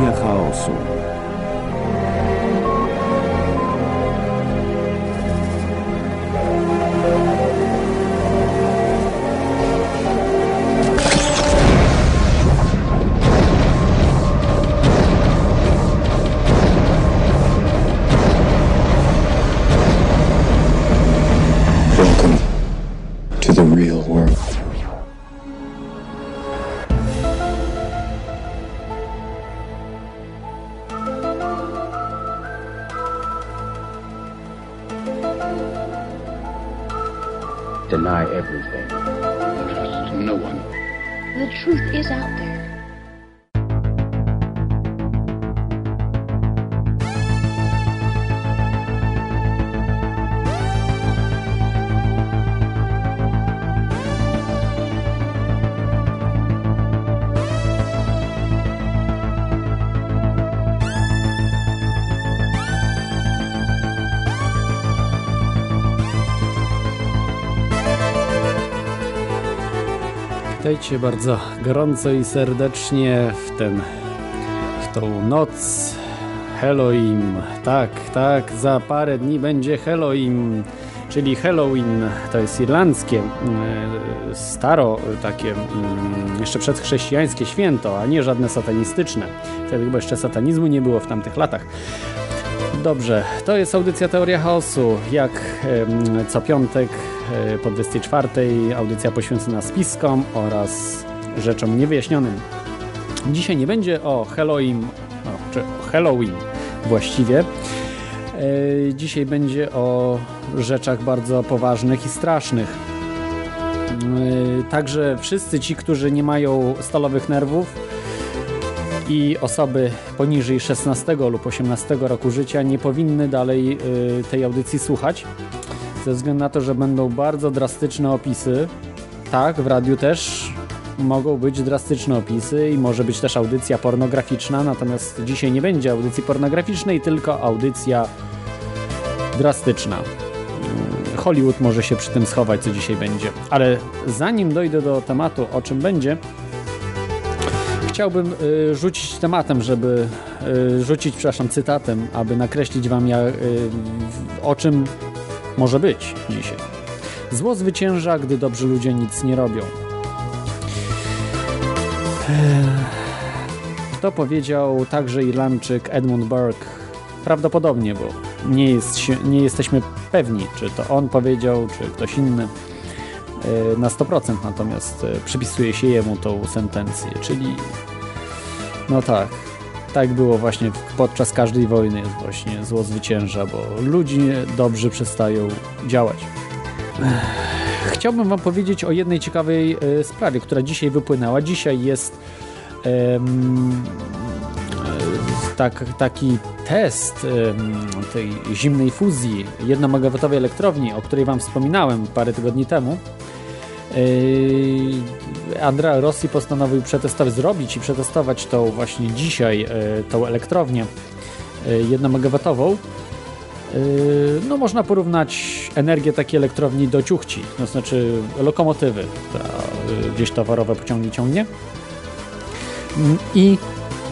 Teoria chaosu. Welcome to the real world. Deny everything. Trust no one. The truth is out there. Witajcie bardzo gorąco i serdecznie w tą noc Halloween. Tak, za parę dni będzie Halloween, czyli Halloween. To jest irlandzkie, staro takie, jeszcze przedchrześcijańskie święto, a nie żadne satanistyczne. Wtedy chyba jeszcze satanizmu nie było w tamtych latach. Dobrze, to jest audycja Teoria Chaosu. Jak co piątek po 24 audycja poświęcona spiskom oraz rzeczom niewyjaśnionym. Dzisiaj nie będzie o Halloween, czy o Halloween właściwie. Dzisiaj będzie o rzeczach bardzo poważnych i strasznych. Także wszyscy ci, którzy nie mają stalowych nerwów i osoby poniżej 16 lub 18 roku życia nie powinny dalej tej audycji słuchać, ze względu na to, że będą bardzo drastyczne opisy. Tak, w radiu też mogą być drastyczne opisy i może być też audycja pornograficzna, natomiast dzisiaj nie będzie audycji pornograficznej, tylko audycja drastyczna. Hollywood może się przy tym schować, co dzisiaj będzie. Ale zanim dojdę do tematu, o czym będzie, chciałbym rzucić tematem, cytatem, aby nakreślić wam, o czym może być dzisiaj. Zło zwycięża, gdy dobrzy ludzie nic nie robią. To powiedział także Irlandczyk Edmund Burke. Prawdopodobnie, bo nie jesteśmy pewni, czy to on powiedział, czy ktoś inny. Na 100% natomiast przypisuje się jemu tą sentencję, czyli no tak było właśnie podczas każdej wojny, jest właśnie zło zwycięża, bo ludzie dobrzy przestają działać. Chciałbym wam powiedzieć o jednej ciekawej sprawie, która dzisiaj wypłynęła. Dzisiaj jest taki test tej zimnej fuzji 1-megawatowej elektrowni, o której wam wspominałem parę tygodni temu. Andrea Rossi postanowił przetestować tą właśnie dzisiaj tą elektrownię 1-megawatową. No można porównać energię takiej elektrowni do ciuchci, to znaczy lokomotywy, która gdzieś towarowe pociągi ciągnie. I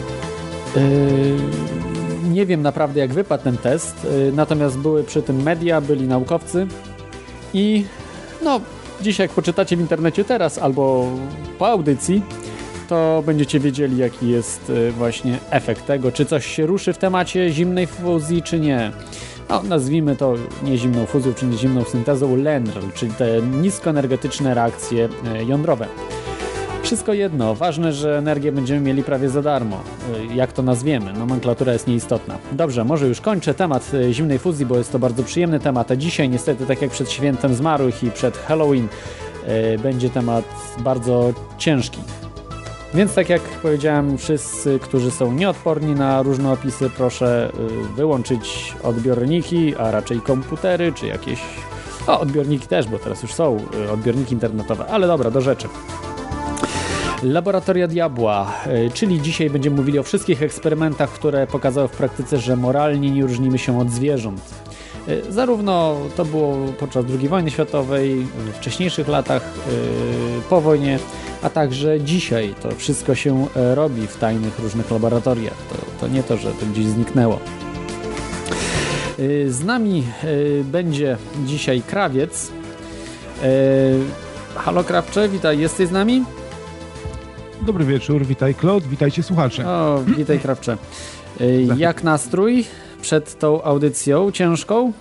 nie wiem naprawdę, jak wypadł ten test, natomiast były przy tym media, byli naukowcy i no dzisiaj jak poczytacie w internecie teraz albo po audycji, to będziecie wiedzieli, jaki jest właśnie efekt tego, czy coś się ruszy w temacie zimnej fuzji, czy nie. No, nazwijmy to nie zimną fuzją, czy nie zimną syntezą LENR, czyli te niskoenergetyczne reakcje jądrowe. Wszystko jedno, ważne, że energię będziemy mieli prawie za darmo. Jak to nazwiemy? Nomenklatura jest nieistotna. Dobrze, może już kończę temat zimnej fuzji, bo jest to bardzo przyjemny temat, a dzisiaj niestety, tak jak przed świętem zmarłych i przed Halloween, będzie temat bardzo ciężki. Więc tak jak powiedziałem, wszyscy, którzy są nieodporni na różne opisy, proszę wyłączyć odbiorniki, a raczej komputery, czy jakieś... odbiorniki też, bo teraz już są odbiorniki internetowe, ale dobra, do rzeczy. Laboratoria diabła, czyli dzisiaj będziemy mówili o wszystkich eksperymentach, które pokazały w praktyce, że moralnie nie różnimy się od zwierząt. Zarówno to było podczas II wojny światowej, w wcześniejszych latach po wojnie, a także dzisiaj to wszystko się robi w tajnych różnych laboratoriach. To nie to, że to gdzieś zniknęło. Z nami będzie dzisiaj Krawiec. Halo Krawcze, witaj, jesteś z nami? Dobry wieczór, witaj Claude, witajcie słuchacze. O, witaj Krawcze. Jak nastrój przed tą audycją ciężką?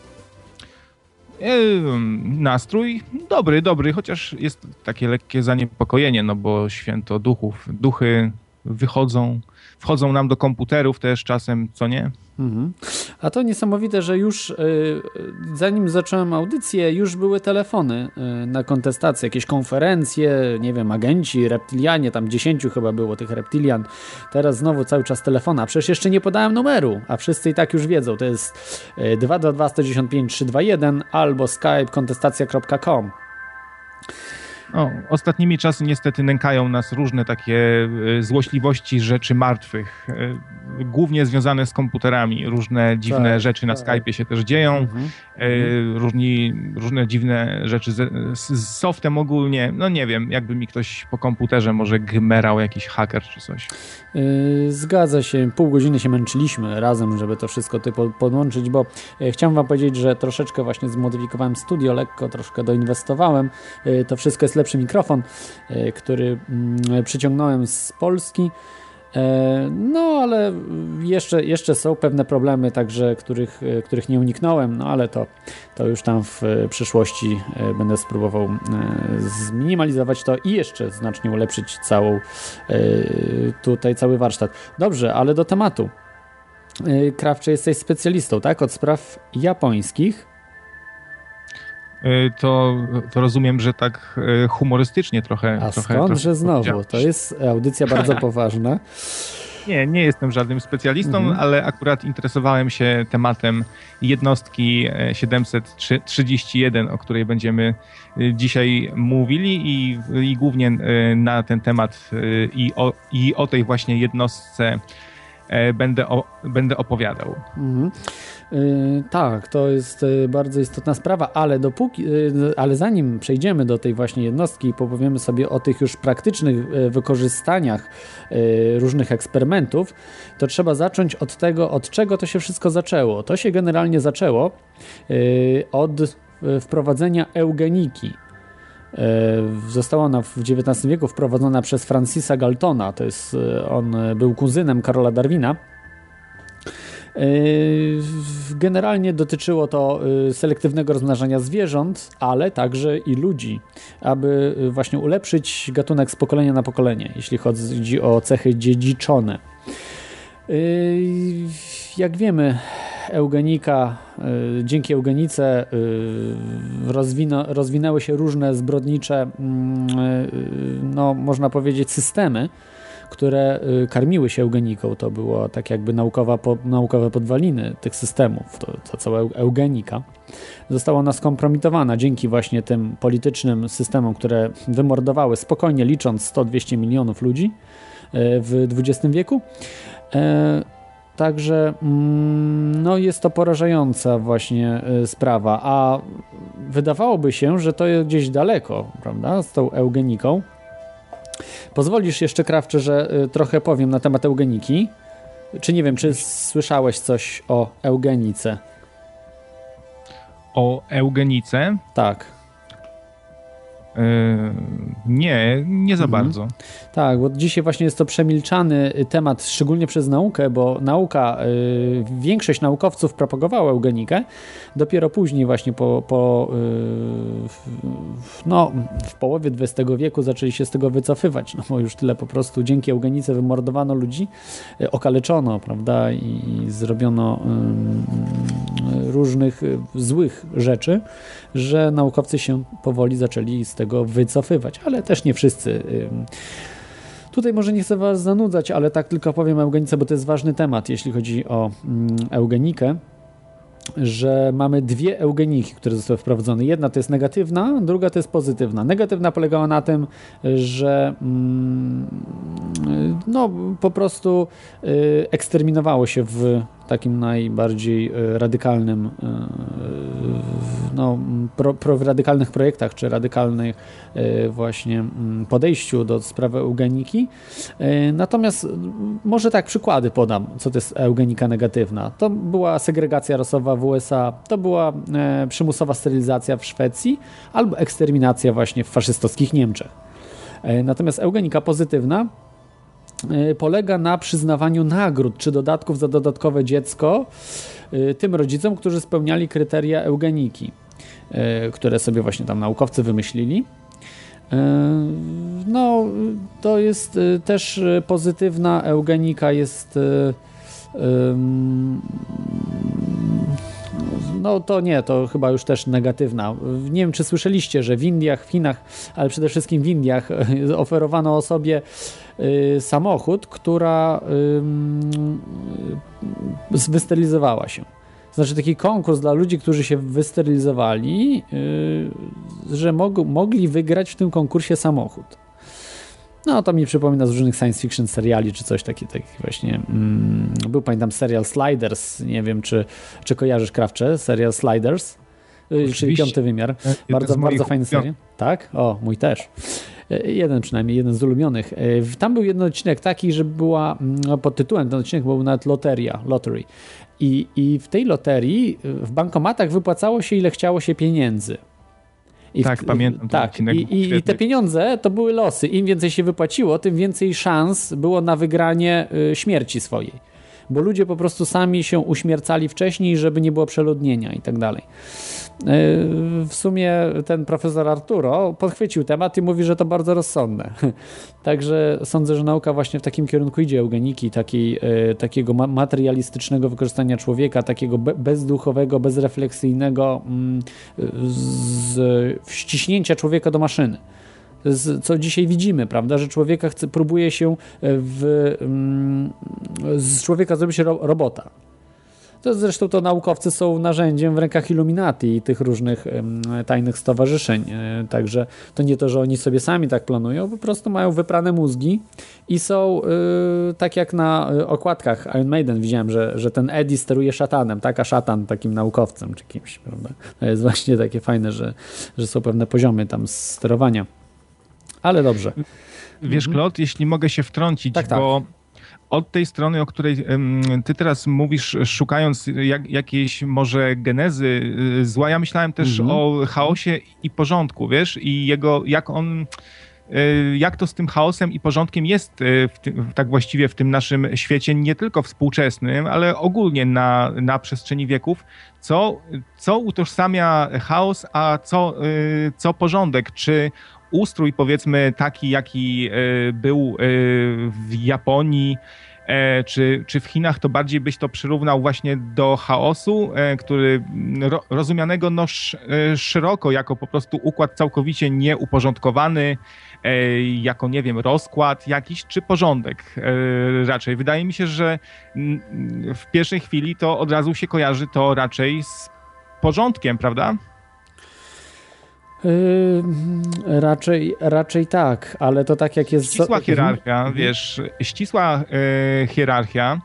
Nastrój dobry, chociaż jest takie lekkie zaniepokojenie, no bo święto duchów. Duchy wchodzą nam do komputerów też czasem, co nie? Mhm. A to niesamowite, że już zanim zacząłem audycję, już były telefony na kontestację, jakieś konferencje, nie wiem, agenci, reptilianie, tam 10 chyba było tych reptilian. Teraz znowu cały czas telefona. Przecież jeszcze nie podałem numeru, a wszyscy i tak już wiedzą. To jest 222 195 321 albo skype kontestacja.com. Ostatnimi czasy niestety nękają nas różne takie złośliwości rzeczy martwych, głównie związane z komputerami. Różne dziwne rzeczy na Skype'ie się też dzieją, różne dziwne rzeczy z softem ogólnie. No nie wiem, jakby mi ktoś po komputerze może gmerał, jakiś haker czy coś. Zgadza się, pół godziny się męczyliśmy razem, żeby to wszystko podłączyć, bo chciałem wam powiedzieć, że troszeczkę właśnie zmodyfikowałem studio, lekko troszkę doinwestowałem. To wszystko jest lepszy mikrofon, który przyciągnąłem z Polski. No, ale jeszcze są pewne problemy, także których nie uniknąłem, no ale to już tam w przyszłości będę spróbował zminimalizować to i jeszcze znacznie ulepszyć cały warsztat. Dobrze, ale do tematu. Krawcze, jesteś specjalistą, tak? Od spraw japońskich. To rozumiem, że tak humorystycznie trochę. A skądże znowu? To jest audycja bardzo poważna. Nie jestem żadnym specjalistą, ale akurat interesowałem się tematem jednostki 731, o której będziemy dzisiaj mówili i głównie na ten temat i o tej właśnie jednostce będę opowiadał. Tak, to jest bardzo istotna sprawa, ale zanim przejdziemy do tej właśnie jednostki i powiemy sobie o tych już praktycznych wykorzystaniach różnych eksperymentów, to trzeba zacząć od tego, od czego to się wszystko zaczęło. To się generalnie zaczęło od wprowadzenia eugeniki. Została ona w XIX wieku wprowadzona przez Francisa Galtona. On był kuzynem Karola Darwina. Generalnie dotyczyło to selektywnego rozmnażania zwierząt, ale także i ludzi, aby właśnie ulepszyć gatunek z pokolenia na pokolenie, jeśli chodzi o cechy dziedziczone. Jak wiemy, eugenika, dzięki eugenice rozwinęły się różne zbrodnicze, no można powiedzieć, systemy, które karmiły się eugeniką. To było tak jakby naukowe podwaliny tych systemów. To cała eugenika została ona skompromitowana dzięki właśnie tym politycznym systemom, które wymordowały spokojnie licząc 100-200 milionów ludzi w XX wieku. Także no jest to porażająca właśnie sprawa, a wydawałoby się, że to jest gdzieś daleko, prawda, z tą eugeniką. Pozwolisz jeszcze, Krawcze, że trochę powiem na temat eugeniki? Czy nie wiem, czy słyszałeś coś o eugenice? O eugenice? Tak. Nie za bardzo. Tak, bo dzisiaj właśnie jest to przemilczany temat, szczególnie przez naukę, bo większość naukowców propagowała eugenikę. Dopiero później właśnie w połowie XX wieku zaczęli się z tego wycofywać, no bo już tyle po prostu dzięki eugenice wymordowano ludzi, okaleczono, prawda, i zrobiono różnych złych rzeczy, że naukowcy się powoli zaczęli z tego wycofywać, ale też nie wszyscy. Tutaj może nie chcę was zanudzać, ale tak tylko powiem o eugenice, bo to jest ważny temat, jeśli chodzi o eugenikę, że mamy dwie eugeniki, które zostały wprowadzone. Jedna to jest negatywna, druga to jest pozytywna. Negatywna polegała na tym, że po prostu eksterminowało się w takim najbardziej radykalnym, w radykalnych projektach, czy radykalnych właśnie podejściu do sprawy eugeniki. Natomiast może tak przykłady podam, co to jest eugenika negatywna. To była segregacja rasowa w USA, to była przymusowa sterylizacja w Szwecji albo eksterminacja właśnie w faszystowskich Niemczech. Natomiast eugenika pozytywna polega na przyznawaniu nagród czy dodatków za dodatkowe dziecko tym rodzicom, którzy spełniali kryteria eugeniki, które sobie właśnie tam naukowcy wymyślili. No, to jest też pozytywna eugenika, jest no to nie, to chyba już też negatywna. Nie wiem, czy słyszeliście, że w Indiach, w Chinach, ale przede wszystkim w Indiach oferowano osobie samochód, która wysterylizowała się. Znaczy taki konkurs dla ludzi, którzy się wysterylizowali, że mogli wygrać w tym konkursie samochód. No to mi przypomina z różnych science fiction seriali, czy coś takiego właśnie. Był, pamiętam, serial Sliders, nie wiem, czy kojarzysz, Krawcze, serial Sliders, czyli Piąty Wymiar. Bardzo fajny serial. Tak? O, mój też. Jeden z ulubionych. Tam był jeden odcinek taki, że była, pod tytułem ten odcinek był nawet lottery. I w tej loterii w bankomatach wypłacało się, ile chciało się pieniędzy. Pamiętam. Tak, i te pieniądze to były losy. Im więcej się wypłaciło, tym więcej szans było na wygranie śmierci swojej. Bo ludzie po prostu sami się uśmiercali wcześniej, żeby nie było przeludnienia i tak dalej. W sumie ten profesor Arturo podchwycił temat i mówi, że to bardzo rozsądne. Także sądzę, że nauka właśnie w takim kierunku idzie, eugeniki, takiego materialistycznego wykorzystania człowieka, takiego bezduchowego, bezrefleksyjnego wciśnięcia człowieka do maszyny. Co dzisiaj widzimy, prawda, że człowieka próbuje się z człowieka zrobić robota. To zresztą to naukowcy są narzędziem w rękach Illuminati i tych różnych tajnych stowarzyszeń. Także to nie to, że oni sobie sami tak planują, po prostu mają wyprane mózgi i są tak jak na okładkach Iron Maiden widziałem, że ten Eddie steruje szatanem, tak, a szatan takim naukowcem czy kimś, prawda. To jest właśnie takie fajne, że są pewne poziomy tam sterowania. Ale dobrze. Wiesz, Claude, jeśli mogę się wtrącić, bo od tej strony, o której ty teraz mówisz, szukając jakiejś może genezy zła, ja myślałem też o chaosie i porządku, wiesz, i jak to z tym chaosem i porządkiem jest tak właściwie w tym naszym świecie, nie tylko współczesnym, ale ogólnie na przestrzeni wieków, co utożsamia chaos, a co porządek, czy ustrój, powiedzmy, taki, jaki był w Japonii czy w Chinach, to bardziej byś to przyrównał właśnie do chaosu, który rozumianego szeroko jako po prostu układ całkowicie nieuporządkowany, jako, nie wiem, rozkład jakiś, czy porządek raczej. Wydaje mi się, że w pierwszej chwili to od razu się kojarzy to raczej z porządkiem, prawda? Raczej tak, ale to tak jak jest... Ścisła hierarchia, wiesz, hierarchia,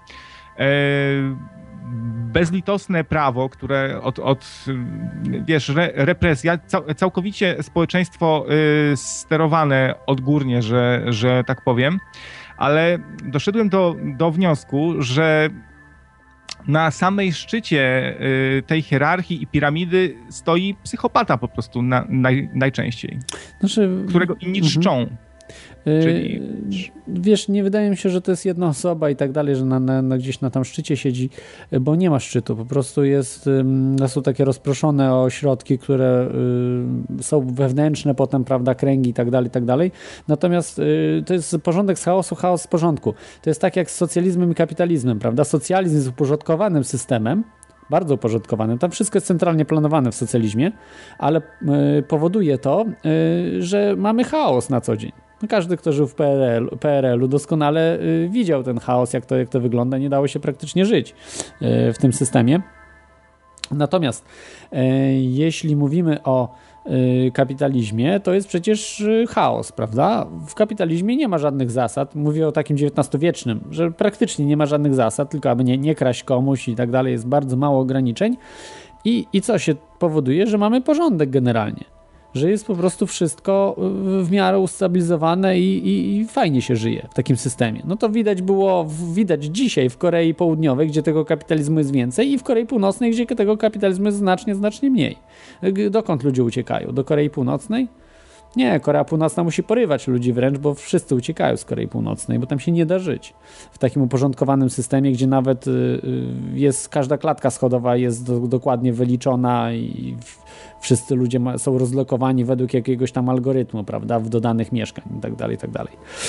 bezlitosne prawo, które wiesz, represja, całkowicie społeczeństwo sterowane odgórnie, że tak powiem, ale doszedłem do wniosku, że na samej szczycie tej hierarchii i piramidy stoi psychopata po prostu najczęściej, którego inni czczą. Czyli... Wiesz, nie wydaje mi się, że to jest jedna osoba i tak dalej, że gdzieś na tam szczycie siedzi, bo nie ma szczytu. Po prostu są takie rozproszone ośrodki, które są wewnętrzne, potem, prawda, kręgi i tak dalej. Natomiast to jest porządek z chaosu, chaos z porządku. To jest tak jak z socjalizmem i kapitalizmem, prawda? Socjalizm jest uporządkowanym systemem, bardzo uporządkowanym. Tam wszystko jest centralnie planowane w socjalizmie, ale powoduje to, że mamy chaos na co dzień. Każdy, kto żył w PRL-u doskonale widział ten chaos, jak to wygląda. Nie dało się praktycznie żyć w tym systemie. Natomiast jeśli mówimy o kapitalizmie, to jest przecież chaos, prawda? W kapitalizmie nie ma żadnych zasad, mówię o takim XIX-wiecznym, że praktycznie nie ma żadnych zasad, tylko aby nie kraść komuś i tak dalej, jest bardzo mało ograniczeń i co się powoduje, że mamy porządek generalnie, że jest po prostu wszystko w miarę ustabilizowane i fajnie się żyje w takim systemie. No to widać dzisiaj w Korei Południowej, gdzie tego kapitalizmu jest więcej i w Korei Północnej, gdzie tego kapitalizmu jest znacznie mniej. Dokąd ludzie uciekają? Do Korei Północnej? Nie, Korea Północna musi porywać ludzi wręcz, bo wszyscy uciekają z Korei Północnej, bo tam się nie da żyć. W takim uporządkowanym systemie, gdzie nawet każda klatka schodowa jest dokładnie wyliczona i wszyscy ludzie są rozlokowani według jakiegoś tam algorytmu, prawda, w dodanych mieszkań i tak dalej, i tak dalej.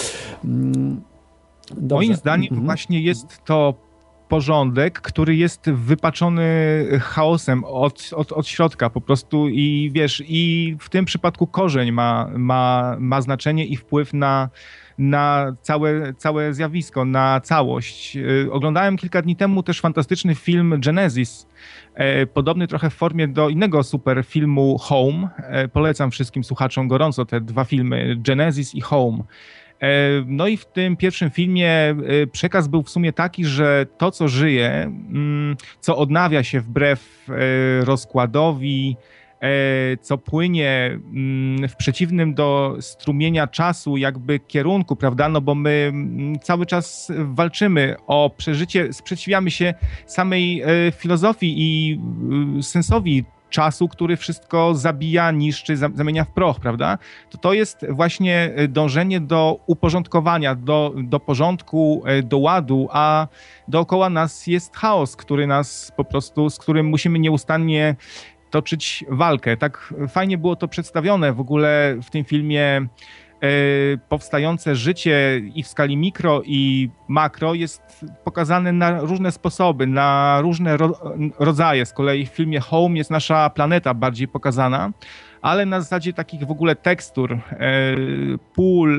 Moim zdaniem właśnie jest to porządek, który jest wypaczony chaosem od środka po prostu i wiesz, i w tym przypadku korzeń ma znaczenie i wpływ na całe zjawisko, na całość. Oglądałem kilka dni temu też fantastyczny film Genesis, podobny trochę w formie do innego super filmu Home. Polecam wszystkim słuchaczom gorąco te dwa filmy, Genesis i Home. No i w tym pierwszym filmie przekaz był w sumie taki, że to, co żyje, co odnawia się wbrew rozkładowi, co płynie w przeciwnym do strumienia czasu jakby kierunku, prawda, no bo my cały czas walczymy o przeżycie, sprzeciwiamy się samej filozofii i sensowi czasu, który wszystko zabija, niszczy, zamienia w proch, prawda? To jest właśnie dążenie do uporządkowania, do porządku, do ładu, a dookoła nas jest chaos, który nas po prostu, z którym musimy nieustannie toczyć walkę. Tak fajnie było to przedstawione w ogóle w tym filmie. Powstające życie i w skali mikro i makro jest pokazane na różne sposoby, na różne rodzaje. Z kolei w filmie Home jest nasza planeta bardziej pokazana, ale na zasadzie takich w ogóle tekstur, pól,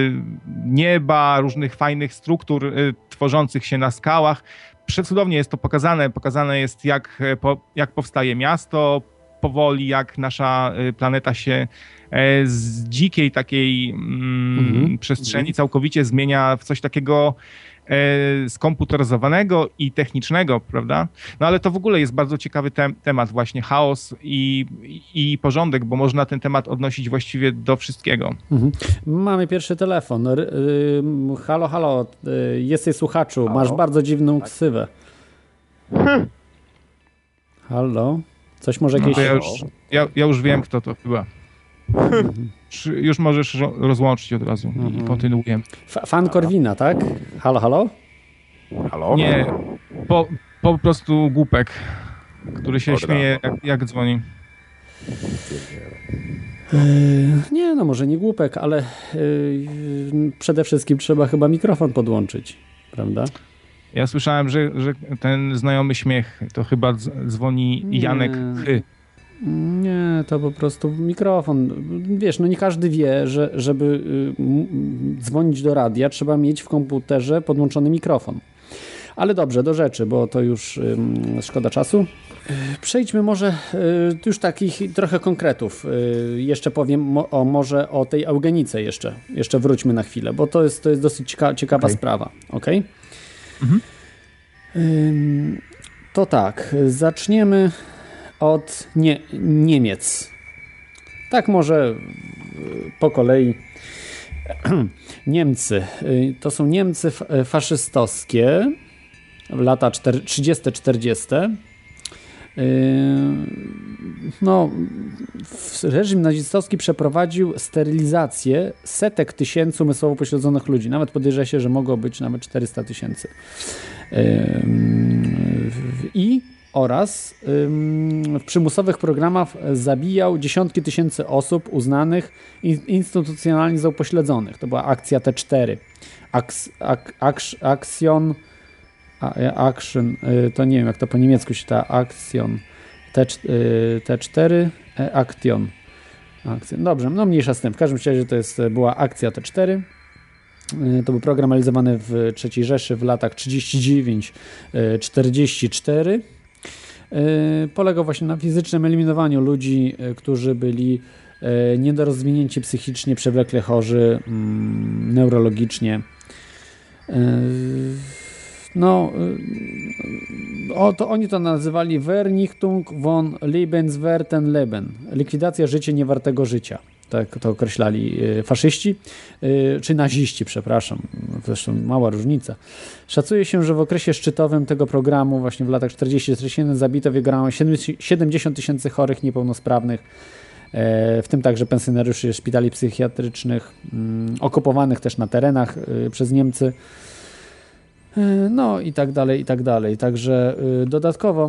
nieba, różnych fajnych struktur tworzących się na skałach. Przecudownie jest to pokazane. Pokazane jest jak powstaje miasto powoli, jak nasza planeta się z dzikiej takiej przestrzeni całkowicie zmienia w coś takiego skomputeryzowanego i technicznego, prawda? No ale to w ogóle jest bardzo ciekawy temat właśnie, chaos i porządek, bo można ten temat odnosić właściwie do wszystkiego. Mamy pierwszy telefon. Halo, jesteś słuchaczu, masz bardzo dziwną ksywę. Halo? Coś może jakieś... Ja już wiem, kto to chyba. Już możesz rozłączyć od razu i kontynuujemy. Fan Korwina, tak? Halo? Halo? Nie, po prostu głupek, który się śmieje jak dzwoni. Nie, no może nie głupek, ale przede wszystkim trzeba chyba mikrofon podłączyć, prawda? Ja słyszałem, że ten znajomy śmiech to chyba dzwoni Janek Chy. Nie, to po prostu mikrofon. Wiesz, no nie każdy wie, że żeby dzwonić do radia, trzeba mieć w komputerze podłączony mikrofon. Ale dobrze, do rzeczy, bo to już szkoda czasu. Przejdźmy może już takich trochę konkretów. Jeszcze powiem może o tej eugenice jeszcze wróćmy na chwilę, bo to jest dosyć ciekawa sprawa. Okay? To tak, zaczniemy od Niemiec. Tak może po kolei. Niemcy. To są Niemcy faszystowskie, lata 30-40. No, reżim nazistowski przeprowadził sterylizację setek tysięcy umysłowo upośledzonych ludzi. Nawet podejrzewa się, że mogło być nawet 400 tysięcy. Oraz w przymusowych programach zabijał dziesiątki tysięcy osób uznanych instytucjonalnie za upośledzonych. To była akcja T4. Action, to nie wiem jak to po niemiecku się ta Action. T4, Action. Dobrze, no mniejsza z tym. W każdym razie to była akcja T4. To był program realizowany w III Rzeszy w latach 39-44. polegał właśnie na fizycznym eliminowaniu ludzi, którzy byli niedorozwinięci psychicznie, przewlekle chorzy, neurologicznie. To oni to nazywali Vernichtung von lebenswerten Leben. Likwidacja życia niewartego życia. Tak to określali faszyści, czy naziści, przepraszam. Zresztą mała różnica. Szacuje się, że w okresie szczytowym tego programu, właśnie w latach 40-41, zabito w jego 70 000 chorych niepełnosprawnych, w tym także pensjonariuszy szpitali psychiatrycznych, okupowanych też na terenach przez Niemcy. No i tak dalej, i tak dalej. Także dodatkowo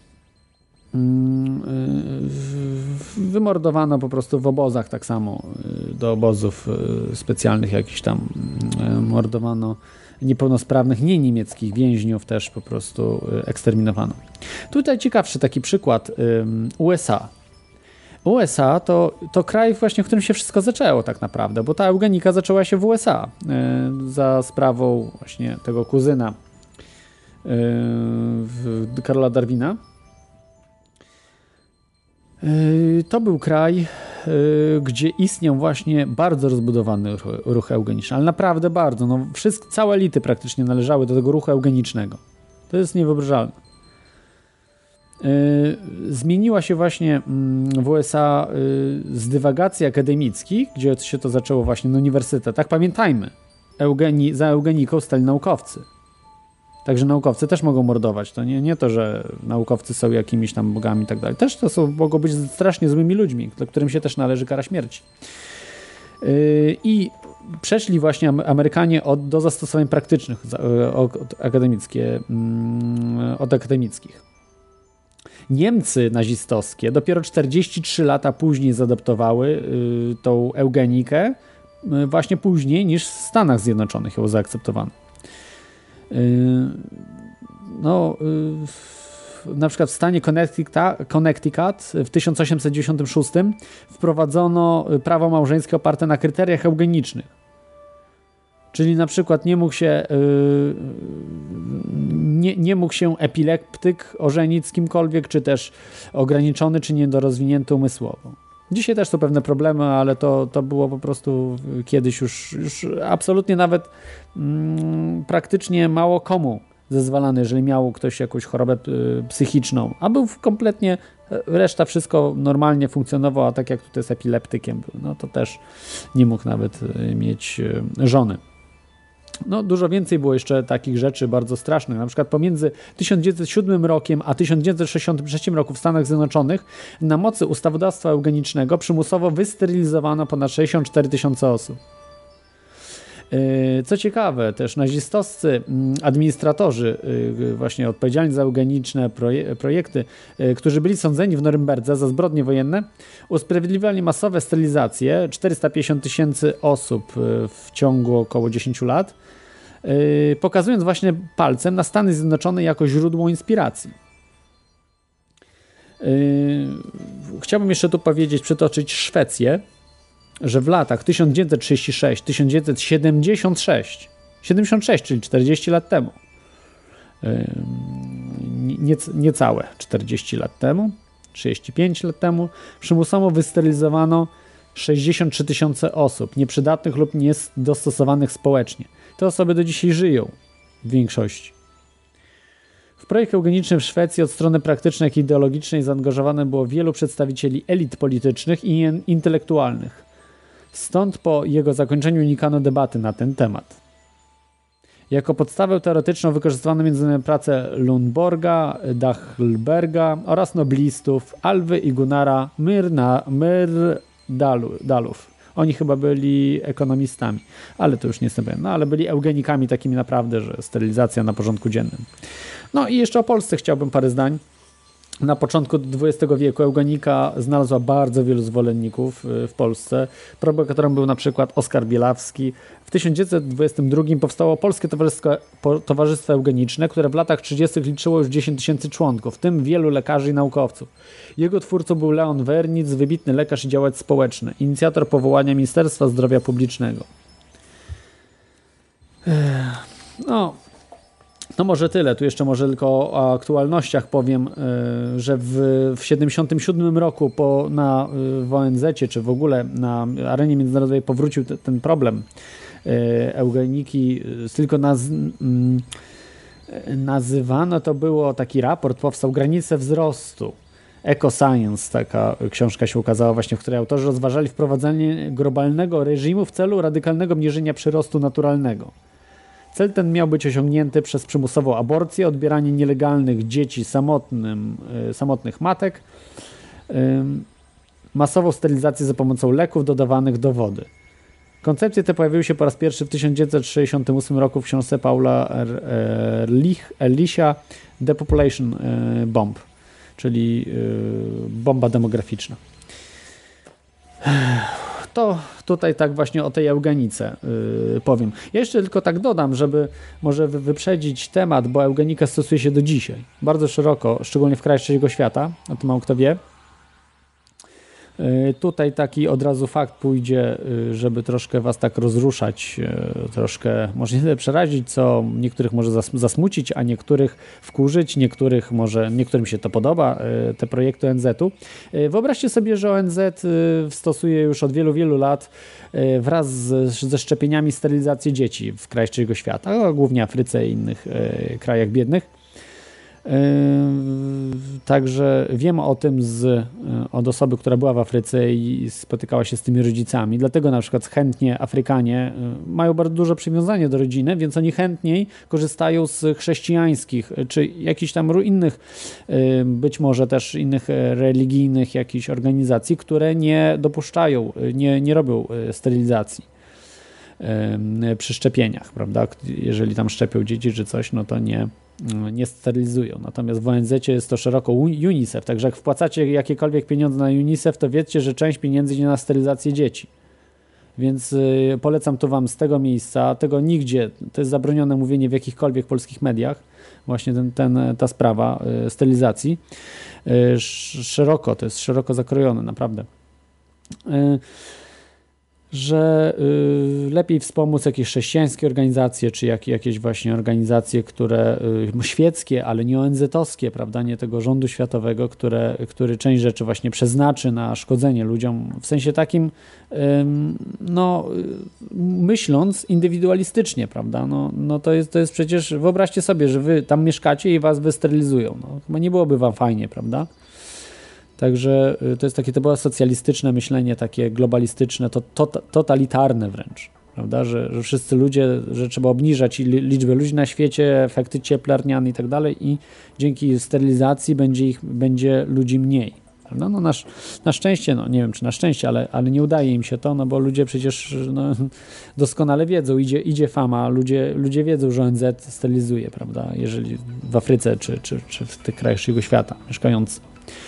wymordowano po prostu w obozach, tak samo do obozów specjalnych jakichś tam mordowano niepełnosprawnych, nie niemieckich więźniów też po prostu eksterminowano. Tutaj ciekawszy taki przykład USA. USA to kraj właśnie, w którym się wszystko zaczęło tak naprawdę, bo ta eugenika zaczęła się w USA za sprawą właśnie tego kuzyna Karola Darwina. To był kraj, gdzie istniał właśnie bardzo rozbudowany ruch eugeniczny, ale naprawdę bardzo. Całe elity praktycznie należały do tego ruchu eugenicznego. To jest niewyobrażalne. Zmieniła się właśnie w USA z dywagacji akademickich, gdzie się to zaczęło właśnie na uniwersytetach. Pamiętajmy, za eugeniką stali naukowcy. Także naukowcy też mogą mordować. To nie to, że naukowcy są jakimiś tam bogami i tak dalej. Też to mogą być strasznie złymi ludźmi, którym się też należy kara śmierci. I przeszli właśnie Amerykanie do zastosowań praktycznych od akademickich. Niemcy nazistowskie dopiero 43 lata później zaadoptowały tą eugenikę, właśnie później niż w Stanach Zjednoczonych ją zaakceptowano. Na przykład w stanie Connecticut w 1896 wprowadzono prawo małżeńskie oparte na kryteriach eugenicznych. Czyli na przykład nie mógł się epileptyk ożenić z kimkolwiek, czy też ograniczony, czy niedorozwinięty umysłowo. Dzisiaj też są pewne problemy, ale to było po prostu kiedyś już absolutnie nawet praktycznie mało komu zezwalane, jeżeli miał ktoś jakąś chorobę psychiczną, a był kompletnie, reszta wszystko normalnie funkcjonowało, a tak jak tutaj z epileptykiem był, no to też nie mógł nawet mieć żony. No, dużo więcej było jeszcze takich rzeczy bardzo strasznych. Na przykład pomiędzy 1907 rokiem a 1963 roku w Stanach Zjednoczonych na mocy ustawodawstwa eugenicznego przymusowo wysterylizowano ponad 64 000 osób. Co ciekawe, też nazistowscy administratorzy właśnie odpowiedzialni za eugeniczne projekty, którzy byli sądzeni w Norymberdze za zbrodnie wojenne, usprawiedliwiali masowe sterylizacje 450 000 osób w ciągu około 10 lat, pokazując właśnie palcem na Stany Zjednoczone jako źródło inspiracji. Chciałbym jeszcze tu przytoczyć Szwecję, że w latach 1936-1976, czyli 40 lat temu, niecałe 40 lat temu, 35 lat temu, przymusowo wysterylizowano 63 000 osób nieprzydatnych lub niedostosowanych społecznie. Te osoby do dzisiaj żyją w większości. W projekt eugeniczny w Szwecji od strony praktycznej jak i ideologicznej zaangażowane było wielu przedstawicieli elit politycznych i intelektualnych. Stąd po jego zakończeniu unikano debaty na ten temat. Jako podstawę teoretyczną wykorzystywano m.in. pracę Lundborga, Dachlberga oraz noblistów Alwy i Gunnara Myrdalów. Oni chyba byli ekonomistami, ale to już nie jestem pewien. No, ale byli eugenikami takimi naprawdę, że sterylizacja na porządku dziennym. No i jeszcze o Polsce chciałbym parę zdań. Na początku XX wieku eugenika znalazła bardzo wielu zwolenników w Polsce. Propagatorem był na przykład Oskar Bielawski. W 1922 powstało Polskie Towarzystwo Eugeniczne, które w latach 30. liczyło już 10 000 członków, w tym wielu lekarzy i naukowców. Jego twórcą był Leon Wernic, wybitny lekarz i działacz społeczny, inicjator powołania Ministerstwa Zdrowia Publicznego. No, No może tyle, tu jeszcze może tylko o aktualnościach powiem, że w 77 roku w ONZ-cie, czy w ogóle na arenie międzynarodowej powrócił ten problem eugeniki, tylko nazywano to było, taki raport powstał, Granice wzrostu. Ecoscience, taka książka się ukazała właśnie, w której autorzy rozważali wprowadzenie globalnego reżimu w celu radykalnego mierzenia przyrostu naturalnego. Cel ten miał być osiągnięty przez przymusową aborcję, odbieranie nielegalnych dzieci samotnych matek, masową sterylizację za pomocą leków dodawanych do wody. Koncepcje te pojawiły się po raz pierwszy w 1968 roku w książce Paula Ehrlicha Depopulation Bomb, czyli bomba demograficzna. To tutaj tak właśnie o tej eugenice powiem. Ja jeszcze tylko tak dodam, żeby może wyprzedzić temat, bo eugenika stosuje się do dzisiaj. Bardzo szeroko, szczególnie w krajach trzeciego świata, o tym mało kto wie. Tutaj taki od razu fakt pójdzie, żeby troszkę was tak rozruszać, troszkę może nie tyle przerazić, co niektórych może zasmucić, a niektórych wkurzyć, niektórym się to podoba, te projekty ONZ-u. Wyobraźcie sobie, że ONZ stosuje już od wielu, wielu lat wraz ze szczepieniami sterylizację dzieci w krajach trzeciego świata, a głównie Afryce i innych krajach biednych. Także wiem o tym od osoby, która była w Afryce i spotykała się z tymi rodzicami. Dlatego na przykład chętnie Afrykanie mają bardzo duże przywiązanie do rodziny, więc oni chętniej korzystają z chrześcijańskich czy jakichś tam innych, być może też innych religijnych jakichś organizacji, które nie dopuszczają, nie robią sterylizacji przy szczepieniach, prawda? Jeżeli tam szczepią dzieci czy coś, no to nie sterylizują. Natomiast w ONZ-cie jest to szeroko UNICEF, także jak wpłacacie jakiekolwiek pieniądze na UNICEF, to wiedzcie, że część pieniędzy idzie na sterylizację dzieci. Więc polecam to wam z tego miejsca, tego nigdzie, to jest zabronione mówienie w jakichkolwiek polskich mediach, właśnie ta sprawa sterylizacji. To jest szeroko zakrojone, naprawdę. Że lepiej wspomóc jakieś chrześcijańskie organizacje, czy jakieś właśnie organizacje, które świeckie, ale nie ONZ-owskie, prawda, nie tego rządu światowego, który część rzeczy właśnie przeznaczy na szkodzenie ludziom, w sensie takim, myśląc indywidualistycznie, prawda, no to jest przecież, wyobraźcie sobie, że wy tam mieszkacie i was wysterylizują, no chyba nie byłoby wam fajnie, prawda? Także to jest takie typowo socjalistyczne myślenie, takie globalistyczne, totalitarne wręcz, prawda, że wszyscy ludzie, że trzeba obniżać liczbę ludzi na świecie, efekty cieplarniane i tak dalej i dzięki sterylizacji będzie ludzi mniej. Prawda? No na szczęście, no nie wiem czy na szczęście, ale nie udaje im się to, no bo ludzie przecież doskonale wiedzą, idzie fama, ludzie wiedzą, że ONZ sterylizuje, prawda, jeżeli w Afryce czy w tych krajach trzeciego świata mieszkający.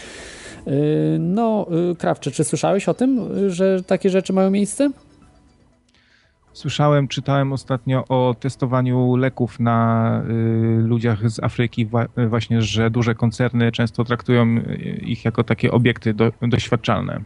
Krawcze, czy słyszałeś o tym, że takie rzeczy mają miejsce? Słyszałem, czytałem ostatnio o testowaniu leków na ludziach z Afryki, właśnie, że duże koncerny często traktują ich jako takie obiekty doświadczalne.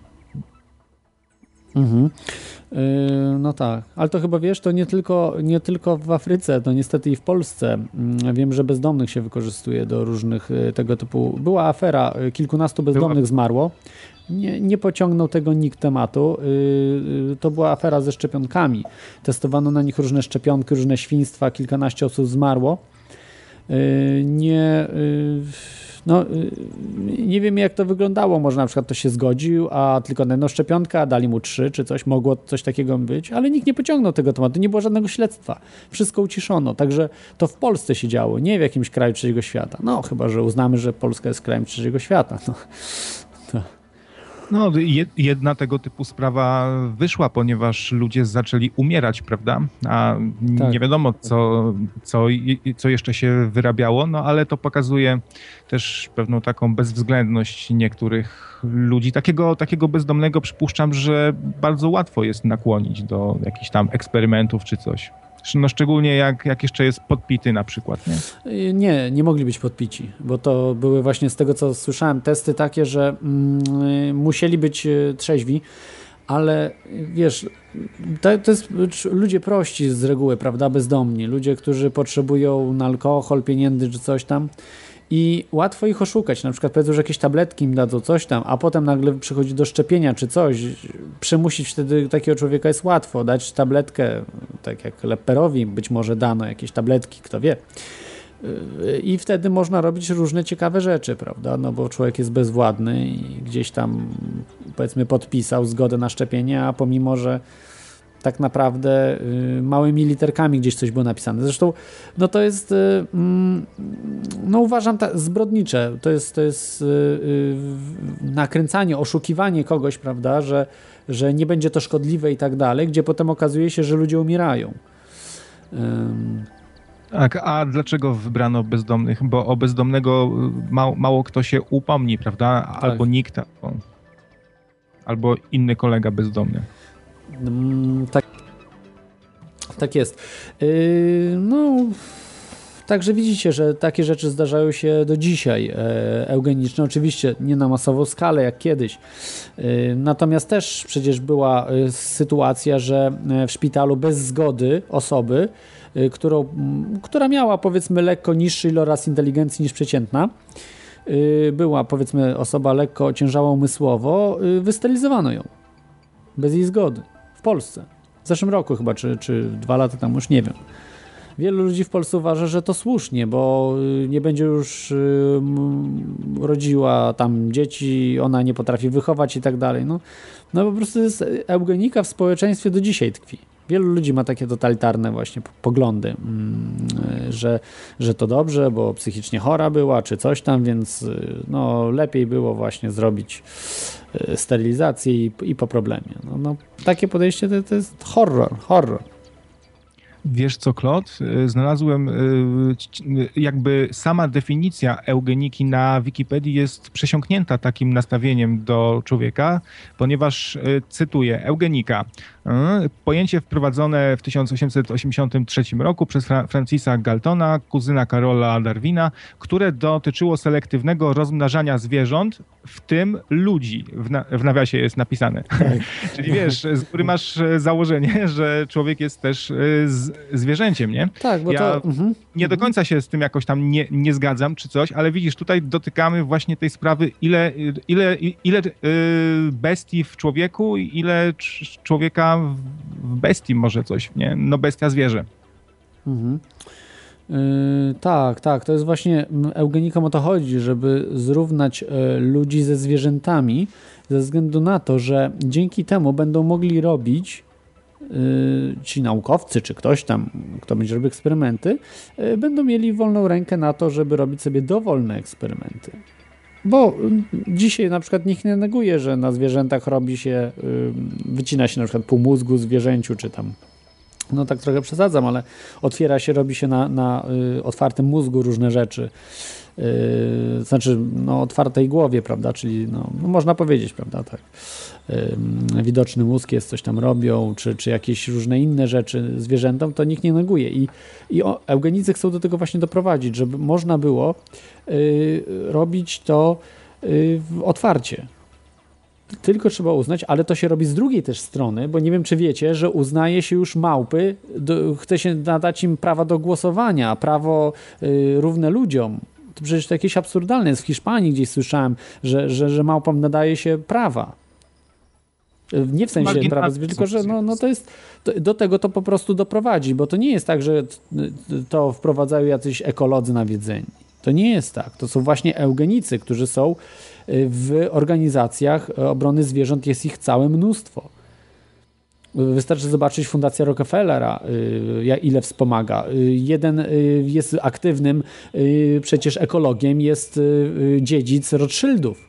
Mhm. No tak, ale to chyba wiesz, to nie tylko w Afryce, to niestety i w Polsce. Wiem, że bezdomnych się wykorzystuje do różnych tego typu. Była afera, kilkunastu bezdomnych zmarło. Nie pociągnął tego nikt tematu. To była afera ze szczepionkami. Testowano na nich różne szczepionki, różne świństwa, kilkanaście osób zmarło. Nie wiem jak to wyglądało, może na przykład to się zgodził, a tylko na jedną szczepionkę, a dali mu 3 czy coś, mogło coś takiego być, ale nikt nie pociągnął tego tematu, nie było żadnego śledztwa, wszystko uciszono, także to w Polsce się działo, nie w jakimś kraju trzeciego świata, no chyba, że uznamy, że Polska jest krajem trzeciego świata, No, jedna tego typu sprawa wyszła, ponieważ ludzie zaczęli umierać, prawda? A tak. Nie wiadomo, co jeszcze się wyrabiało, no ale to pokazuje też pewną taką bezwzględność niektórych ludzi. Takiego bezdomnego przypuszczam, że bardzo łatwo jest nakłonić do jakichś tam eksperymentów czy coś. No szczególnie jak jeszcze jest podpity na przykład, nie? Nie mogli być podpici, bo to były właśnie z tego, co słyszałem, testy takie, że musieli być trzeźwi, ale wiesz, to jest ludzie prości z reguły, prawda, bezdomni, ludzie, którzy potrzebują na alkohol, pieniędzy czy coś tam i łatwo ich oszukać, na przykład powiedzą, że jakieś tabletki im dadzą, coś tam, a potem nagle przychodzi do szczepienia czy coś, przymusić wtedy takiego człowieka jest łatwo, dać tabletkę, tak jak Lepperowi być może dano jakieś tabletki, kto wie. I wtedy można robić różne ciekawe rzeczy, prawda? No bo człowiek jest bezwładny i gdzieś tam, powiedzmy, podpisał zgodę na szczepienie, a pomimo, że tak naprawdę małymi literkami gdzieś coś było napisane. Zresztą, no to jest, no uważam, zbrodnicze. To jest nakręcanie, oszukiwanie kogoś, prawda, że nie będzie to szkodliwe i tak dalej, gdzie potem okazuje się, że ludzie umierają. Tak, a dlaczego wybrano bezdomnych? Bo o bezdomnego mało kto się upomni, prawda? Tak. Albo nikt, albo inny kolega bezdomny. Tak jest. No, także widzicie, że takie rzeczy zdarzają się do dzisiaj, eugeniczne. Oczywiście nie na masową skalę, jak kiedyś. Natomiast też przecież była sytuacja, że w szpitalu bez zgody osoby, która miała, powiedzmy, lekko niższy iloraz inteligencji niż przeciętna, była, powiedzmy, osoba lekko ociężała umysłowo, wystylizowano ją bez jej zgody w Polsce. W zeszłym roku chyba, czy 2 lata temu, już nie wiem. Wielu ludzi w Polsce uważa, że to słusznie, bo nie będzie już rodziła tam dzieci, ona nie potrafi wychować i tak dalej. No po prostu jest eugenika w społeczeństwie do dzisiaj tkwi. Wielu ludzi ma takie totalitarne właśnie poglądy, że to dobrze, bo psychicznie chora była, czy coś tam, więc no, lepiej było właśnie zrobić sterylizację i po problemie. No, takie podejście to jest horror. Wiesz co, Claude? Znalazłem jakby sama definicja eugeniki na Wikipedii jest przesiąknięta takim nastawieniem do człowieka, ponieważ, cytuję, eugenika. Pojęcie wprowadzone w 1883 roku przez Francisa Galtona, kuzyna Karola Darwina, które dotyczyło selektywnego rozmnażania zwierząt, w tym ludzi. W nawiasie jest napisane. Tak. Czyli wiesz, z góry masz założenie, że człowiek jest też zwierzęciem, nie? Tak, bo ja nie do końca się z tym jakoś tam nie zgadzam, czy coś, ale widzisz, tutaj dotykamy właśnie tej sprawy, ile bestii w człowieku i ile człowieka w bestii może coś, nie? No bestia zwierzę. Tak, to jest właśnie eugeniką o to chodzi, żeby zrównać ludzi ze zwierzętami, ze względu na to, że dzięki temu będą mogli robić ci naukowcy, czy ktoś tam, kto będzie robił eksperymenty, będą mieli wolną rękę na to, żeby robić sobie dowolne eksperymenty. Bo dzisiaj na przykład nikt nie neguje, że na zwierzętach wycina się na przykład pół mózgu zwierzęciu, czy tam, no tak trochę przesadzam, ale robi się na otwartym mózgu różne rzeczy. Znaczy, otwartej głowie, prawda, czyli można powiedzieć, prawda, tak. Widoczny mózg jest, coś tam robią, czy jakieś różne inne rzeczy zwierzętom, to nikt nie neguje. I eugenicy chcą do tego właśnie doprowadzić, żeby można było robić to otwarcie. Tylko trzeba uznać, ale to się robi z drugiej też strony, bo nie wiem, czy wiecie, że uznaje się już małpy, chce się nadać im prawa do głosowania, prawo równe ludziom. To przecież to jakieś absurdalne jest. W Hiszpanii gdzieś słyszałem, że małpom nadaje się prawa. Nie w sensie prawa zwierząt, tylko że to jest, do tego to po prostu doprowadzi, bo to nie jest tak, że to wprowadzają jacyś ekolodzy nawiedzeni. To nie jest tak. To są właśnie eugenicy, którzy są w organizacjach obrony zwierząt, jest ich całe mnóstwo. Wystarczy zobaczyć Fundację Rockefellera, ile wspomaga. Jeden jest aktywnym przecież ekologiem, jest dziedzic Rothschildów.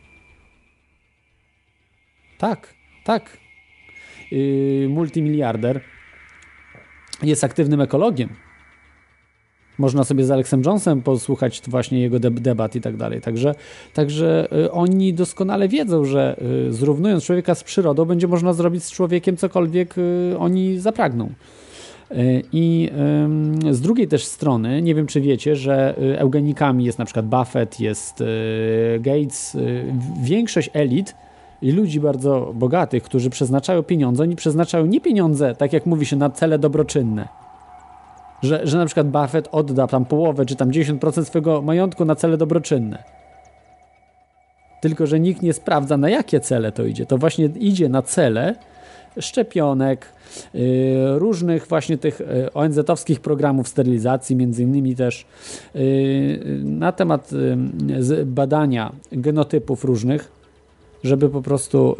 Tak. Multimiliarder jest aktywnym ekologiem. Można sobie z Alexem Jonesem posłuchać właśnie jego debat i tak dalej. Także oni doskonale wiedzą, że zrównując człowieka z przyrodą, będzie można zrobić z człowiekiem cokolwiek oni zapragną. I z drugiej też strony, nie wiem, czy wiecie, że eugenikami jest na przykład Buffett, jest Gates. Większość elit i ludzi bardzo bogatych, którzy przeznaczają pieniądze, oni przeznaczają nie pieniądze, tak jak mówi się, na cele dobroczynne. Że na przykład Buffett odda tam połowę, czy tam 10% swojego majątku na cele dobroczynne. Tylko że nikt nie sprawdza, na jakie cele to idzie. To właśnie idzie na cele szczepionek, różnych właśnie tych ONZ-owskich programów sterylizacji, między innymi też na temat badania genotypów różnych, żeby po prostu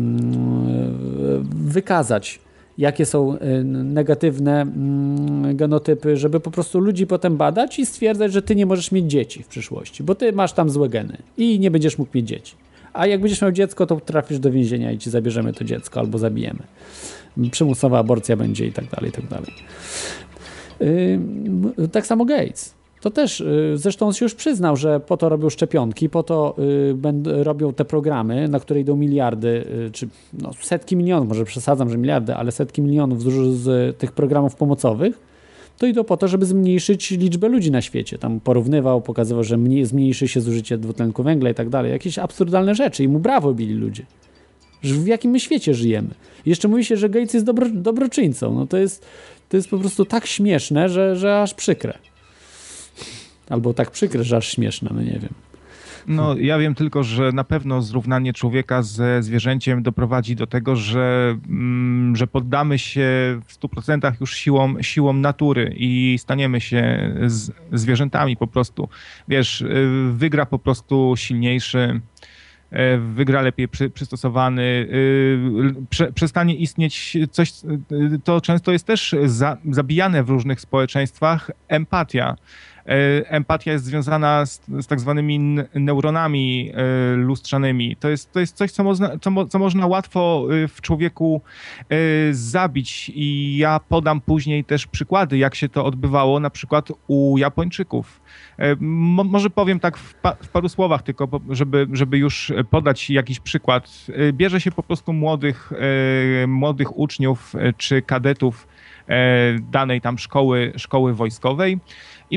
wykazać, jakie są negatywne genotypy, żeby po prostu ludzi potem badać i stwierdzać, że ty nie możesz mieć dzieci w przyszłości, bo ty masz tam złe geny i nie będziesz mógł mieć dzieci. A jak będziesz miał dziecko, to trafisz do więzienia i ci zabierzemy to dziecko albo zabijemy. Przymusowa aborcja będzie i tak dalej, i tak dalej. Tak samo Gates. To też, zresztą on się już przyznał, że po to robią szczepionki, po to robią te programy, na które idą miliardy, czy no, setki milionów, może przesadzam, że miliardy, ale setki milionów z tych programów pomocowych, to idą po to, żeby zmniejszyć liczbę ludzi na świecie. Tam porównywał, pokazywał, że zmniejszy się zużycie dwutlenku węgla i tak dalej. Jakieś absurdalne rzeczy i mu brawo bili ludzie. Że w jakim my świecie żyjemy. I jeszcze mówi się, że Gates jest dobroczyńcą. No to jest po prostu tak śmieszne, że aż przykre. Albo tak przykre, że aż śmieszne, no nie wiem. No, ja wiem tylko, że na pewno zrównanie człowieka ze zwierzęciem doprowadzi do tego, że poddamy się w 100% już siłom natury i staniemy się zwierzętami po prostu. Wiesz, wygra po prostu silniejszy, wygra lepiej przystosowany, przestanie istnieć coś, to często jest też zabijane w różnych społeczeństwach, empatia. Empatia jest związana z tak zwanymi neuronami lustrzanymi. To jest coś, co można łatwo w człowieku zabić i ja podam później też przykłady, jak się to odbywało na przykład u Japończyków. Może powiem tak w paru słowach tylko, żeby już podać jakiś przykład. Bierze się po prostu młodych uczniów czy kadetów danej tam szkoły wojskowej i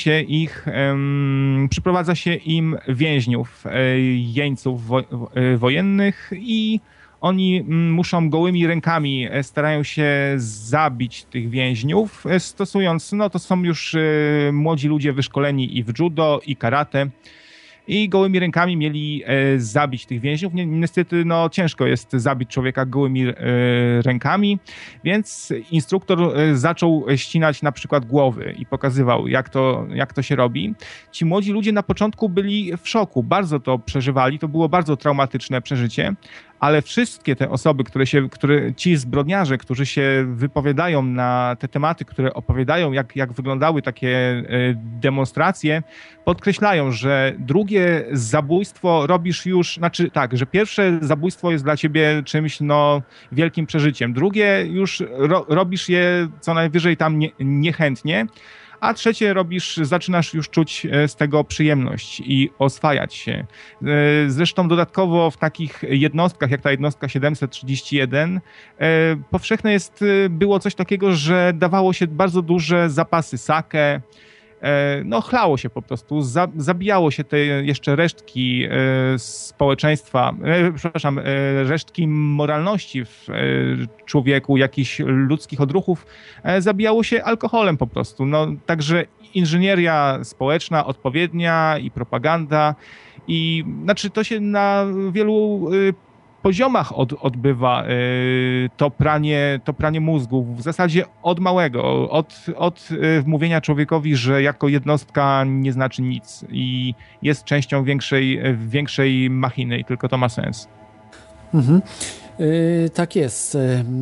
przyprowadza się im więźniów, jeńców wojennych i oni muszą gołymi rękami, starają się zabić tych więźniów, stosując, no to są już młodzi ludzie wyszkoleni i w judo, i karate. I gołymi rękami mieli zabić tych więźniów. Niestety no, ciężko jest zabić człowieka gołymi rękami, więc instruktor zaczął ścinać na przykład głowy i pokazywał, jak to się robi. Ci młodzi ludzie na początku byli w szoku, bardzo to przeżywali, to było bardzo traumatyczne przeżycie, ale wszystkie te osoby, ci zbrodniarze, którzy się wypowiadają na te tematy, które opowiadają, jak wyglądały takie demonstracje, podkreślają, że drugie zabójstwo robisz już, znaczy tak, że pierwsze zabójstwo jest dla ciebie czymś wielkim przeżyciem, drugie już robisz je co najwyżej tam niechętnie, a trzecie zaczynasz już czuć z tego przyjemność i oswajać się. Zresztą dodatkowo w takich jednostkach, jak ta jednostka 731, powszechne było coś takiego, że dawało się bardzo duże zapasy sake, chlało się po prostu, zabijało się te jeszcze resztki społeczeństwa, resztki moralności w człowieku, jakichś ludzkich odruchów, zabijało się alkoholem po prostu. Także inżynieria społeczna odpowiednia i propaganda i znaczy to się na wielu poziomach odbywa to pranie mózgu, w zasadzie od małego, od wmówienia człowiekowi, że jako jednostka nie znaczy nic i jest częścią większej machiny i tylko to ma sens. Mhm. Tak jest.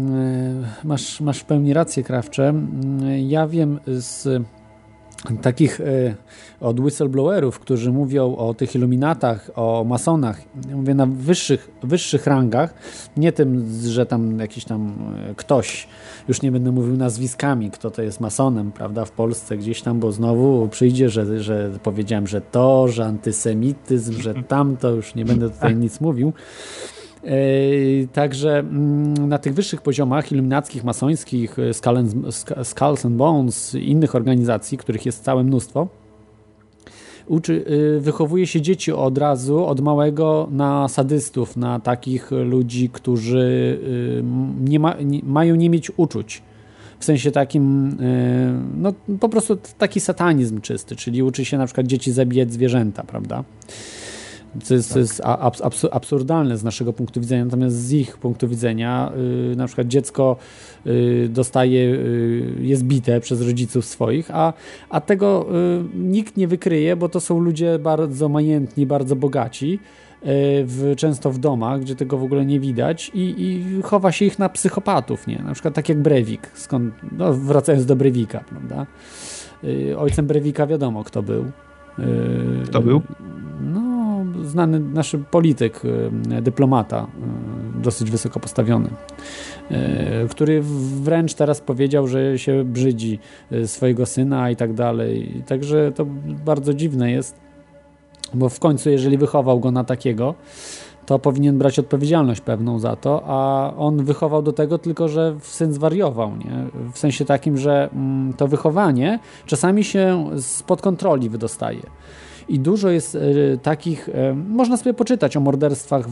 Masz w pełni rację, Krawcze. Ja wiem z takich od whistleblowerów, którzy mówią o tych iluminatach, o masonach, mówię na wyższych rangach, nie tym, że tam jakiś tam ktoś, już nie będę mówił nazwiskami, kto to jest masonem, prawda, w Polsce gdzieś tam, bo znowu przyjdzie, że powiedziałem, że antysemityzm, że tamto, już nie będę tutaj nic mówił. Także na tych wyższych poziomach iluminackich, masońskich, Skulls and Bones, innych organizacji, których jest całe mnóstwo, wychowuje się dzieci od razu, od małego na sadystów, na takich ludzi, którzy mają nie mieć uczuć. W sensie takim, no po prostu taki satanizm czysty, czyli uczy się na przykład dzieci zabijać zwierzęta, prawda? To jest absurdalne z naszego punktu widzenia, natomiast z ich punktu widzenia na przykład dziecko jest bite przez rodziców swoich, a tego nikt nie wykryje, bo to są ludzie bardzo majętni, bardzo bogaci, często w domach, gdzie tego w ogóle nie widać i chowa się ich na psychopatów, nie? Na przykład tak jak Breivik, wracając do Breivika, prawda? Ojcem Breivika wiadomo, kto był. Kto był? No, znany nasz polityk, dyplomata, dosyć wysoko postawiony, który wręcz teraz powiedział, że się brzydzi swojego syna i tak dalej. Także to bardzo dziwne jest, bo w końcu, jeżeli wychował go na takiego, to powinien brać odpowiedzialność pewną za to, a on wychował do tego tylko, że syn zwariował, nie? W sensie takim, że to wychowanie czasami się spod kontroli wydostaje. I dużo jest takich, można sobie poczytać o morderstwach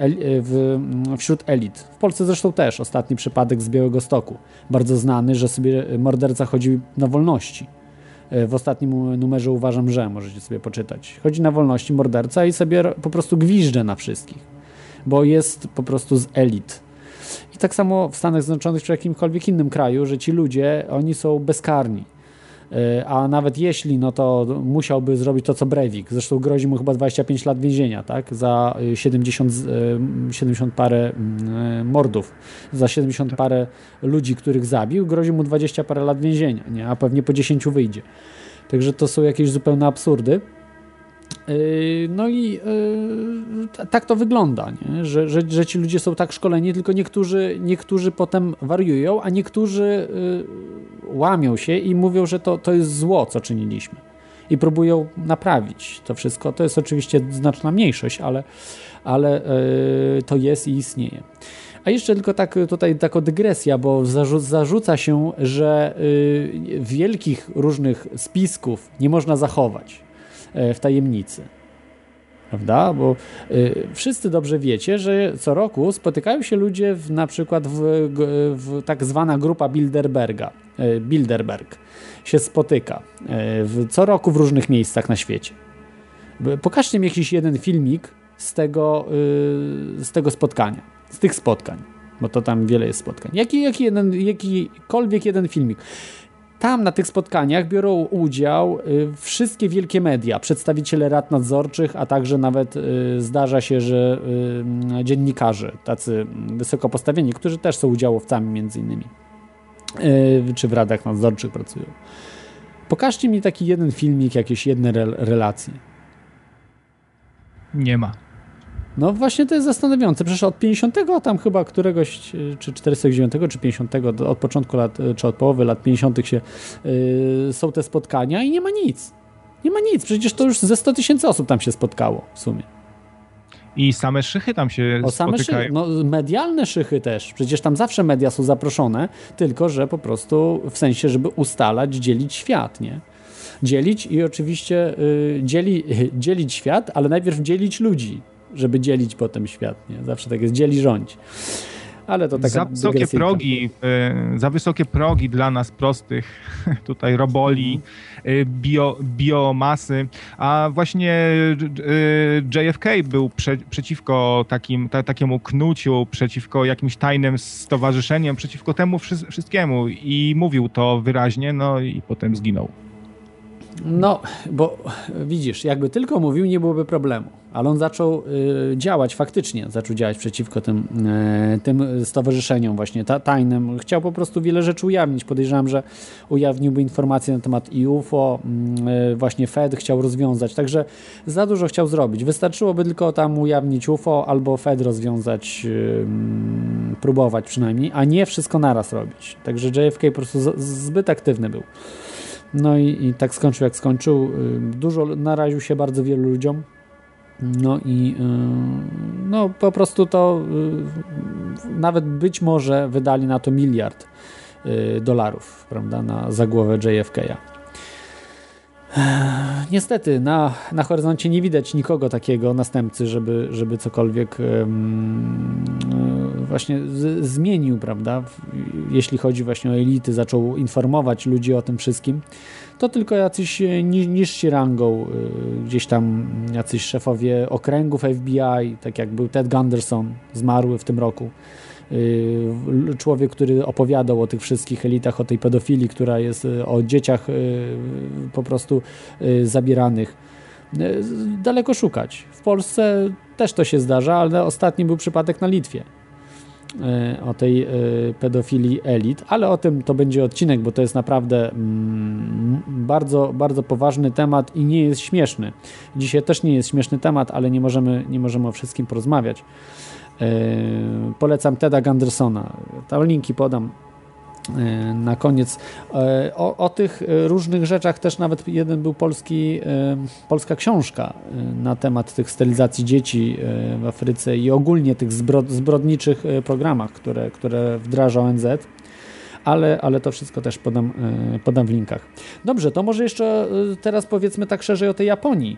wśród elit. W Polsce zresztą też ostatni przypadek z Białegostoku. Bardzo znany, że sobie morderca chodził na wolności. W ostatnim numerze Uważam, że możecie sobie poczytać. Chodzi na wolności morderca i sobie po prostu gwiżdże na wszystkich, bo jest po prostu z elit. I tak samo w Stanach Zjednoczonych czy jakimkolwiek innym kraju, że ci ludzie, oni są bezkarni. A nawet jeśli, no to musiałby zrobić to, co Breivik. Zresztą grozi mu chyba 25 lat więzienia, tak? Za 70 parę mordów. Za 70 parę ludzi, których zabił, grozi mu 20 parę lat więzienia, nie? A pewnie po 10 wyjdzie. Także to są jakieś zupełne absurdy. No i tak to wygląda, nie? Że ci ludzie są tak szkoleni, tylko niektórzy potem wariują, a niektórzy łamią się i mówią, że to jest zło, co czyniliśmy. I próbują naprawić to wszystko. To jest oczywiście znaczna mniejszość, ale to jest i istnieje. A jeszcze tylko tutaj taka dygresja, bo zarzuca się, że wielkich różnych spisków nie można zachować w tajemnicy. Prawda? Bo wszyscy dobrze wiecie, że co roku spotykają się ludzie na przykład w tak zwana grupa Bilderberga. Bilderberg się spotyka co roku w różnych miejscach na świecie. Pokażcie mi jakiś jeden filmik z tego spotkania, z tych spotkań, bo to tam wiele jest spotkań. Jakikolwiek jeden filmik. Tam na tych spotkaniach biorą udział wszystkie wielkie media, przedstawiciele rad nadzorczych, a także nawet zdarza się, że dziennikarze, tacy wysoko postawieni, którzy też są udziałowcami między innymi, czy w radach nadzorczych pracują. Pokażcie mi taki jeden filmik, jakieś jedne relacje. Nie ma. No właśnie to jest zastanawiające. Przecież od 50 tam chyba któregoś, czy 49, czy 50, od początku lat, czy od połowy lat 50 są te spotkania i nie ma nic. Nie ma nic. Przecież to już ze 100 000 osób tam się spotkało w sumie. I same szychy tam się spotykają. No, medialne szychy też. Przecież tam zawsze media są zaproszone, tylko że po prostu w sensie, żeby ustalać, dzielić świat, nie? Dzielić i oczywiście dzielić świat, ale najpierw dzielić ludzi, żeby dzielić potem świat, nie? Zawsze tak jest, dzieli rządź. Ale to taka za wysokie progi dla nas prostych, tutaj roboli, biomasy, a właśnie JFK był przeciwko takiemu knuciu, przeciwko jakimś tajnym stowarzyszeniom, przeciwko temu wszystkiemu i mówił to wyraźnie, no i potem zginął. No, bo widzisz, jakby tylko mówił, nie byłoby problemu. Ale on zaczął działać faktycznie, przeciwko tym stowarzyszeniom właśnie tajnym. Chciał po prostu wiele rzeczy ujawnić. Podejrzewam, że ujawniłby informacje na temat UFO, właśnie Fed chciał rozwiązać. Także za dużo chciał zrobić. Wystarczyłoby tylko tam ujawnić UFO albo Fed rozwiązać, próbować przynajmniej, a nie wszystko naraz robić. Także JFK po prostu zbyt aktywny był. No i tak skończył, jak skończył. Dużo naraził się bardzo wielu ludziom. No i no po prostu to nawet być może wydali na to $1 miliard, prawda, za głowę JFK'a. niestety na horyzoncie nie widać nikogo takiego następcy, żeby cokolwiek właśnie zmienił, prawda? Jeśli chodzi właśnie o elity, zaczął informować ludzi o tym wszystkim, to tylko jacyś niżsi rangą, gdzieś tam jacyś szefowie okręgów FBI, tak jak był Ted Gunderson, zmarły w tym roku. Człowiek, który opowiadał o tych wszystkich elitach, o tej pedofilii, która jest, o dzieciach po prostu zabieranych. Daleko szukać. W Polsce też to się zdarza, ale ostatni był przypadek na Litwie o tej pedofilii elit, ale o tym to będzie odcinek, bo to jest naprawdę bardzo, bardzo poważny temat i nie jest śmieszny. Dzisiaj też nie jest śmieszny temat, ale nie możemy o wszystkim porozmawiać. Polecam Teda Gundersona. Tam linki podam na koniec. O tych różnych rzeczach też nawet jeden był polska książka na temat tych sterylizacji dzieci w Afryce i ogólnie tych zbrodniczych programach, które wdraża ONZ. Ale to wszystko też podam w linkach. Dobrze, to może jeszcze teraz powiedzmy tak szerzej o tej Japonii.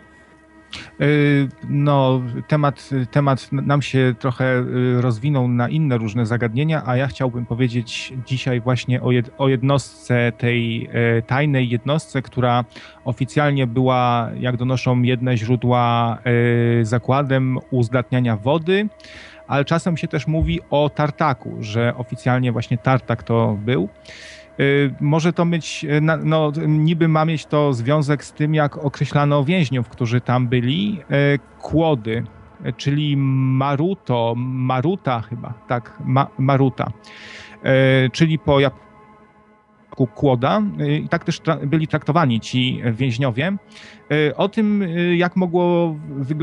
No, temat nam się trochę rozwinął na inne różne zagadnienia, a ja chciałbym powiedzieć dzisiaj właśnie o jednostce, tej tajnej jednostce, która oficjalnie była, jak donoszą jedne źródła, zakładem uzdatniania wody, ale czasem się też mówi o tartaku, że oficjalnie właśnie tartak to był. Może to mieć, no niby ma mieć to związek z tym, jak określano więźniów, którzy tam byli, kłody, czyli Maruta chyba, tak, Maruta, czyli po japońsku kłoda, i tak też byli traktowani ci więźniowie. O tym, jak mogło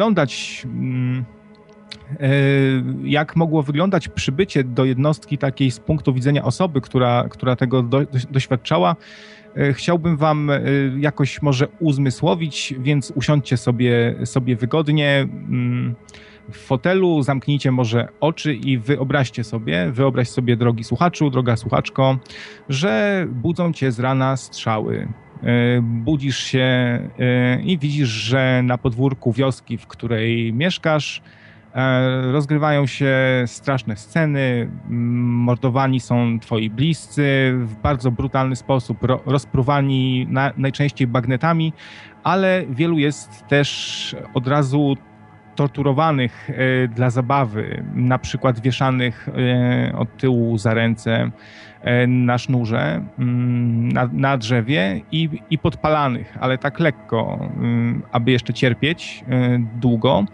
wyglądać przybycie do jednostki takiej z punktu widzenia osoby, która tego doświadczała, chciałbym wam jakoś może uzmysłowić, więc usiądźcie sobie wygodnie w fotelu, zamknijcie może oczy i wyobraź sobie, drogi słuchaczu, droga słuchaczko, że budzą cię z rana strzały. Budzisz się i widzisz, że na podwórku wioski, w której mieszkasz, rozgrywają się straszne sceny, mordowani są twoi bliscy w bardzo brutalny sposób, rozpruwani najczęściej bagnetami, ale wielu jest też od razu torturowanych dla zabawy, na przykład wieszanych od tyłu za ręce na sznurze, na drzewie i podpalanych, ale tak lekko, aby jeszcze cierpieć długo.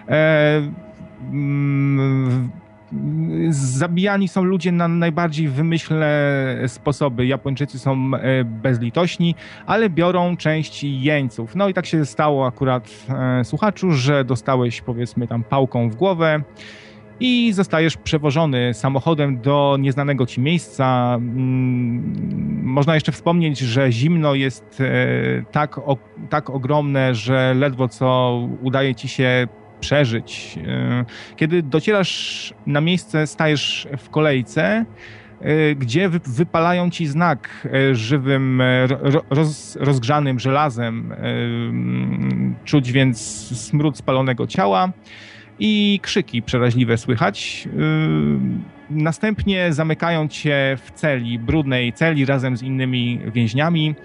Zabijani są ludzie na najbardziej wymyślne sposoby. Japończycy są bezlitośni, ale biorą część jeńców. No i tak się stało akurat, słuchaczu, że dostałeś, powiedzmy, tam pałką w głowę i zostajesz przewożony samochodem do nieznanego ci miejsca. Można jeszcze wspomnieć, że zimno jest tak ogromne, że ledwo co udaje ci się przeżyć. Kiedy docierasz na miejsce, stajesz w kolejce, gdzie wypalają ci znak żywym, rozgrzanym żelazem. Czuć więc smród spalonego ciała i krzyki przeraźliwe słychać. Następnie zamykają cię w celi, brudnej celi razem z innymi więźniami.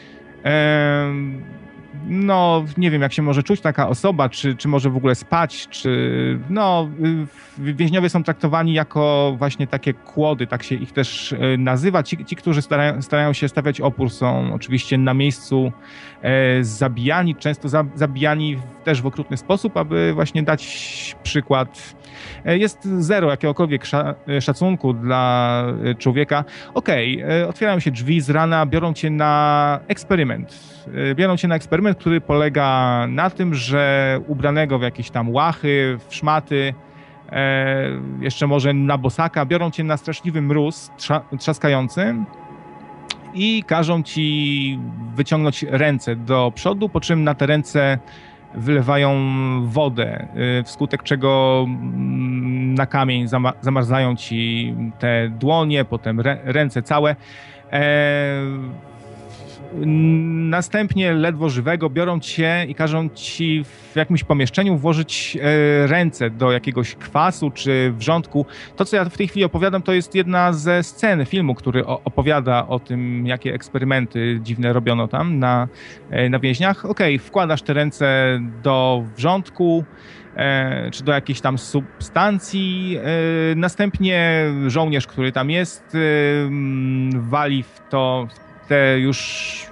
No, nie wiem, jak się może czuć taka osoba, czy może w ogóle spać, czy... No, więźniowie są traktowani jako właśnie takie kłody, tak się ich też nazywa. Ci którzy starają się stawiać opór, są oczywiście na miejscu zabijani, często zabijani też w okrutny sposób, aby właśnie dać przykład. Jest zero jakiegokolwiek szacunku dla człowieka. Otwierają się drzwi z rana, biorą cię na eksperyment. Który polega na tym, że ubranego w jakieś tam łachy, w szmaty, jeszcze może na bosaka, biorą cię na straszliwy mróz trzaskający i każą ci wyciągnąć ręce do przodu, po czym na te ręce wylewają wodę, wskutek czego na kamień zamarzają ci te dłonie, potem ręce całe. Następnie ledwo żywego biorą cię i każą ci w jakimś pomieszczeniu włożyć ręce do jakiegoś kwasu czy wrzątku. To, co ja w tej chwili opowiadam, to jest jedna ze scen filmu, który opowiada o tym, jakie eksperymenty dziwne robiono tam na więźniach. Okej, wkładasz te ręce do wrzątku, czy do jakiejś tam substancji. Następnie żołnierz, który tam jest, wali w to te już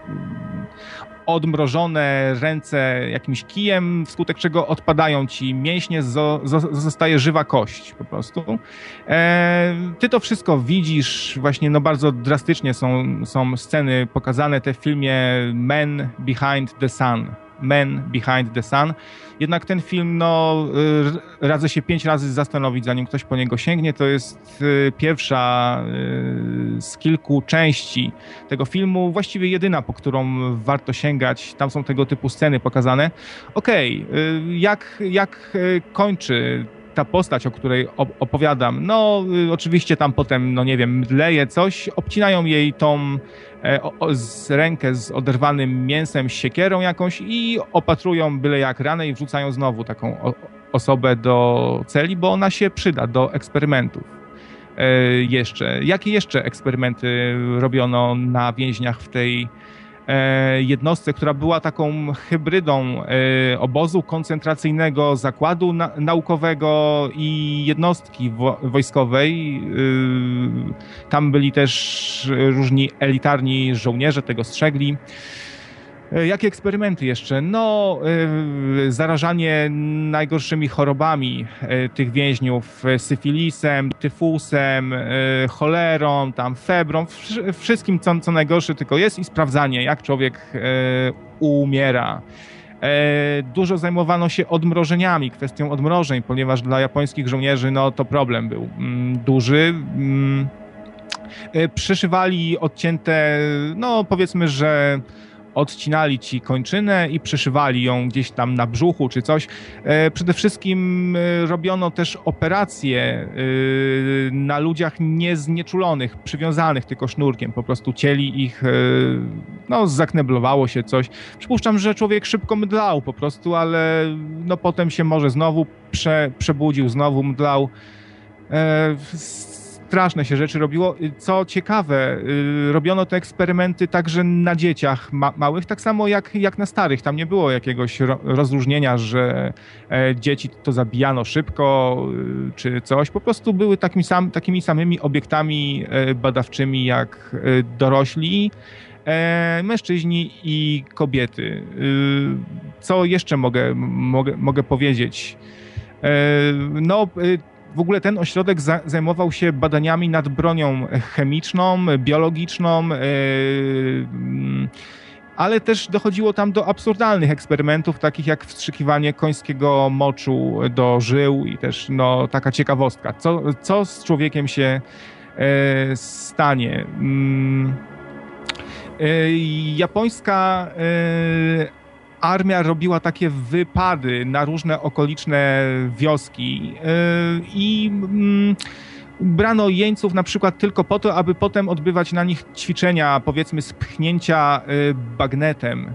odmrożone ręce jakimś kijem, wskutek czego odpadają ci mięśnie, zostaje żywa kość po prostu. Ty to wszystko widzisz, właśnie no bardzo drastycznie są sceny pokazane te w filmie Man Behind the Sun. Man Behind the Sun. Jednak ten film, no, radzę się 5 razy zastanowić, zanim ktoś po niego sięgnie. To jest pierwsza z kilku części tego filmu, właściwie jedyna, po którą warto sięgać. Tam są tego typu sceny pokazane. Okej, jak kończy ta postać, o której opowiadam? No, oczywiście tam potem, no nie wiem, mdleje coś, obcinają jej tą z rękę z oderwanym mięsem, siekierą jakąś i opatrują byle jak ranę i wrzucają znowu taką osobę do celi, bo ona się przyda do eksperymentów. Jakie jeszcze eksperymenty robiono na więźniach w tej jednostce, która była taką hybrydą obozu koncentracyjnego, zakładu naukowego i jednostki wojskowej. Tam byli też różni elitarni żołnierze, tego strzegli. Jakie eksperymenty jeszcze? No, zarażanie najgorszymi chorobami tych więźniów, syfilisem, tyfusem, cholerą, tam febrą, wszystkim co najgorsze tylko jest i sprawdzanie, jak człowiek umiera. Dużo zajmowano się odmrożeniami, kwestią odmrożeń, ponieważ dla japońskich żołnierzy no, to problem był duży. Przyszywali odcięte, no powiedzmy, że odcinali ci kończynę i przyszywali ją gdzieś tam na brzuchu czy coś. Przede wszystkim robiono też operacje na ludziach nieznieczulonych, przywiązanych tylko sznurkiem. Po prostu cieli ich, no zakneblowało się coś. Przypuszczam, że człowiek szybko mdlał po prostu, ale no potem się może znowu przebudził, znowu mdlał. Straszne się rzeczy robiło. Co ciekawe, robiono te eksperymenty także na dzieciach małych, tak samo jak na starych. Tam nie było jakiegoś rozróżnienia, że dzieci to zabijano szybko czy coś. Po prostu były takimi samymi obiektami badawczymi jak dorośli, mężczyźni i kobiety. Co jeszcze mogę powiedzieć? No, w ogóle ten ośrodek zajmował się badaniami nad bronią chemiczną, biologiczną, ale też dochodziło tam do absurdalnych eksperymentów, takich jak wstrzykiwanie końskiego moczu do żył i też no, taka ciekawostka. Co z człowiekiem się stanie? Japońska armia robiła takie wypady na różne okoliczne wioski i brano jeńców na przykład tylko po to, aby potem odbywać na nich ćwiczenia, powiedzmy spchnięcia bagnetem.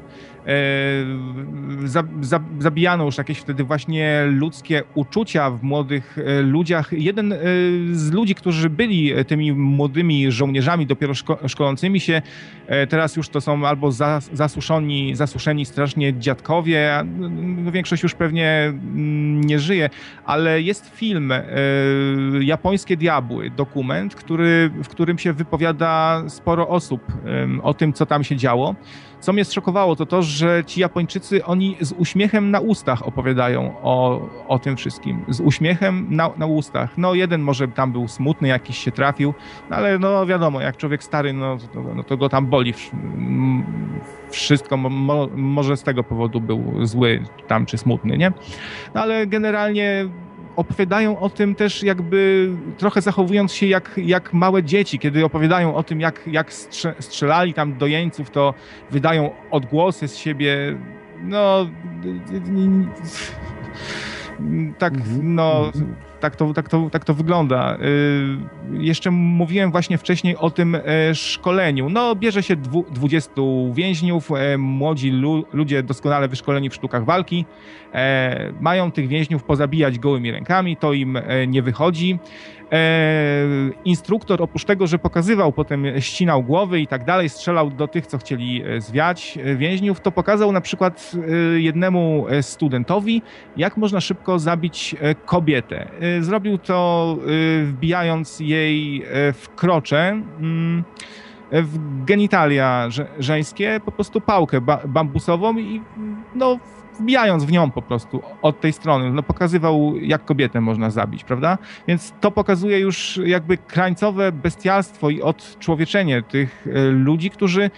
Zabijano już jakieś wtedy właśnie ludzkie uczucia w młodych ludziach. Jeden z ludzi, którzy byli tymi młodymi żołnierzami dopiero szkolącymi się, teraz już to są albo zasuszeni strasznie dziadkowie, większość już pewnie nie żyje, ale jest film Japońskie Diabły, dokument, w którym się wypowiada sporo osób o tym, co tam się działo. Co mnie zszokowało, to, że ci Japończycy, oni z uśmiechem na ustach opowiadają o tym wszystkim. Z uśmiechem na ustach. No jeden może tam był smutny, jakiś się trafił, no ale no wiadomo, jak człowiek stary, no to go tam boli wszystko. Może z tego powodu był zły tam czy smutny, nie? No ale generalnie opowiadają o tym też jakby trochę zachowując się jak małe dzieci. Kiedy opowiadają o tym, jak strzelali tam do jeńców, to wydają odgłosy z siebie. No tak, no tak to wygląda. Jeszcze mówiłem właśnie wcześniej o tym szkoleniu. No, bierze się 20 więźniów, młodzi ludzie doskonale wyszkoleni w sztukach walki. Mają tych więźniów pozabijać gołymi rękami, to im nie wychodzi. Instruktor oprócz tego, że pokazywał, potem ścinał głowy i tak dalej, strzelał do tych, co chcieli zwiać więźniów, to pokazał na przykład jednemu studentowi, jak można szybko zabić kobietę. Zrobił to wbijając jej w krocze, w genitalia żeńskie, po prostu pałkę bambusową i no wbijając w nią po prostu od tej strony. No pokazywał, jak kobietę można zabić, prawda? Więc to pokazuje już jakby krańcowe bestialstwo i odczłowieczenie tych ludzi, którzy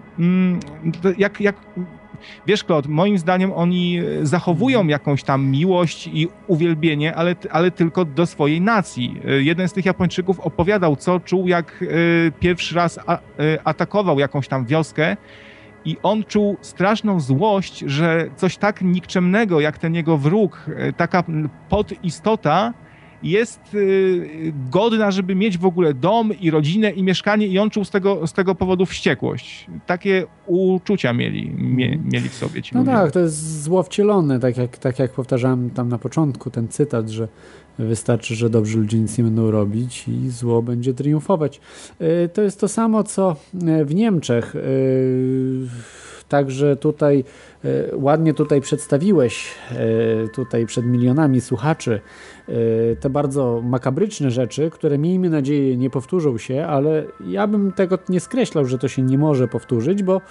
wiesz, Claude, moim zdaniem oni zachowują jakąś tam miłość i uwielbienie, ale tylko do swojej nacji. Jeden z tych Japończyków opowiadał, co czuł, jak pierwszy raz atakował jakąś tam wioskę i on czuł straszną złość, że coś tak nikczemnego jak ten jego wróg, taka podistota jest godna, żeby mieć w ogóle dom i rodzinę i mieszkanie i on czuł z tego powodu wściekłość. Takie uczucia mieli w sobie ci ludzie. No tak, to jest zło wcielone, tak jak powtarzałem tam na początku ten cytat, że wystarczy, że dobrzy ludzie nic nie będą robić i zło będzie triumfować. To jest to samo, co w Niemczech. Także tutaj ładnie przedstawiłeś tutaj przed milionami słuchaczy te bardzo makabryczne rzeczy, które miejmy nadzieję nie powtórzą się, ale ja bym tego nie skreślał, że to się nie może powtórzyć, bo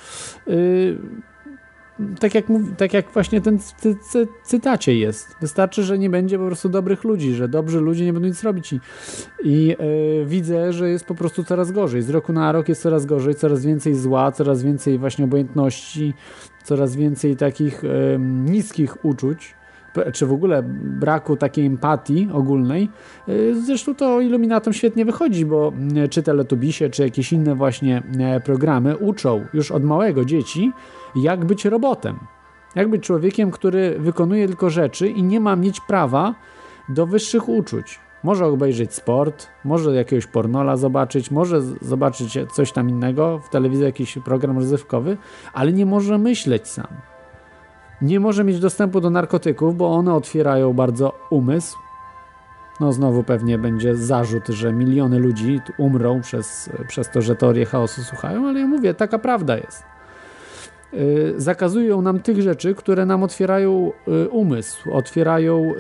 tak jak właśnie ten cytacie jest. Wystarczy, że nie będzie po prostu dobrych ludzi, że dobrzy ludzie nie będą nic robić i widzę, że jest po prostu coraz gorzej. Z roku na rok jest coraz gorzej, coraz więcej zła, coraz więcej właśnie obojętności, coraz więcej takich niskich uczuć, czy w ogóle braku takiej empatii ogólnej. Zresztą to Illuminatom świetnie wychodzi, bo czy Teletubisie, czy jakieś inne właśnie programy uczą już od małego dzieci, jak być robotem. Jak być człowiekiem, który wykonuje tylko rzeczy i nie ma mieć prawa do wyższych uczuć. Może obejrzeć sport, może jakiegoś pornola zobaczyć, może zobaczyć coś tam innego, w telewizji jakiś program rozrywkowy, ale nie może myśleć sam. Nie może mieć dostępu do narkotyków, bo one otwierają bardzo umysł. No znowu pewnie będzie zarzut, że miliony ludzi umrą przez to, że teorie chaosu słuchają, ale ja mówię, taka prawda jest. Zakazują nam tych rzeczy, które nam otwierają umysł, otwierają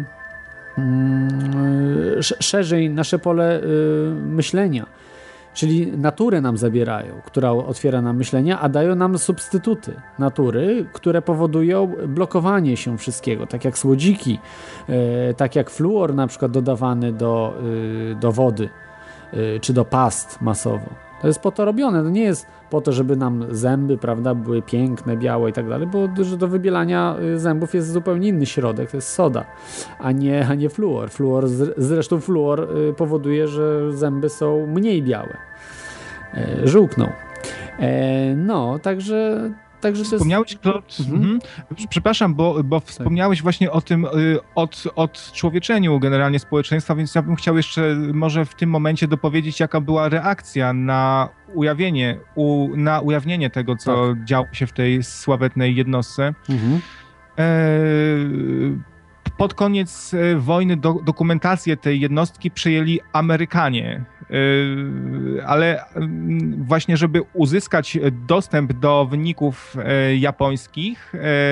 szerzej nasze pole myślenia. Czyli naturę nam zabierają, która otwiera nam myślenia, a dają nam substytuty natury, które powodują blokowanie się wszystkiego, tak jak słodziki, tak jak fluor na przykład dodawany do wody, czy do past masowo. To jest po to robione, to nie jest po to, żeby nam zęby, prawda, były piękne, białe i tak dalej, bo do wybielania zębów jest zupełnie inny środek, to jest soda, a nie fluor. Zresztą fluor powoduje, że zęby są mniej białe. Żółkną. No, także wspomniałeś, Claude, przepraszam, bo wspomniałeś właśnie o tym odczłowieczeniu generalnie społeczeństwa, więc ja bym chciał jeszcze może w tym momencie dopowiedzieć, jaka była reakcja na ujawnienie tego, co działo się w tej sławetnej jednostce. Pod koniec wojny dokumentację tej jednostki przejęli Amerykanie, ale właśnie żeby uzyskać dostęp do wyników japońskich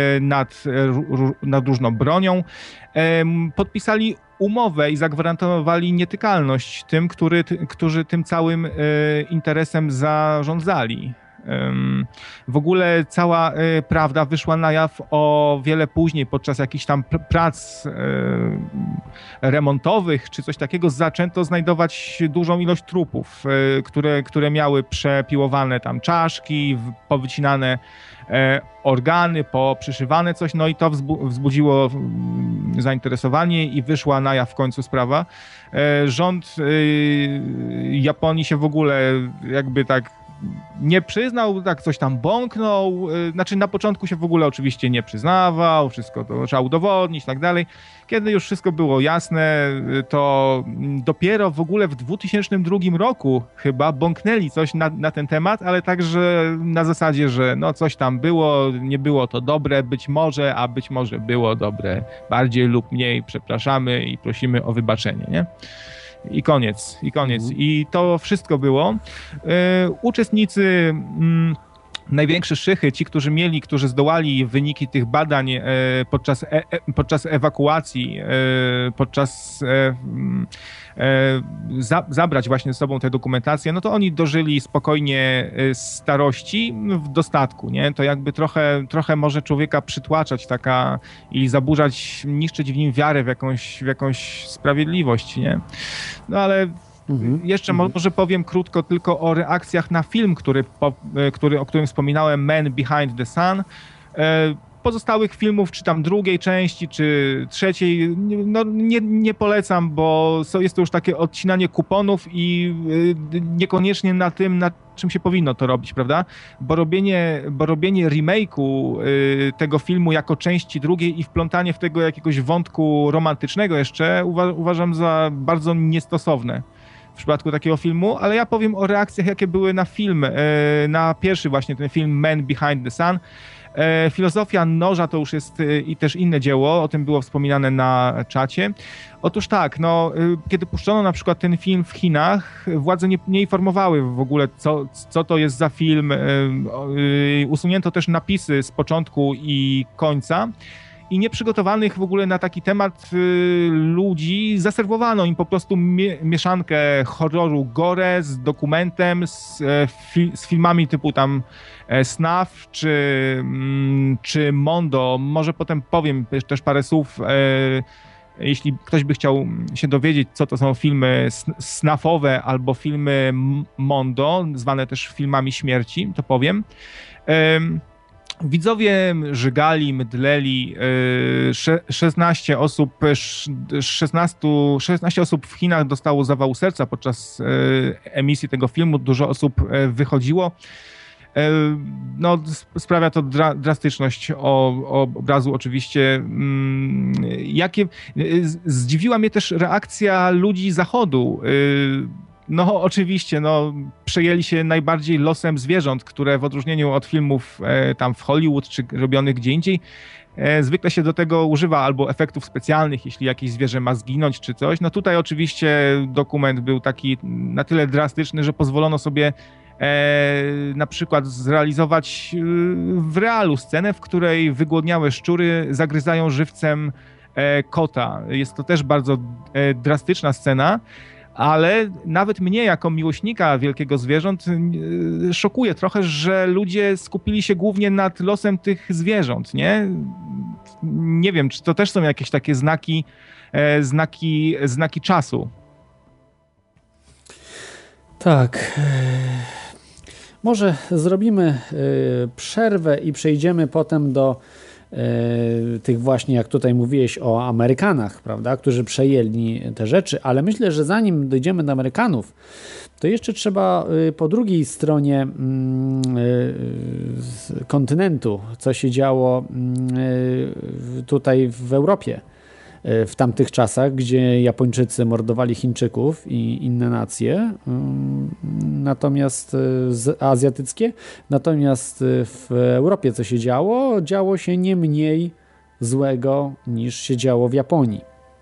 nad różną bronią, podpisali umowę i zagwarantowali nietykalność tym, którzy tym całym interesem zarządzali. W ogóle cała prawda wyszła na jaw o wiele później, podczas jakichś tam prac remontowych czy coś takiego zaczęto znajdować dużą ilość trupów, które miały przepiłowane tam czaszki, powycinane organy, poprzyszywane coś, no i to wzbudziło zainteresowanie i wyszła na jaw w końcu sprawa. Rząd Japonii się w ogóle jakby tak nie przyznał, tak coś tam bąknął, znaczy na początku się w ogóle oczywiście nie przyznawał, wszystko to trzeba udowodnić i tak dalej. Kiedy już wszystko było jasne, to dopiero w ogóle w 2002 roku chyba bąknęli coś na ten temat, ale także na zasadzie, że no coś tam było, nie było to dobre, być może, a być może było dobre bardziej lub mniej, przepraszamy i prosimy o wybaczenie, nie? I koniec. I to wszystko było. Uczestnicy, największe szychy, ci, którzy zdołali wyniki tych badań podczas ewakuacji, zabrać właśnie ze sobą tę dokumentację, no to oni dożyli spokojnie starości w dostatku, nie? To jakby trochę może człowieka przytłaczać taka i zaburzać, niszczyć w nim wiarę w jakąś sprawiedliwość, nie? No ale jeszcze może powiem krótko tylko o reakcjach na film, o którym wspominałem, Man Behind the Sun. Pozostałych filmów, czy tam drugiej części, czy trzeciej, no nie polecam, bo jest to już takie odcinanie kuponów i niekoniecznie na tym, na czym się powinno to robić, prawda? Bo robienie remake'u tego filmu jako części drugiej i wplątanie w tego jakiegoś wątku romantycznego jeszcze uważam za bardzo niestosowne w przypadku takiego filmu, ale ja powiem o reakcjach, jakie były na film, na pierwszy właśnie ten film Man Behind the Sun. Filozofia noża to już jest i też inne dzieło, o tym było wspominane na czacie. Otóż tak, no, kiedy puszczono na przykład ten film w Chinach, władze nie informowały w ogóle, co to jest za film. Usunięto też napisy z początku i końca. I nieprzygotowanych w ogóle na taki temat ludzi zaserwowano im po prostu mieszankę horroru gore z dokumentem, z filmami typu tam Snuff czy Mondo. Może potem powiem też parę słów, jeśli ktoś by chciał się dowiedzieć, co to są filmy snuffowe albo filmy Mondo, zwane też filmami śmierci, to powiem. Widzowie żygali, mdleli, 16 osób w Chinach dostało zawału serca podczas emisji tego filmu, dużo osób wychodziło. No, sprawia to drastyczność obrazu oczywiście. Zdziwiła mnie też reakcja ludzi Zachodu. No oczywiście, przejęli się najbardziej losem zwierząt, które w odróżnieniu od filmów tam w Hollywood czy robionych gdzie indziej, zwykle się do tego używa albo efektów specjalnych, jeśli jakieś zwierzę ma zginąć czy coś. No tutaj oczywiście dokument był taki na tyle drastyczny, że pozwolono sobie na przykład zrealizować w realu scenę, w której wygłodniałe szczury zagryzają żywcem kota. Jest to też bardzo drastyczna scena. Ale nawet mnie, jako miłośnika wielkiego zwierząt, szokuje trochę, że ludzie skupili się głównie nad losem tych zwierząt, nie? Nie wiem, czy to też są jakieś takie znaki czasu. Tak. Może zrobimy przerwę i przejdziemy potem do tych właśnie, jak tutaj mówiłeś o Amerykanach, prawda, którzy przejęli te rzeczy, ale myślę, że zanim dojdziemy do Amerykanów, to jeszcze trzeba po drugiej stronie kontynentu, co się działo tutaj w Europie w tamtych czasach, gdzie Japończycy mordowali Chińczyków i inne nacje, natomiast azjatyckie, natomiast w Europie co się działo? Działo się nie mniej złego niż się działo w Japonii.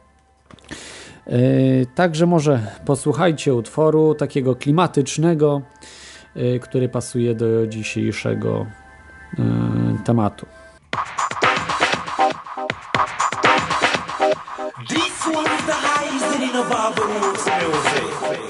Także może posłuchajcie utworu takiego klimatycznego, który pasuje do dzisiejszego tematu. This one's the highest in of all the roots music.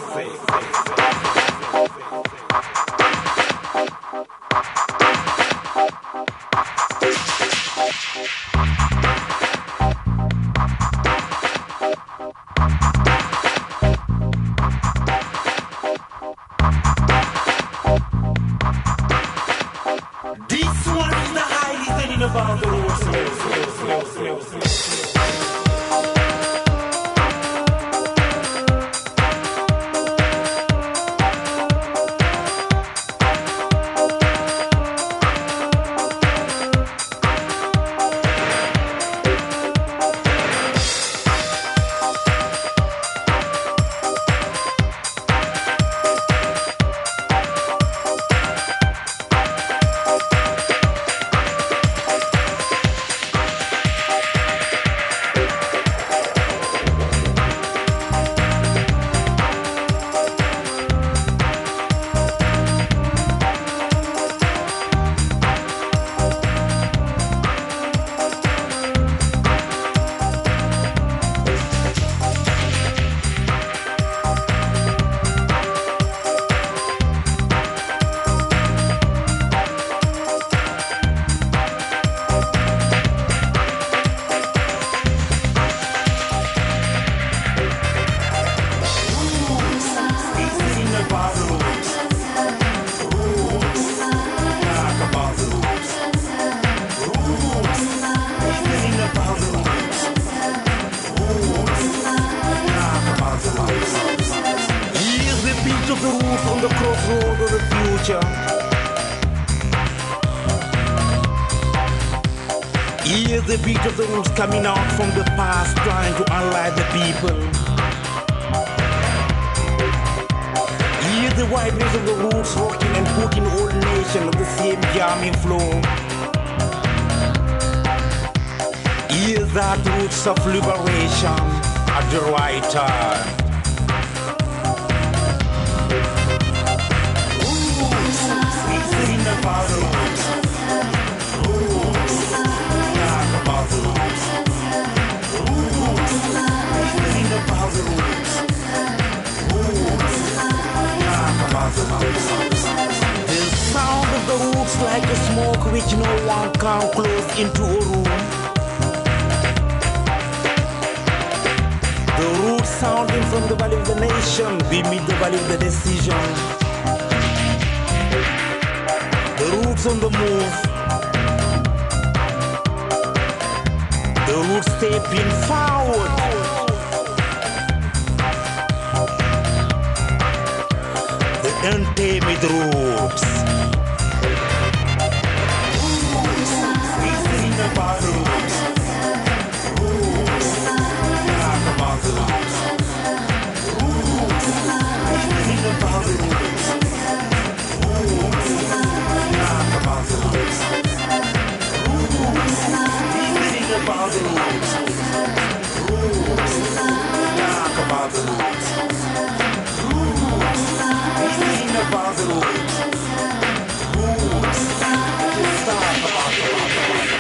This one's the highest in of all the roots music. about the roots. Talk about the roots. Here's the beat of the roots on the crossroad of the future. Here's the beat of the roots coming out from the past, trying to unite the people. Here's the vibration of the roots rocking and putting all nations on the same jamming flow. Here's that roots of liberation at the right time. Roots, we're singing about the roots. Roots, talk about the roots. Roots, we're singing about the roots. Roots, talk about the roots. The sound of the roots like a smoke which no one can close into a room. The roots sounding from the valley of the nation, we meet the valley of the decision. The roots on the move. The roots stepping forward. The untamed roots. We sing about the roots. Roots. Talk about the roots. Roots. We sing about the roots. Roots. Talk about the roots. Roots. We sing about the roots. Roots. Talk about the roots. Roots. We sing about the roots. Roots. Let's talk about the roots.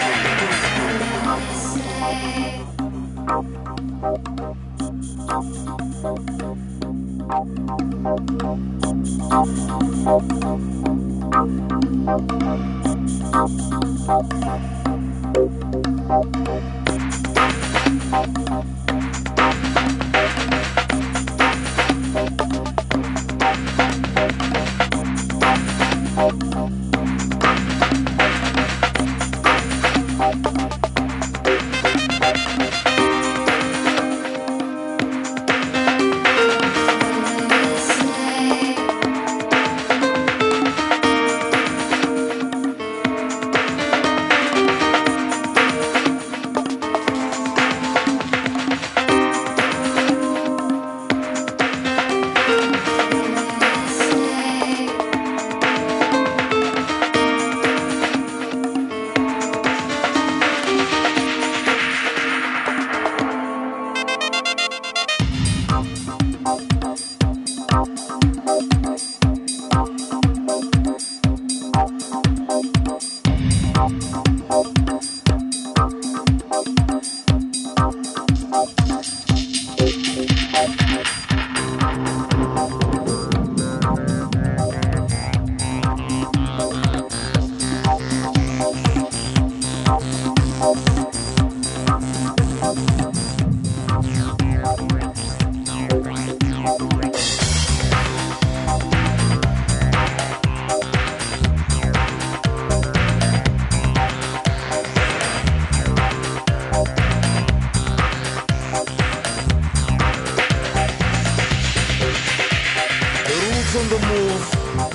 On the move,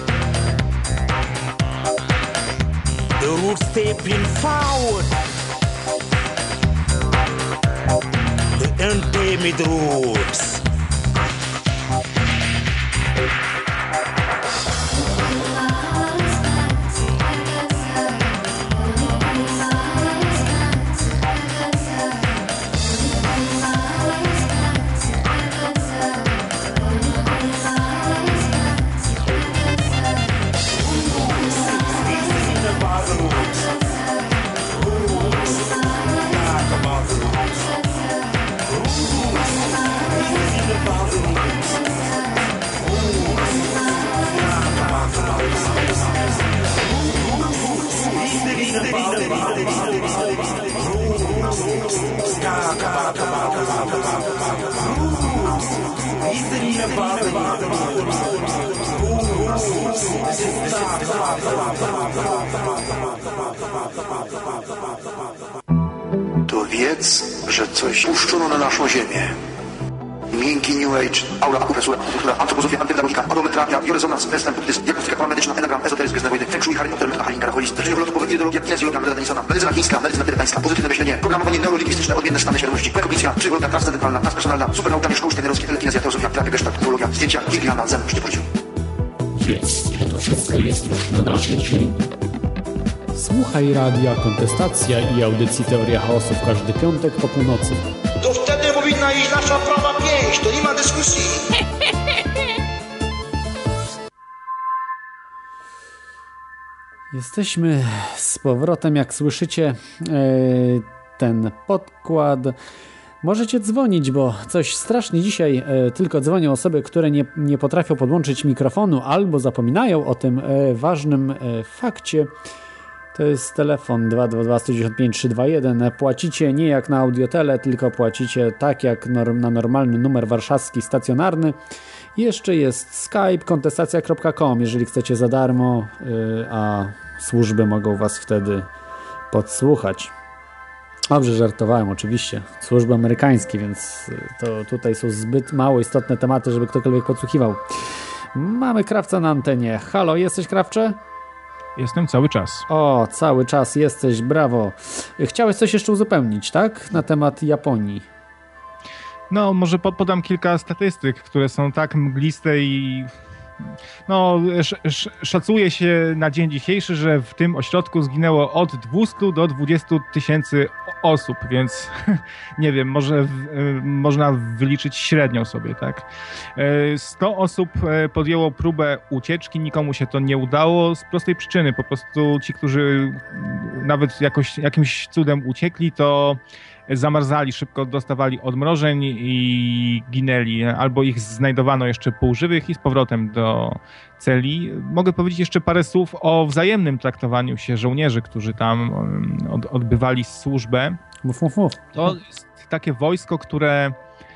the roots stepping forward, the untamed roots. Wiedz, że coś puszczono na naszą ziemię. Miękki New Age, aura, akupresura, antropozofia, antydemologika, odometrapia, biorezonans, bestemptyzm, diagnostyka medyczna, enagram, ezoteryzm, gwiezdne wojny, feng shui, Harry Potter, mechalinka, alkoholizm, leczenie wlotopowe, ideologia, kinezjologia, medycyna Denisona, medycyna chińska, medycyna tybetańska, pozytywne myślenie, programowanie neurolingwistyczne, odmienne stany świadomości, prekognicja, psychologia transcendentalna, transpersonalna, supernauka, szkoły sztejnerowskie, telekinezja, teozofia, terapia gestalt, neurologia, zdjęcia, Kirliana, zen, przy pociu. Wiedz, że to wszystko jest już na naszej ziemi. Słuchaj radia Kontestacja i audycji Teoria Chaosu w każdy piątek po północy. To wtedy powinna iść nasza prawa pięść, to nie ma dyskusji. Jesteśmy z powrotem, jak słyszycie ten podkład. Możecie dzwonić, bo coś strasznie dzisiaj tylko dzwonią osoby, które nie potrafią podłączyć mikrofonu albo zapominają o tym ważnym fakcie. To jest telefon 222-195-321. Płacicie nie jak na Audiotele, tylko płacicie tak jak na normalny numer warszawski stacjonarny. I jeszcze jest Skype, kontestacja.com, jeżeli chcecie za darmo, a służby mogą was wtedy podsłuchać. Dobrze, żartowałem oczywiście. Służby amerykańskie, więc to tutaj są zbyt mało istotne tematy, żeby ktokolwiek podsłuchiwał. Mamy Krawca na antenie. Halo, jesteś, Krawcze? Jestem cały czas. O, cały czas jesteś, brawo. Chciałeś coś jeszcze uzupełnić, tak? Na temat Japonii. No, może podam kilka statystyk, które są tak mgliste i no, szacuje się na dzień dzisiejszy, że w tym ośrodku zginęło od 200 do 20 tysięcy osób, więc nie wiem, może można wyliczyć średnią sobie, tak? 100 osób podjęło próbę ucieczki, nikomu się to nie udało z prostej przyczyny, po prostu ci, którzy nawet jakimś cudem uciekli, to zamarzali, szybko dostawali odmrożeń i ginęli, albo ich znajdowano jeszcze półżywych i z powrotem do celi. Mogę powiedzieć jeszcze parę słów o wzajemnym traktowaniu się żołnierzy, którzy tam odbywali służbę. To jest takie wojsko, które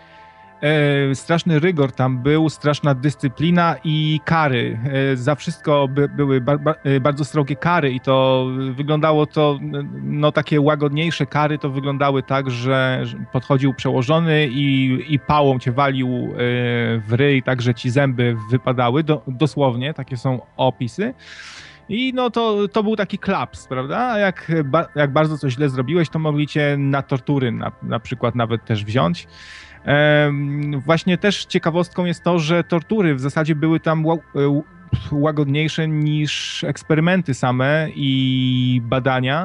straszny rygor tam był, straszna dyscyplina i kary. Za wszystko były bardzo srogie kary i to wyglądało to, no takie łagodniejsze kary to wyglądały tak, że podchodził przełożony i pałą cię walił w ryj, tak, że ci zęby wypadały. Dosłownie, takie są opisy. I no to był taki klaps, prawda? A jak bardzo coś źle zrobiłeś, to mogli cię na tortury na przykład nawet też wziąć. Właśnie też ciekawostką jest to, że tortury w zasadzie były tam łagodniejsze niż eksperymenty same i badania.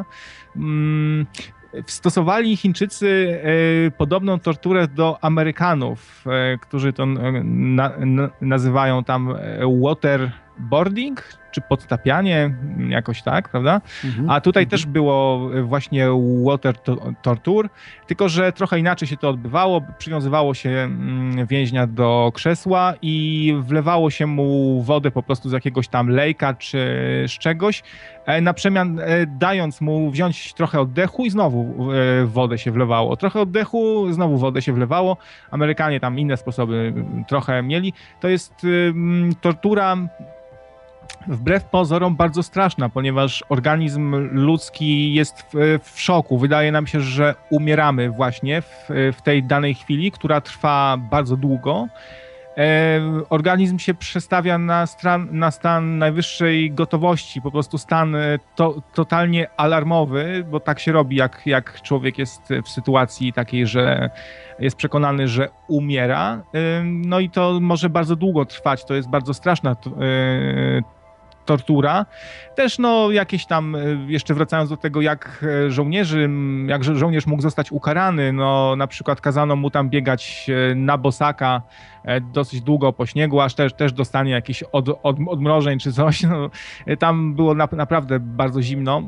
Stosowali Chińczycy podobną torturę do Amerykanów, którzy to nazywają tam waterboarding, czy podtapianie, jakoś tak, prawda? A tutaj też było właśnie water tortur, tylko że trochę inaczej się to odbywało. Przywiązywało się więźnia do krzesła i wlewało się mu wodę po prostu z jakiegoś tam lejka czy z czegoś, na przemian dając mu wziąć trochę oddechu i znowu wodę się wlewało. Trochę oddechu, znowu wodę się wlewało. Amerykanie tam inne sposoby trochę mieli. To jest tortura wbrew pozorom bardzo straszna, ponieważ organizm ludzki jest w szoku. Wydaje nam się, że umieramy właśnie w tej danej chwili, która trwa bardzo długo. Organizm się przestawia na stan najwyższej gotowości, po prostu stan totalnie alarmowy, bo tak się robi, jak człowiek jest w sytuacji takiej, że jest przekonany, że umiera. No i to może bardzo długo trwać, to jest bardzo straszna tortura. Też no jakieś tam, jeszcze wracając do tego, jak żołnierz mógł zostać ukarany, no na przykład kazano mu tam biegać na bosaka dosyć długo po śniegu, aż też dostanie jakiś odmrożeń czy coś. No, tam było naprawdę bardzo zimno.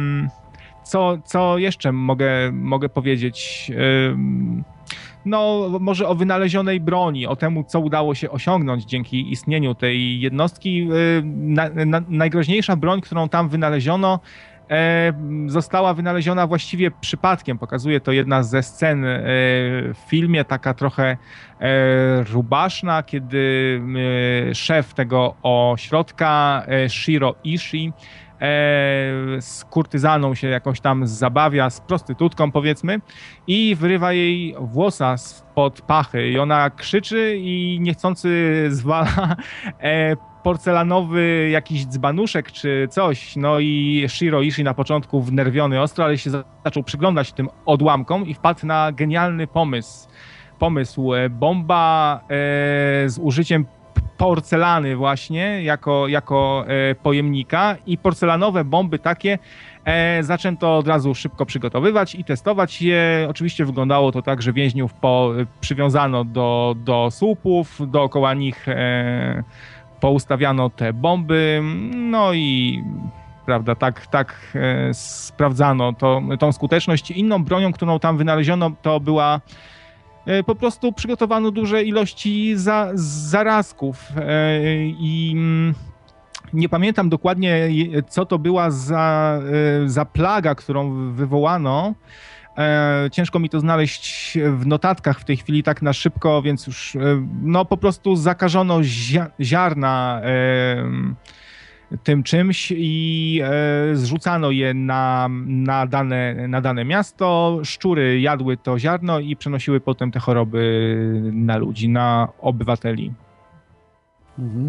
Co jeszcze mogę powiedzieć? No, może o wynalezionej broni, o temu, co udało się osiągnąć dzięki istnieniu tej jednostki. Najgroźniejsza broń, którą tam wynaleziono, została wynaleziona właściwie przypadkiem. Pokazuje to jedna ze scen w filmie, taka trochę rubaszna, kiedy szef tego ośrodka, Shiro Ishii, z kurtyzaną się jakąś tam zabawia, z prostytutką powiedzmy i wyrywa jej włosa spod pachy i ona krzyczy i niechcący zwala porcelanowy jakiś dzbanuszek czy coś, no i Shiro Ishii na początku wnerwiony ostro, ale się zaczął przyglądać tym odłamkom i wpadł na genialny pomysł. Bomba z użyciem porcelany właśnie jako pojemnika i porcelanowe bomby takie zaczęto od razu szybko przygotowywać i testować je. Oczywiście wyglądało to tak, że więźniów przywiązano do słupów, dookoła nich poustawiano te bomby, no i prawda, tak sprawdzano tą skuteczność. Inną bronią, którą tam wynaleziono, to była po prostu przygotowano duże ilości zarazków i nie pamiętam dokładnie, co to była za plaga, którą wywołano. Ciężko mi to znaleźć w notatkach w tej chwili tak na szybko, więc już no po prostu zakażono ziarna tym czymś i zrzucano je na dane miasto. Szczury jadły to ziarno i przenosiły potem te choroby na ludzi, na obywateli. Mhm.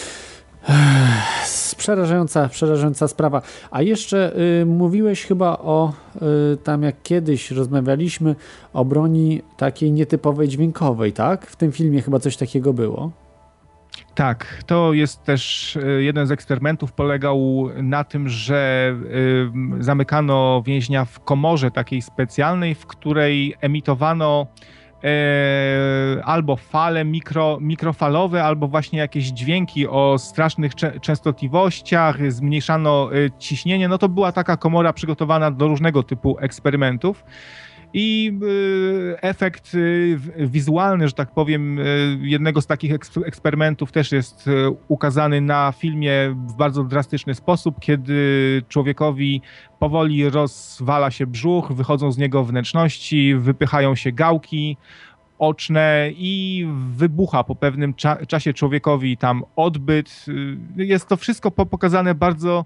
Przerażająca sprawa. A jeszcze mówiłeś chyba o tam jak kiedyś rozmawialiśmy o broni takiej nietypowej dźwiękowej, tak? W tym filmie chyba coś takiego było. Tak, to jest też jeden z eksperymentów, polegał na tym, że zamykano więźnia w komorze takiej specjalnej, w której emitowano albo fale mikrofalowe, albo właśnie jakieś dźwięki o strasznych częstotliwościach, zmniejszano ciśnienie. No to była taka komora przygotowana do różnego typu eksperymentów. I efekt wizualny, że tak powiem, jednego z takich eksperymentów też jest ukazany na filmie w bardzo drastyczny sposób, kiedy człowiekowi powoli rozwala się brzuch, wychodzą z niego wnętrzności, wypychają się gałki oczne i wybucha po pewnym czasie człowiekowi tam odbyt. Jest to wszystko pokazane bardzo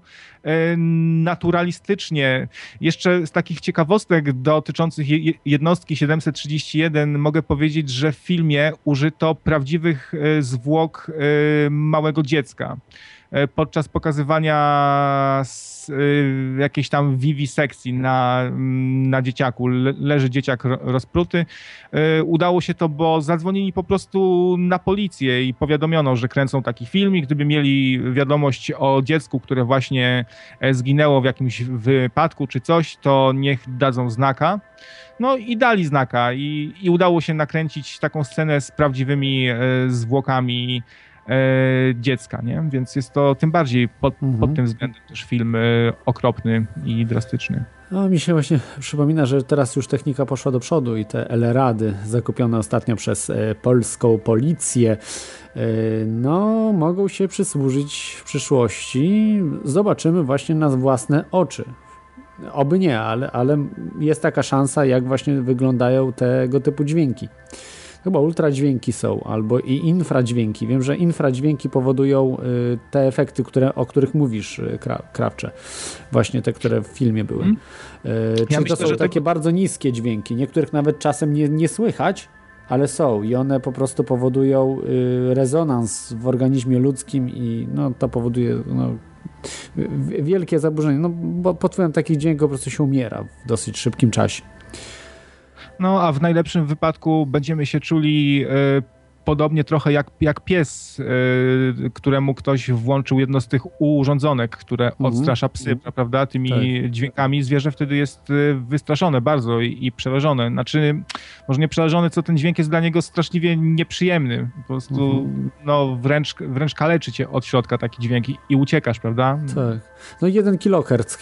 naturalistycznie. Jeszcze z takich ciekawostek dotyczących jednostki 731 mogę powiedzieć, że w filmie użyto prawdziwych zwłok małego dziecka. Podczas pokazywania jakiejś tam wiwisekcji na dzieciaku, leży dzieciak rozpruty. Udało się to, bo zadzwonili po prostu na policję i powiadomiono, że kręcą taki film i gdyby mieli wiadomość o dziecku, które właśnie zginęło w jakimś wypadku czy coś, to niech dadzą znaka. No i dali znaka i udało się nakręcić taką scenę z prawdziwymi zwłokami dziecka, nie? Więc jest to tym bardziej pod tym względem też film okropny i drastyczny. No, mi się właśnie przypomina, że teraz już technika poszła do przodu i te LRAD-y zakupione ostatnio przez polską policję no, mogą się przysłużyć w przyszłości. Zobaczymy właśnie na własne oczy. Oby nie, ale jest taka szansa, jak właśnie wyglądają tego typu dźwięki. Chyba ultradźwięki są, albo i infradźwięki. Wiem, że infradźwięki powodują te efekty, o których mówisz, Krawcze. Właśnie te, które w filmie były. Czyli to są takie bardzo niskie dźwięki. Niektórych nawet czasem nie słychać, ale są i one po prostu powodują rezonans w organizmie ludzkim i no, to powoduje wielkie zaburzenie. No, bo pod wpływem takich dźwięków po prostu się umiera w dosyć szybkim czasie. No, a w najlepszym wypadku będziemy się czuli podobnie trochę jak pies, któremu ktoś włączył jedno z tych urządzonek, które odstrasza psy, prawda, tymi dźwiękami. Zwierzę wtedy jest wystraszone bardzo i przerażone. Znaczy, może nie przerażone, co ten dźwięk jest dla niego straszliwie nieprzyjemny. Po prostu no, wręcz kaleczy cię od środka taki dźwięk i uciekasz, prawda? Tak. No 1 kHz chyba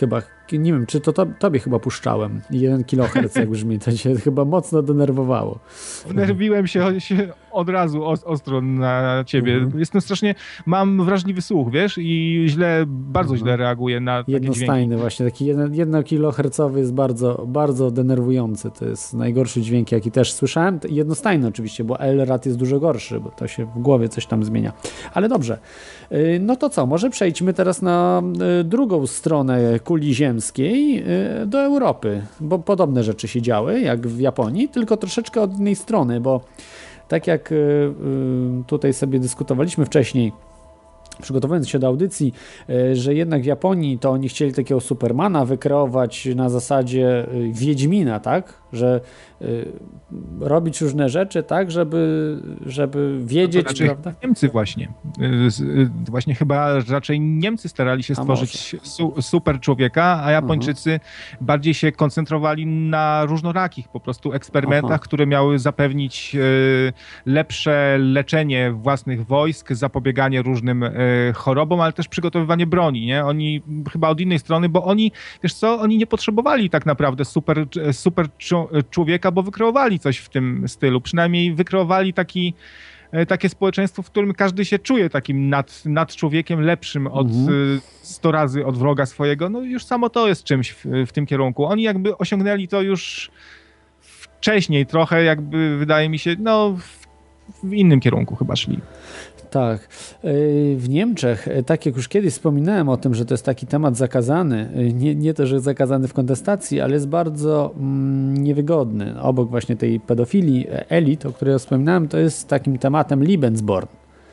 nie wiem, czy to tobie chyba puszczałem. 1 kHz, jak brzmi, to się chyba mocno denerwowało. Wnerwiłem się od razu ostro na ciebie. Jestem strasznie, mam wrażliwy słuch, wiesz, i bardzo źle reaguję na takie jednostajny dźwięki. właśnie, taki 1 kHz jest bardzo, bardzo denerwujący. To jest najgorszy dźwięk, jaki też słyszałem. Jednostajny oczywiście, bo LRAD jest dużo gorszy, bo to się w głowie coś tam zmienia. Ale dobrze. No to co, może przejdźmy teraz na drugą stronę kuli ziemskiej, do Europy, bo podobne rzeczy się działy, jak w Japonii, tylko troszeczkę od innej strony, bo tak jak tutaj sobie dyskutowaliśmy wcześniej, przygotowując się do audycji, że jednak w Japonii to oni chcieli takiego Supermana wykreować na zasadzie Wiedźmina, tak? Że robić różne rzeczy, tak? Żeby wiedzieć, to raczej prawda? Niemcy właśnie. Właśnie chyba raczej Niemcy starali się stworzyć super człowieka, a Japończycy bardziej się koncentrowali na różnorakich po prostu eksperymentach, które miały zapewnić lepsze leczenie własnych wojsk, zapobieganie różnym chorobom, ale też przygotowywanie broni, nie? Oni chyba od innej strony, bo oni, wiesz co, oni nie potrzebowali tak naprawdę super człowieka, bo wykreowali coś w tym stylu. Przynajmniej wykreowali takie społeczeństwo, w którym każdy się czuje takim nad człowiekiem lepszym od 100 razy od wroga swojego. No już samo to jest czymś w tym kierunku. Oni jakby osiągnęli to już wcześniej trochę, jakby wydaje mi się, no w innym kierunku chyba szli. Tak. W Niemczech, tak jak już kiedyś wspominałem o tym, że to jest taki temat zakazany, nie to, że zakazany w kontestacji, ale jest bardzo niewygodny. Obok właśnie tej pedofilii elit, o której wspominałem, to jest takim tematem Lebensborn.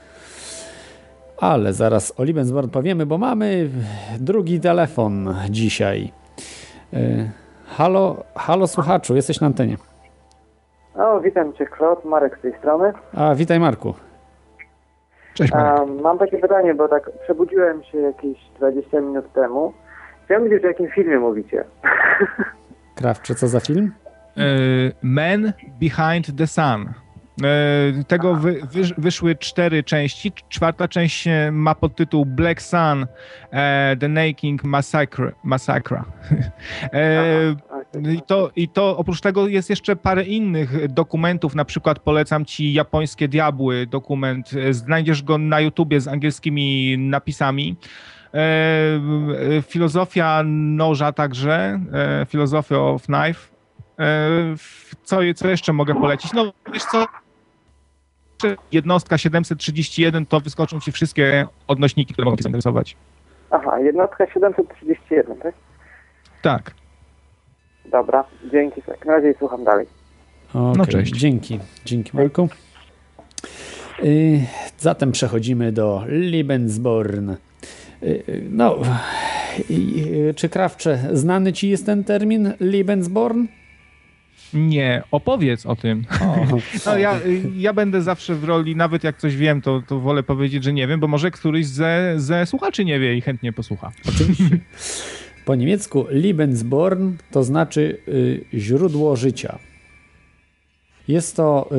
Ale zaraz o Lebensborn powiemy, bo mamy drugi telefon dzisiaj. Halo słuchaczu, jesteś na antenie. O, witam Cię, Claude, Marek z tej strony. A, witaj Marku. Cześć Marek. Mam takie pytanie, bo tak przebudziłem się jakieś 20 minut temu. Chciałem wiedzieć, o jakim filmie mówicie. Krawcze, co za film? Man Behind the Sun. Tego wyszły 4 części. 4. część ma podtytuł Black Sun, The Nanking Massacre. I to oprócz tego jest jeszcze parę innych dokumentów, na przykład polecam Ci Japońskie Diabły, dokument, znajdziesz go na YouTubie z angielskimi napisami. Filozofia noża także, Philosophy of Knife. Co jeszcze mogę polecić? No wiesz co, jednostka 731 to wyskoczą Ci wszystkie odnośniki, które mogą Cię zainteresować. Aha, jednostka 731, tak? Tak. Dobra, dzięki. W takim razie słucham dalej. Okay, no cześć. Dzięki Marku. Zatem przechodzimy do Lebensborn. No, czy Krawcze, znany Ci jest ten termin Lebensborn? Nie, opowiedz o tym. No, ja będę zawsze w roli, nawet jak coś wiem, to wolę powiedzieć, że nie wiem, bo może któryś ze słuchaczy nie wie i chętnie posłucha. Oczywiście. Po niemiecku Lebensborn to znaczy źródło życia. Jest to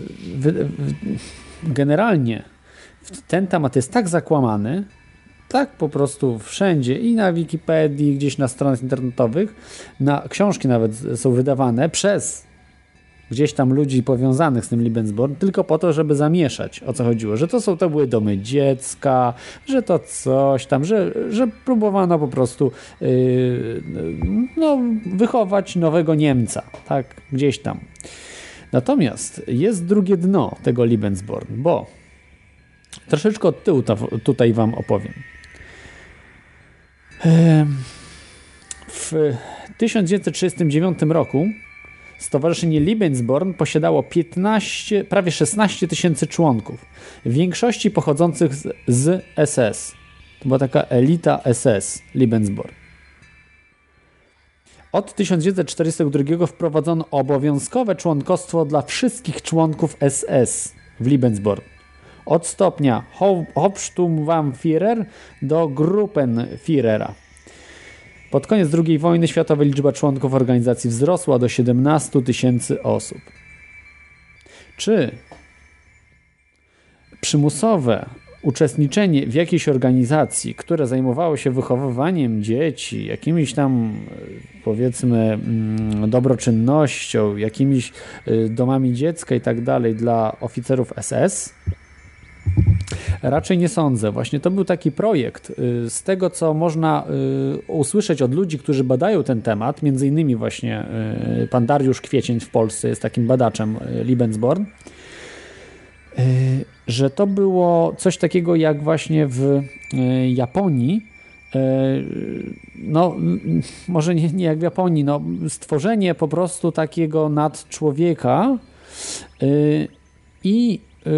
generalnie ten temat jest tak zakłamany, tak po prostu wszędzie i na Wikipedii, gdzieś na stronach internetowych, na książki nawet są wydawane przez gdzieś tam ludzi powiązanych z tym Lebensborn, tylko po to, żeby zamieszać, o co chodziło, że to były domy dziecka, że to coś tam, że próbowano po prostu wychować nowego Niemca, tak, gdzieś tam. Natomiast jest drugie dno tego Lebensborn, bo troszeczkę od tyłu tutaj wam opowiem. W 1939 roku Stowarzyszenie Lebensborn posiadało prawie 16 tysięcy członków, w większości pochodzących z SS. To była taka elita SS Lebensborn. Od 1942 wprowadzono obowiązkowe członkostwo dla wszystkich członków SS w Lebensborn. Od stopnia Hauptsturmwaffenführer do Gruppenführera. Pod koniec II wojny światowej liczba członków organizacji wzrosła do 17 tysięcy osób. Czy przymusowe uczestniczenie w jakiejś organizacji, która zajmowała się wychowywaniem dzieci, jakimiś tam, powiedzmy, dobroczynnością, jakimiś domami dziecka i tak dalej dla oficerów SS, raczej nie sądzę. Właśnie to był taki projekt. Z tego, co można usłyszeć od ludzi, którzy badają ten temat, między innymi właśnie pan Dariusz Kwiecień w Polsce jest takim badaczem Lebensborn, że to było coś takiego jak właśnie w Japonii, no może nie jak w Japonii, no stworzenie po prostu takiego nadczłowieka i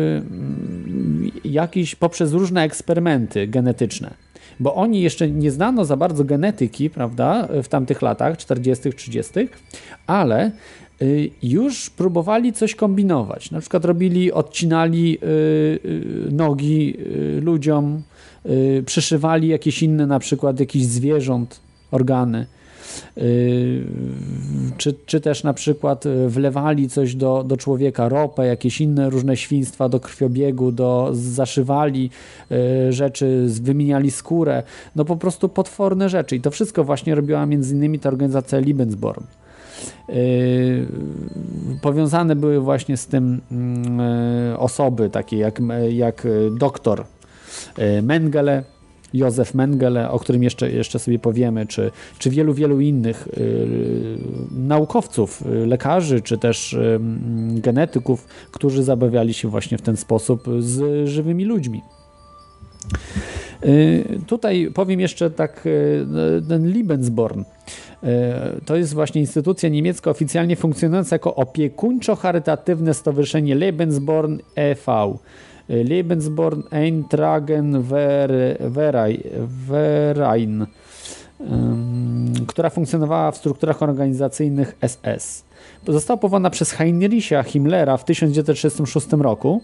jakiś poprzez różne eksperymenty genetyczne. Bo oni jeszcze nie znano za bardzo genetyki, prawda, w tamtych latach, 40., 30., ale już próbowali coś kombinować. Na przykład odcinali nogi ludziom, przyszywali jakieś inne, na przykład jakichś zwierząt, organy. Czy też na przykład wlewali coś do człowieka, ropę, jakieś inne różne świństwa do krwiobiegu, zaszywali rzeczy, wymieniali skórę, no po prostu potworne rzeczy i to wszystko właśnie robiła między innymi ta organizacja Lebensborn. Powiązane były właśnie z tym osoby takie jak doktor Mengele, Józef Mengele, o którym jeszcze sobie powiemy, czy wielu innych naukowców, lekarzy, czy też genetyków, którzy zabawiali się właśnie w ten sposób z żywymi ludźmi. Tutaj powiem jeszcze tak, ten Lebensborn to jest właśnie instytucja niemiecka oficjalnie funkcjonująca jako opiekuńczo-charytatywne stowarzyszenie Lebensborn e.V. Lebensborn Eintragen Verein, która funkcjonowała w strukturach organizacyjnych SS. Została powołana przez Heinricha Himmlera w 1936 roku.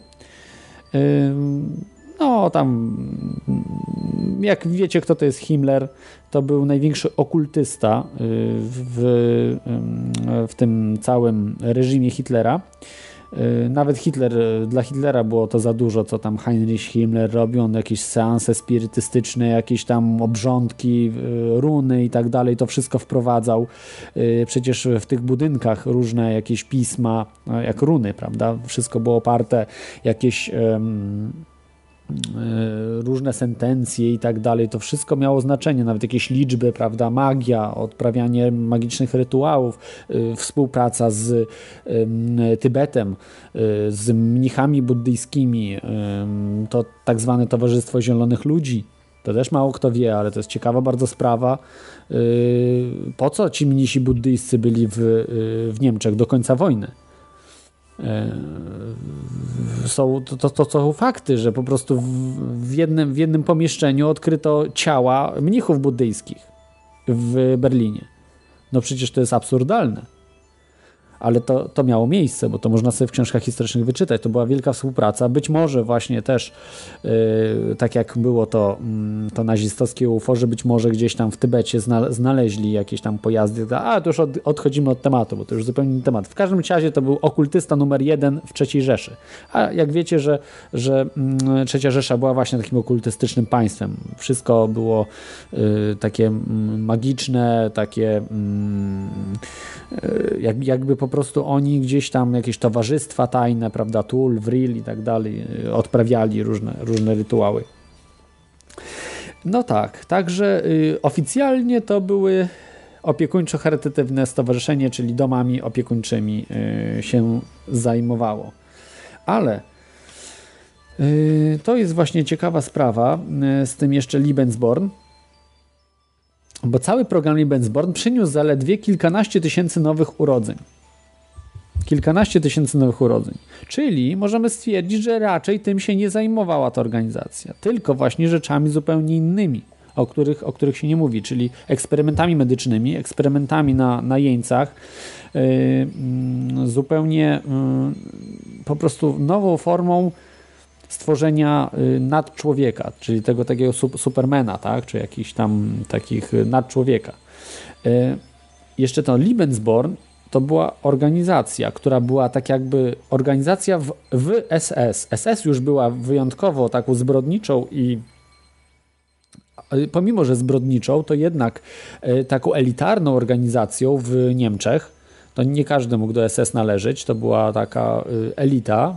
No tam, jak wiecie, kto to jest Himmler, to był największy okultysta w tym całym reżimie Hitlera. Nawet dla Hitlera było to za dużo, co tam Heinrich Himmler robił. On jakieś seanse spirytystyczne, jakieś tam obrządki, runy i tak dalej, to wszystko wprowadzał. Przecież w tych budynkach różne jakieś pisma, jak runy, prawda? Wszystko było oparte, jakieś różne sentencje i tak dalej, to wszystko miało znaczenie, nawet jakieś liczby, prawda, magia, odprawianie magicznych rytuałów, współpraca z Tybetem, z mnichami buddyjskimi, to tak zwane Towarzystwo Zielonych Ludzi, to też mało kto wie, ale to jest ciekawa bardzo sprawa, po co ci mnisi buddyjscy byli w Niemczech do końca wojny. To są fakty, że po prostu w jednym pomieszczeniu odkryto ciała mnichów buddyjskich w Berlinie. No przecież to jest absurdalne. Ale to miało miejsce, bo to można sobie w książkach historycznych wyczytać. To była wielka współpraca. Być może właśnie też tak jak było to nazistowskie UFO, że być może gdzieś tam w Tybecie znaleźli jakieś tam pojazdy. A to już odchodzimy od tematu, bo to już zupełnie inny temat. W każdym razie to był okultysta numer 1 w III Rzeszy. A jak wiecie, że III Rzesza była właśnie takim okultystycznym państwem. Wszystko było takie magiczne, takie jakby po prostu oni gdzieś tam jakieś towarzystwa tajne, prawda, Tul, Vril i tak dalej, odprawiali różne rytuały. No tak, także oficjalnie to były opiekuńczo-charytatywne stowarzyszenie, czyli domami opiekuńczymi się zajmowało. Ale to jest właśnie ciekawa sprawa z tym jeszcze Lebensborn, bo cały program Lebensborn przyniósł zaledwie kilkanaście tysięcy nowych urodzeń. Kilkanaście tysięcy nowych urodzeń. Czyli możemy stwierdzić, że raczej tym się nie zajmowała ta organizacja, tylko właśnie rzeczami zupełnie innymi, o których się nie mówi, czyli eksperymentami medycznymi, eksperymentami na jeńcach, zupełnie po prostu nową formą stworzenia nadczłowieka, czyli tego takiego supermana, tak? Czy jakichś tam takich nadczłowieka. Jeszcze to Lebensborn to była organizacja, która była tak jakby organizacja w SS. SS już była wyjątkowo taką zbrodniczą i pomimo, że zbrodniczą, to jednak taką elitarną organizacją w Niemczech. To nie każdy mógł do SS należeć, to była taka elita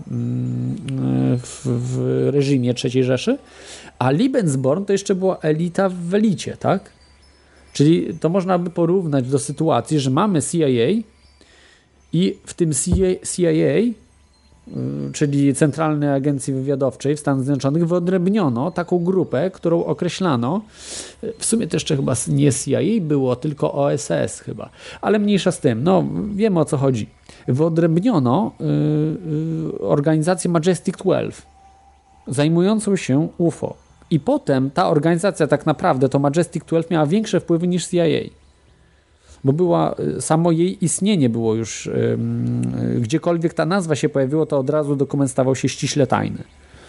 w reżimie III Rzeszy, a Lebensborn to jeszcze była elita w elicie, tak? Czyli to można by porównać do sytuacji, że mamy CIA i w tym CIA, czyli Centralnej Agencji Wywiadowczej w Stanach Zjednoczonych, wyodrębniono taką grupę, którą określano, w sumie to jeszcze chyba nie CIA było, tylko OSS chyba, ale mniejsza z tym, no wiemy o co chodzi. Wyodrębniono organizację Majestic 12, zajmującą się UFO. I potem ta organizacja tak naprawdę, to Majestic 12 miała większe wpływy niż CIA. Bo samo jej istnienie było już, gdziekolwiek ta nazwa się pojawiła, to od razu dokument stawał się ściśle tajny.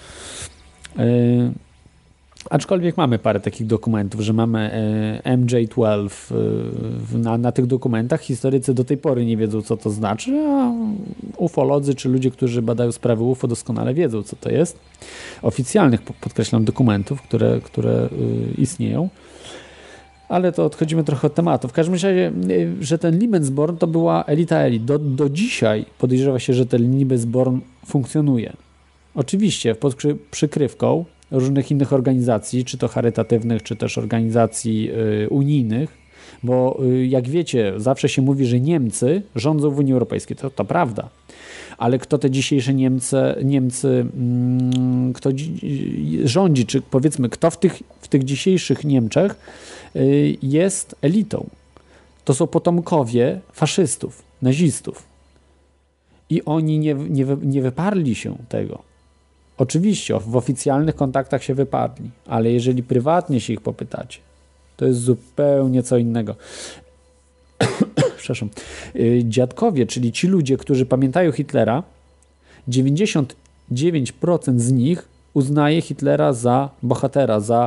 Aczkolwiek mamy parę takich dokumentów, że mamy MJ12 na tych dokumentach. Historycy do tej pory nie wiedzą, co to znaczy, a ufolodzy czy ludzie, którzy badają sprawy UFO, doskonale wiedzą, co to jest. Oficjalnych, podkreślam, dokumentów, które istnieją. Ale to odchodzimy trochę od tematu. W każdym razie, że ten Lebensborn to była elita elit. Do dzisiaj podejrzewa się, że ten Lebensborn funkcjonuje. Oczywiście pod przykrywką różnych innych organizacji, czy to charytatywnych, czy też organizacji unijnych, bo jak wiecie, zawsze się mówi, że Niemcy rządzą w Unii Europejskiej. To prawda. Ale kto te dzisiejsze Niemcy kto rządzi, czy powiedzmy, kto w tych dzisiejszych Niemczech jest elitą? To są potomkowie faszystów, nazistów. I oni nie wyparli się tego. Oczywiście w oficjalnych kontaktach się wyparli, ale jeżeli prywatnie się ich popytacie, to jest zupełnie co innego. Przepraszam. Dziadkowie, czyli ci ludzie, którzy pamiętają Hitlera, 99% z nich uznaje Hitlera za bohatera, za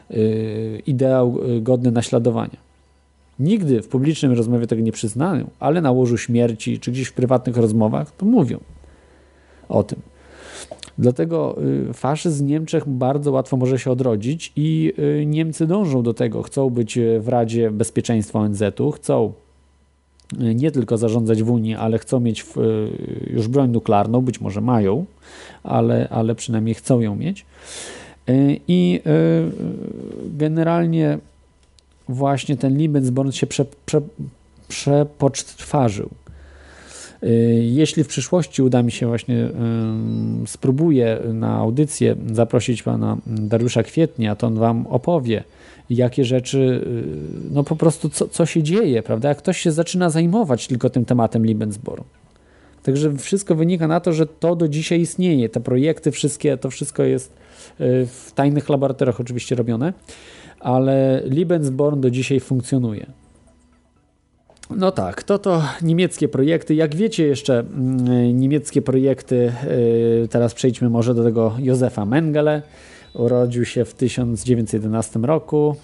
ideał godny naśladowania. Nigdy w publicznej rozmowie tego nie przyznają, ale na łożu śmierci, czy gdzieś w prywatnych rozmowach, to mówią o tym. Dlatego faszyzm w Niemczech bardzo łatwo może się odrodzić i Niemcy dążą do tego. Chcą być w Radzie Bezpieczeństwa ONZ-u, chcą nie tylko zarządzać w Unii, ale chcą mieć już broń nuklearną, być może mają, ale przynajmniej chcą ją mieć. I generalnie właśnie ten Lebensborn się przepoczwarzył. Jeśli w przyszłości uda mi się właśnie, spróbuję na audycję zaprosić pana Dariusza Kwietnia, to on wam opowie, jakie rzeczy, no po prostu co się dzieje, prawda? Jak ktoś się zaczyna zajmować tylko tym tematem Lebensborn. Także wszystko wynika na to, że to do dzisiaj istnieje. Te projekty wszystkie, to wszystko jest w tajnych laboratoriach oczywiście robione, ale Lebensborn do dzisiaj funkcjonuje. No tak, to niemieckie projekty. Jak wiecie jeszcze, niemieckie projekty, teraz przejdźmy może do tego Józefa Mengele. Urodził się w 1911 roku.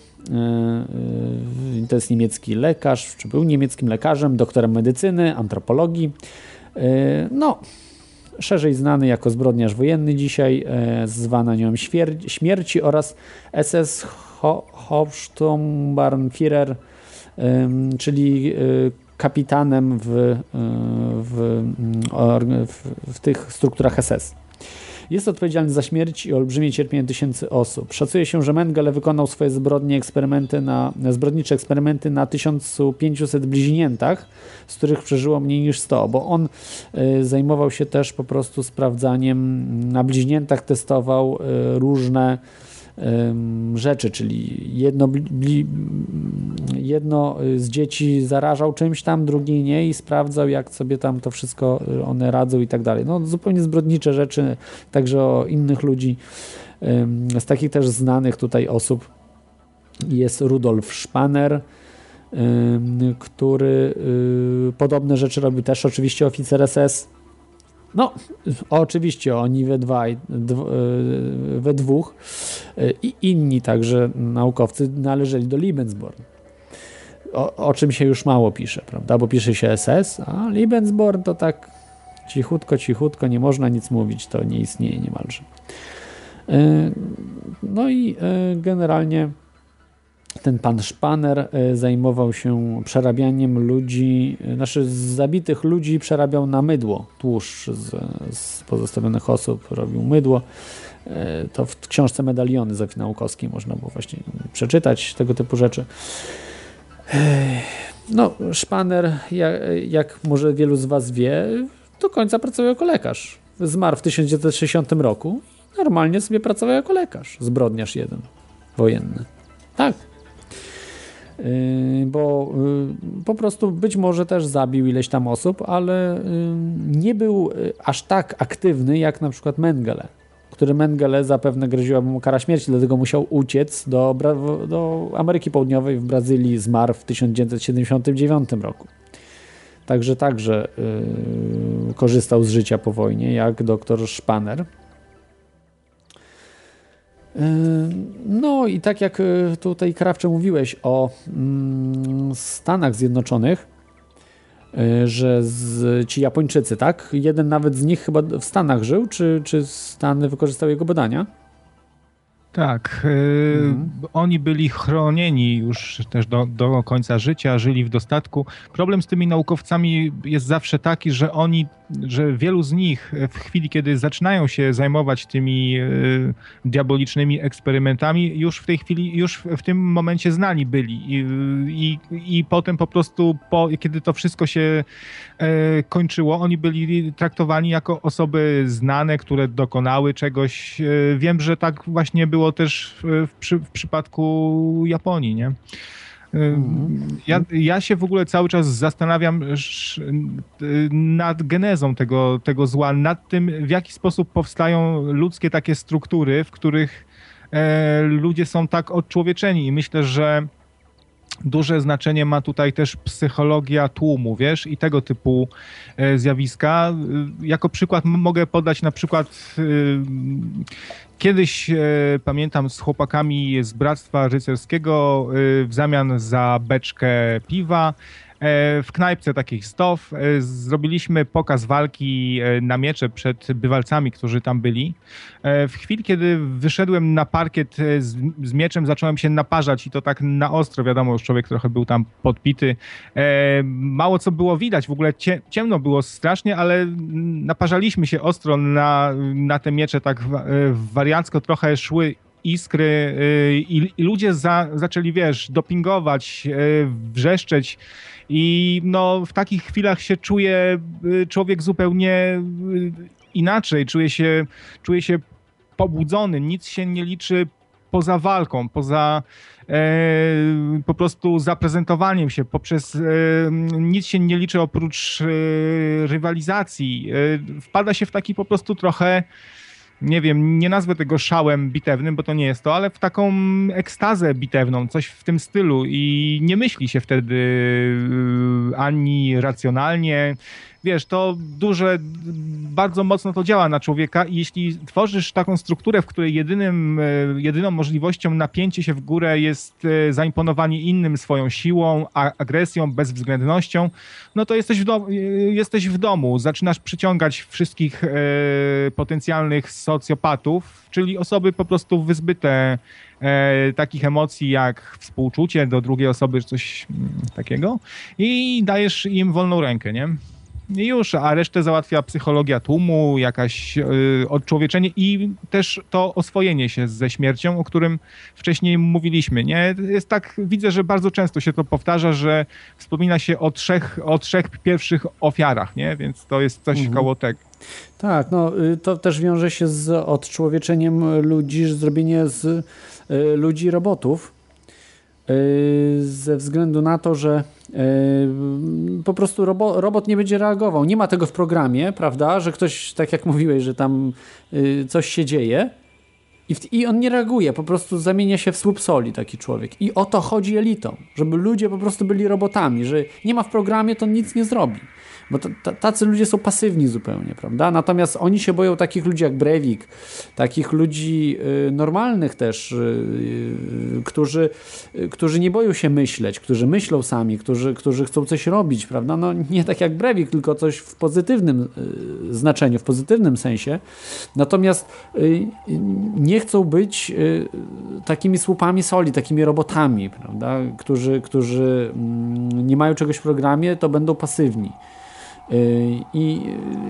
To jest niemiecki lekarz, czy był niemieckim lekarzem, doktorem medycyny, antropologii. No, szerzej znany jako zbrodniarz wojenny dzisiaj, zwana nią śmierci oraz SS Hauptsturmbannführer, czyli kapitanem w tych strukturach SS. Jest odpowiedzialny za śmierć i olbrzymie cierpienie tysięcy osób. Szacuje się, że Mengele wykonał swoje zbrodnicze eksperymenty na 1500 bliźniętach, z których przeżyło mniej niż 100, bo on zajmował się też po prostu sprawdzaniem, na bliźniętach testował różne rzeczy, czyli jedno z dzieci zarażał czymś tam, drugie nie i sprawdzał, jak sobie tam to wszystko one radzą i tak dalej. No zupełnie zbrodnicze rzeczy, także o innych ludzi. Z takich też znanych tutaj osób jest Rudolf Spanner, który podobne rzeczy robi też oczywiście oficer SS. No, oczywiście oni we dwóch i inni także naukowcy należeli do Lebensborn. o czym się już mało pisze, prawda? Bo pisze się SS, a Lebensborn to tak cichutko, nie można nic mówić, to nie istnieje niemalże. No i generalnie ten pan Szpaner zajmował się przerabianiem ludzi, zabitych ludzi przerabiał na mydło. Tłuszcz z pozostawionych osób robił mydło. To w książce Medaliony Zofii Naukowskiej można było właśnie przeczytać tego typu rzeczy. No, Szpaner, jak może wielu z was wie, do końca pracował jako lekarz. Zmarł w 1960 roku. Normalnie sobie pracował jako lekarz. Zbrodniarz jeden. Wojenny. Tak. Bo po prostu być może też zabił ileś tam osób, ale nie był aż tak aktywny jak na przykład Mengele, który Mengele zapewne groziła mu kara śmierci, dlatego musiał uciec do Ameryki Południowej, w Brazylii, zmarł w 1979 roku. Także korzystał z życia po wojnie, jak doktor Szpaner. No i tak jak tutaj Krawcze mówiłeś o Stanach Zjednoczonych, że ci Japończycy, tak? Jeden nawet z nich chyba w Stanach żył, czy Stany wykorzystały jego badania? Tak, oni byli chronieni już też do końca życia, żyli w dostatku. Problem z tymi naukowcami jest zawsze taki, że wielu z nich w chwili, kiedy zaczynają się zajmować tymi diabolicznymi eksperymentami, już w tym momencie znani byli i potem po prostu, kiedy to wszystko się kończyło, oni byli traktowani jako osoby znane, które dokonały czegoś. Wiem, że tak właśnie było też w przypadku Japonii, nie? Ja się w ogóle cały czas zastanawiam nad genezą tego zła, nad tym, w jaki sposób powstają ludzkie takie struktury, w których ludzie są tak odczłowieczeni i myślę, że duże znaczenie ma tutaj też psychologia tłumu, wiesz, i tego typu zjawiska. Jako przykład mogę podać na przykład kiedyś pamiętam z chłopakami z Bractwa Rycerskiego w zamian za beczkę piwa w knajpce takiej Stow zrobiliśmy pokaz walki na miecze przed bywalcami, którzy tam byli. W chwili, kiedy wyszedłem na parkiet z mieczem, zacząłem się naparzać i to tak na ostro, wiadomo, już człowiek trochę był tam podpity. Mało co było widać, w ogóle ciemno było strasznie, ale naparzaliśmy się ostro na te miecze, tak wariancko trochę szły iskry i ludzie zaczęli, wiesz, dopingować, wrzeszczeć i no w takich chwilach się czuje człowiek zupełnie inaczej, czuje się pobudzony, nic się nie liczy poza walką, poza po prostu zaprezentowaniem się, nic się nie liczy oprócz rywalizacji. Wpada się w taki po prostu trochę, nie wiem, nie nazwę tego szałem bitewnym, bo to nie jest to, ale w taką ekstazę bitewną, coś w tym stylu i nie myśli się wtedy ani racjonalnie. Wiesz, to bardzo mocno to działa na człowieka i jeśli tworzysz taką strukturę, w której jedyną możliwością napięcie się w górę jest zaimponowanie innym swoją siłą, agresją, bezwzględnością, no to jesteś w domu, zaczynasz przyciągać wszystkich potencjalnych socjopatów, czyli osoby po prostu wyzbyte takich emocji jak współczucie do drugiej osoby, czy coś takiego i dajesz im wolną rękę, nie? I już, a resztę załatwia psychologia tłumu, jakaś odczłowieczenie i też to oswojenie się ze śmiercią, o którym wcześniej mówiliśmy. Nie? Jest tak, widzę, że bardzo często się to powtarza, że wspomina się o trzech pierwszych ofiarach, nie? Więc to jest coś koło tego. Tak, no to też wiąże się z odczłowieczeniem ludzi, zrobienie z ludzi robotów. Ze względu na to, że po prostu robot nie będzie reagował. Nie ma tego w programie, prawda, że ktoś, tak jak mówiłeś, że tam coś się dzieje i on nie reaguje, po prostu zamienia się w słup soli taki człowiek. I o to chodzi elitom, żeby ludzie po prostu byli robotami, że nie ma w programie, to nic nie zrobi. Bo tacy ludzie są pasywni zupełnie, prawda? Natomiast oni się boją takich ludzi jak Breivik, takich ludzi normalnych też, którzy nie boją się myśleć, którzy myślą sami, którzy chcą coś robić, prawda? No nie tak jak Breivik, tylko coś w pozytywnym znaczeniu, w pozytywnym sensie. Natomiast nie chcą być takimi słupami soli, takimi robotami, prawda? Którzy nie mają czegoś w programie, to będą pasywni. I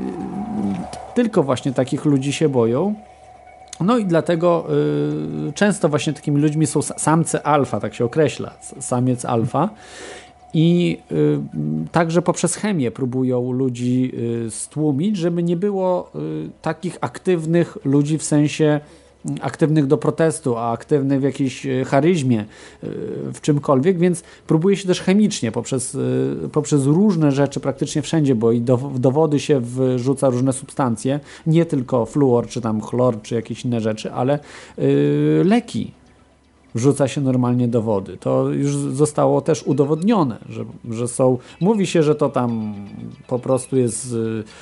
tylko właśnie takich ludzi się boją. No i dlatego często właśnie takimi ludźmi są samce alfa, tak się określa, samiec alfa. I także poprzez chemię próbują ludzi stłumić, żeby nie było takich aktywnych ludzi w sensie aktywnych do protestu, a aktywnych w jakiejś charyzmie, w czymkolwiek, więc próbuje się też chemicznie poprzez różne rzeczy praktycznie wszędzie, bo i do wody się wrzuca różne substancje, nie tylko fluor, czy tam chlor, czy jakieś inne rzeczy, ale leki wrzuca się normalnie do wody. To już zostało też udowodnione, że są... Mówi się, że to tam po prostu jest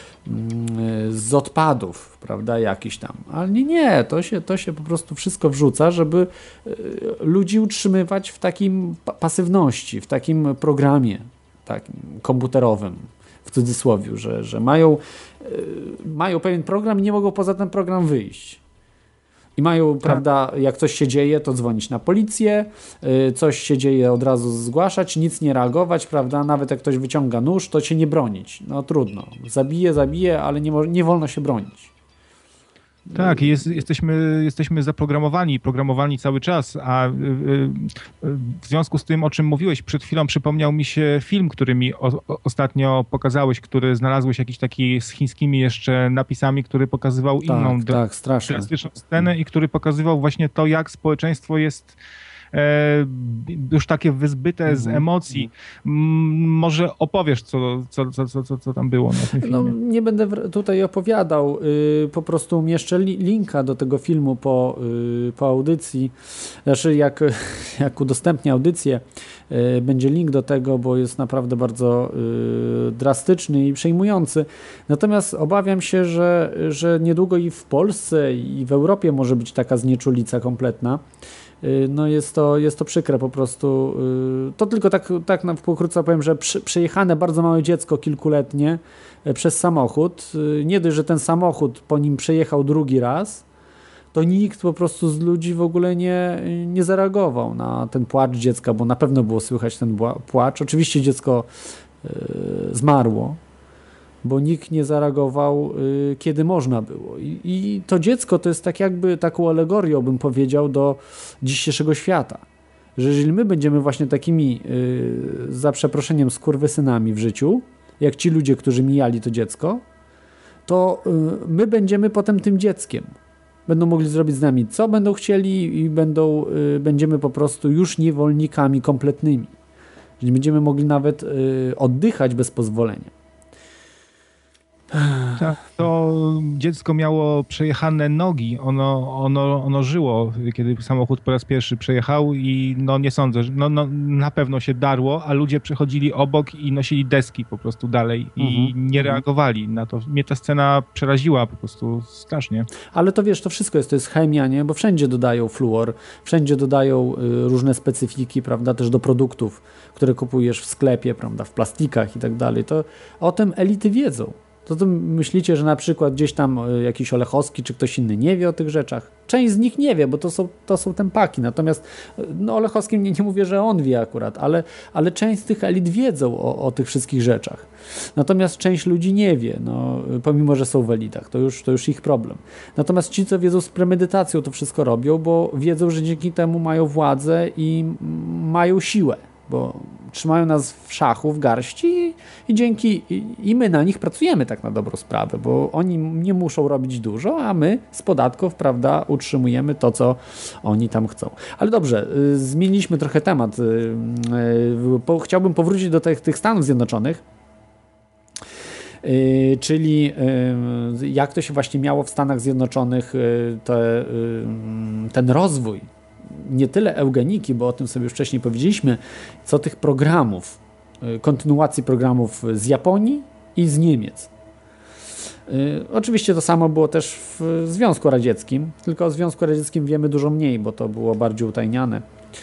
z odpadów, prawda, jakiś tam. Ale nie, to się po prostu wszystko wrzuca, żeby ludzi utrzymywać w takim pasywności, w takim programie takim komputerowym, w cudzysłowie, że mają pewien program i nie mogą poza ten program wyjść. I mają, prawda, jak coś się dzieje, to dzwonić na policję, coś się dzieje, od razu zgłaszać, nic nie reagować, prawda, nawet jak ktoś wyciąga nóż, to się nie bronić. No trudno. Zabije, ale nie wolno się bronić. Tak, jesteśmy programowani cały czas, a w związku z tym, o czym mówiłeś przed chwilą, przypomniał mi się film, który mi ostatnio pokazałeś, który znalazłeś jakiś taki z chińskimi jeszcze napisami, który pokazywał inną drastyczną scenę i który pokazywał właśnie to, jak społeczeństwo jest już takie wyzbyte z emocji. Może opowiesz, co tam było na tym filmie? No, nie będę tutaj opowiadał. Po prostu umieszczę linka do tego filmu po audycji. Znaczy, jak udostępnię audycję, będzie link do tego, bo jest naprawdę bardzo drastyczny i przejmujący. Natomiast obawiam się, że niedługo i w Polsce, i w Europie może być taka znieczulica kompletna. No jest to przykre po prostu. To tylko tak pokrótce powiem, że przejechane bardzo małe dziecko kilkuletnie przez samochód. Nie dość, że ten samochód po nim przejechał drugi raz, to nikt po prostu z ludzi w ogóle nie zareagował na ten płacz dziecka, bo na pewno było słychać ten płacz. Oczywiście dziecko zmarło, bo nikt nie zareagował, kiedy można było. I to dziecko to jest tak jakby taką alegorią, bym powiedział, do dzisiejszego świata. Że jeżeli my będziemy właśnie takimi, za przeproszeniem, skurwysynami w życiu, jak ci ludzie, którzy mijali to dziecko, to my będziemy potem tym dzieckiem. Będą mogli zrobić z nami, co będą chcieli i będziemy po prostu już niewolnikami kompletnymi. Że nie będziemy mogli nawet oddychać bez pozwolenia. Tak, to dziecko miało przejechane nogi, ono żyło, kiedy samochód po raz pierwszy przejechał i nie sądzę, że na pewno się darło, a ludzie przechodzili obok i nosili deski po prostu dalej i nie reagowali na to. Mnie ta scena przeraziła po prostu strasznie. Ale to wiesz, to wszystko to jest chemia, nie? Bo wszędzie dodają fluor, wszędzie dodają różne specyfiki, prawda, też do produktów, które kupujesz w sklepie, prawda, w plastikach i tak dalej. To o tym elity wiedzą. To myślicie, że na przykład gdzieś tam jakiś Olechowski czy ktoś inny nie wie o tych rzeczach? Część z nich nie wie, bo to są tempaki. Natomiast Olechowskim nie mówię, że on wie akurat, ale część z tych elit wiedzą o tych wszystkich rzeczach. Natomiast część ludzi nie wie, pomimo, że są w elitach. To już ich problem. Natomiast ci, co wiedzą z premedytacją, to wszystko robią, bo wiedzą, że dzięki temu mają władzę i mają siłę. Bo trzymają nas w szachu, w garści i my na nich pracujemy tak na dobrą sprawę, bo oni nie muszą robić dużo, a my z podatków, prawda, utrzymujemy to, co oni tam chcą. Ale dobrze, zmieniliśmy trochę temat. Chciałbym powrócić do tych Stanów Zjednoczonych, czyli jak to się właśnie miało w Stanach Zjednoczonych ten rozwój. Nie tyle eugeniki, bo o tym sobie już wcześniej powiedzieliśmy, co tych programów, kontynuacji programów z Japonii i z Niemiec. Oczywiście to samo było też w Związku Radzieckim, tylko o Związku Radzieckim wiemy dużo mniej, bo to było bardziej utajniane.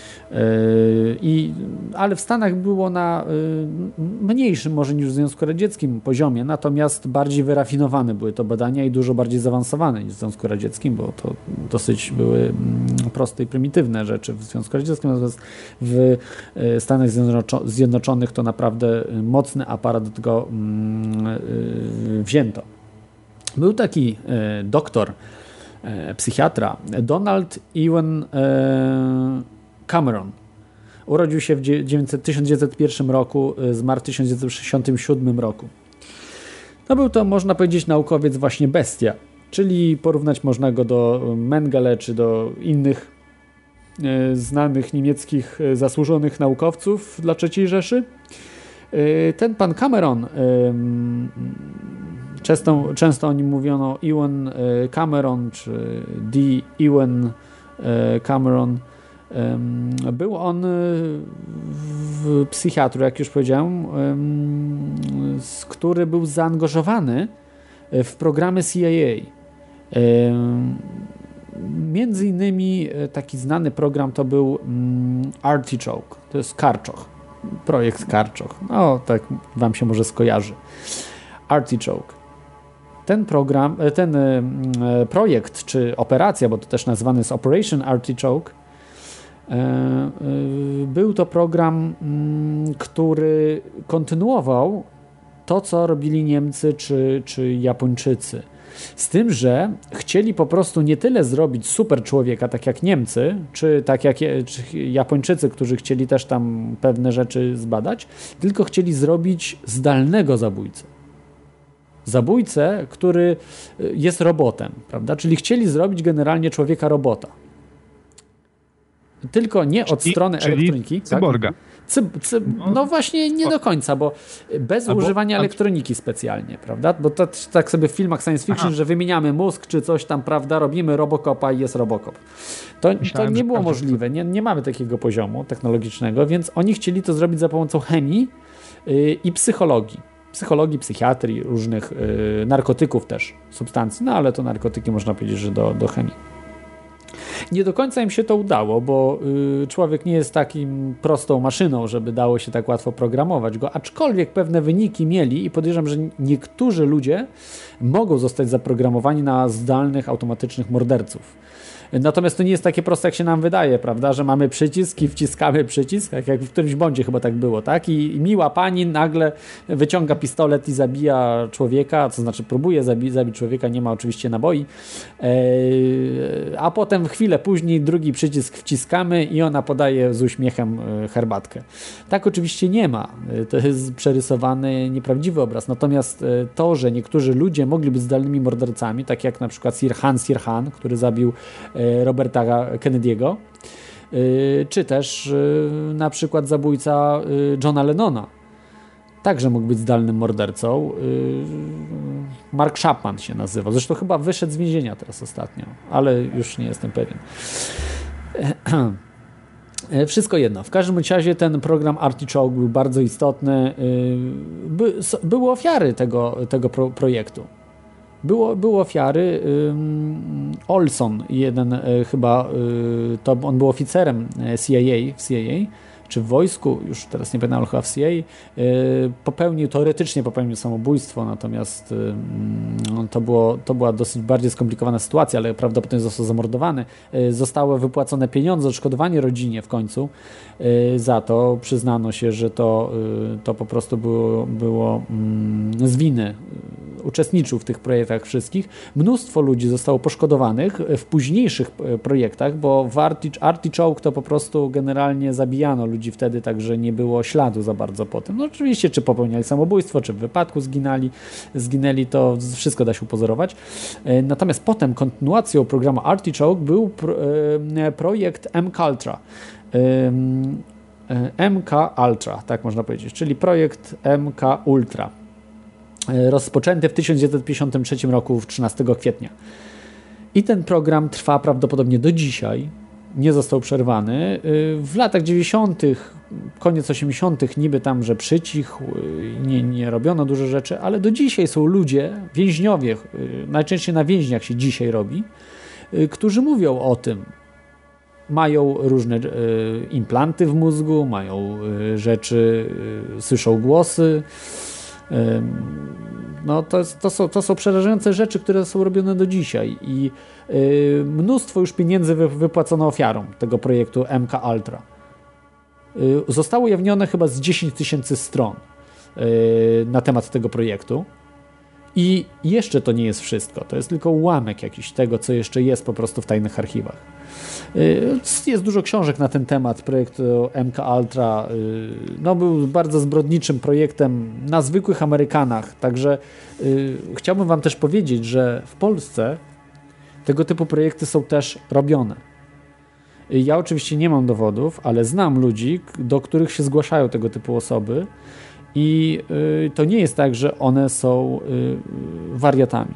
Ale w Stanach było na mniejszym może niż w Związku Radzieckim poziomie, natomiast bardziej wyrafinowane były to badania i dużo bardziej zaawansowane niż w Związku Radzieckim, bo to dosyć były proste i prymitywne rzeczy w Związku Radzieckim, natomiast w Stanach Zjednoczonych to naprawdę mocny aparat do tego wzięto. Był taki doktor, psychiatra, Donald Ewan Cameron. Urodził się w 1901 roku, zmarł w 1967 roku. No był to, można powiedzieć, naukowiec właśnie bestia, czyli porównać można go do Mengele czy do innych znanych niemieckich zasłużonych naukowców dla III Rzeszy. Ten pan Cameron, często o nim mówiono Ewan Cameron czy D. Ewan Cameron. Był on psychiatrą, jak już powiedziałem, który był zaangażowany w programy CIA. Między innymi taki znany program to był Artichoke, to jest Karczoch, projekt Karczoch. No, tak wam się może skojarzy. Artichoke. Ten projekt, czy operacja, bo to też nazywany jest Operation Artichoke, był to program, który kontynuował to, co robili Niemcy czy Japończycy. Z tym, że chcieli po prostu nie tyle zrobić super człowieka, tak jak Niemcy, czy tak jak Japończycy, którzy chcieli też tam pewne rzeczy zbadać, tylko chcieli zrobić zdalnego zabójcę. Zabójcę, który jest robotem, prawda? Czyli chcieli zrobić generalnie człowieka robota. Tylko nie od strony elektroniki. Cyborga. No właśnie nie do końca, bo bez używania elektroniki specjalnie, prawda? Bo to tak sobie w filmach science fiction, że wymieniamy mózg czy coś tam, prawda? Robimy Robocopa i jest Robocop. To nie było możliwe. Nie mamy takiego poziomu technologicznego, więc oni chcieli to zrobić za pomocą chemii i psychologii. Psychologii, psychiatrii, różnych narkotyków też, substancji, no ale to narkotyki można powiedzieć, że do chemii. Nie do końca im się to udało, bo człowiek nie jest takim prostą maszyną, żeby dało się tak łatwo programować go, aczkolwiek pewne wyniki mieli i podejrzewam, że niektórzy ludzie mogą zostać zaprogramowani na zdalnych, automatycznych morderców. Natomiast to nie jest takie proste, jak się nam wydaje, prawda, że mamy przycisk i wciskamy przycisk, jak w którymś Bondzie chyba tak było, tak? I miła pani nagle wyciąga pistolet i zabija człowieka, to znaczy próbuje zabić człowieka, nie ma oczywiście naboi, a potem chwilę później drugi przycisk wciskamy i ona podaje z uśmiechem herbatkę. Tak oczywiście nie ma. To jest przerysowany, nieprawdziwy obraz. Natomiast to, że niektórzy ludzie mogli być zdalnymi mordercami, tak jak na przykład Sirhan Sirhan, który zabił Roberta Kennedy'ego, czy też na przykład zabójca Johna Lennona. Także mógł być zdalnym mordercą. Mark Chapman się nazywał. Zresztą chyba wyszedł z więzienia teraz ostatnio, ale już nie jestem pewien. Wszystko jedno. W każdym razie ten program Artichoke był bardzo istotny. Były ofiary tego projektu. Były ofiary. Olson, jeden chyba, to on był oficerem CIA, czy w wojsku, już teraz nie pamiętam, ale chyba w CIA, teoretycznie popełnił samobójstwo, natomiast to była dosyć bardziej skomplikowana sytuacja, ale prawdopodobnie został zamordowany. Zostały wypłacone pieniądze, odszkodowanie rodzinie w końcu za to. Przyznano się, że to po prostu było z winy. Uczestniczył w tych projektach wszystkich. Mnóstwo ludzi zostało poszkodowanych w późniejszych projektach, bo w Artichoke to po prostu generalnie zabijano ludzi wtedy, także nie było śladu za bardzo po tym. No oczywiście, czy popełniali samobójstwo, czy w wypadku zginęli, to wszystko da się upozorować. Natomiast potem kontynuacją programu Artichoke był projekt MKUltra. MKUltra, tak można powiedzieć, czyli projekt MKUltra. Rozpoczęty w 1953 roku, 13 kwietnia. I ten program trwa prawdopodobnie do dzisiaj. nie został przerwany. W latach 90., koniec 80. niby tam, że przycichł, nie robiono dużo rzeczy, ale do dzisiaj są ludzie, więźniowie, najczęściej na więźniach się dzisiaj robi, którzy mówią o tym. Mają różne implanty w mózgu, mają rzeczy, słyszą głosy. No to są przerażające rzeczy, które są robione do dzisiaj i mnóstwo już pieniędzy wypłacono ofiarom tego projektu MK Ultra. Zostało ujawnione chyba z 10 000 stron na temat tego projektu i jeszcze to nie jest wszystko, to jest tylko ułamek jakiś tego, co jeszcze jest po prostu w tajnych archiwach. Jest dużo książek na ten temat. Projekt MK Ultra był bardzo zbrodniczym projektem na zwykłych Amerykanach, także chciałbym wam też powiedzieć, że w Polsce tego typu projekty są też robione. Ja oczywiście nie mam dowodów, ale znam ludzi, do których się zgłaszają tego typu osoby i to nie jest tak, że one są wariatami.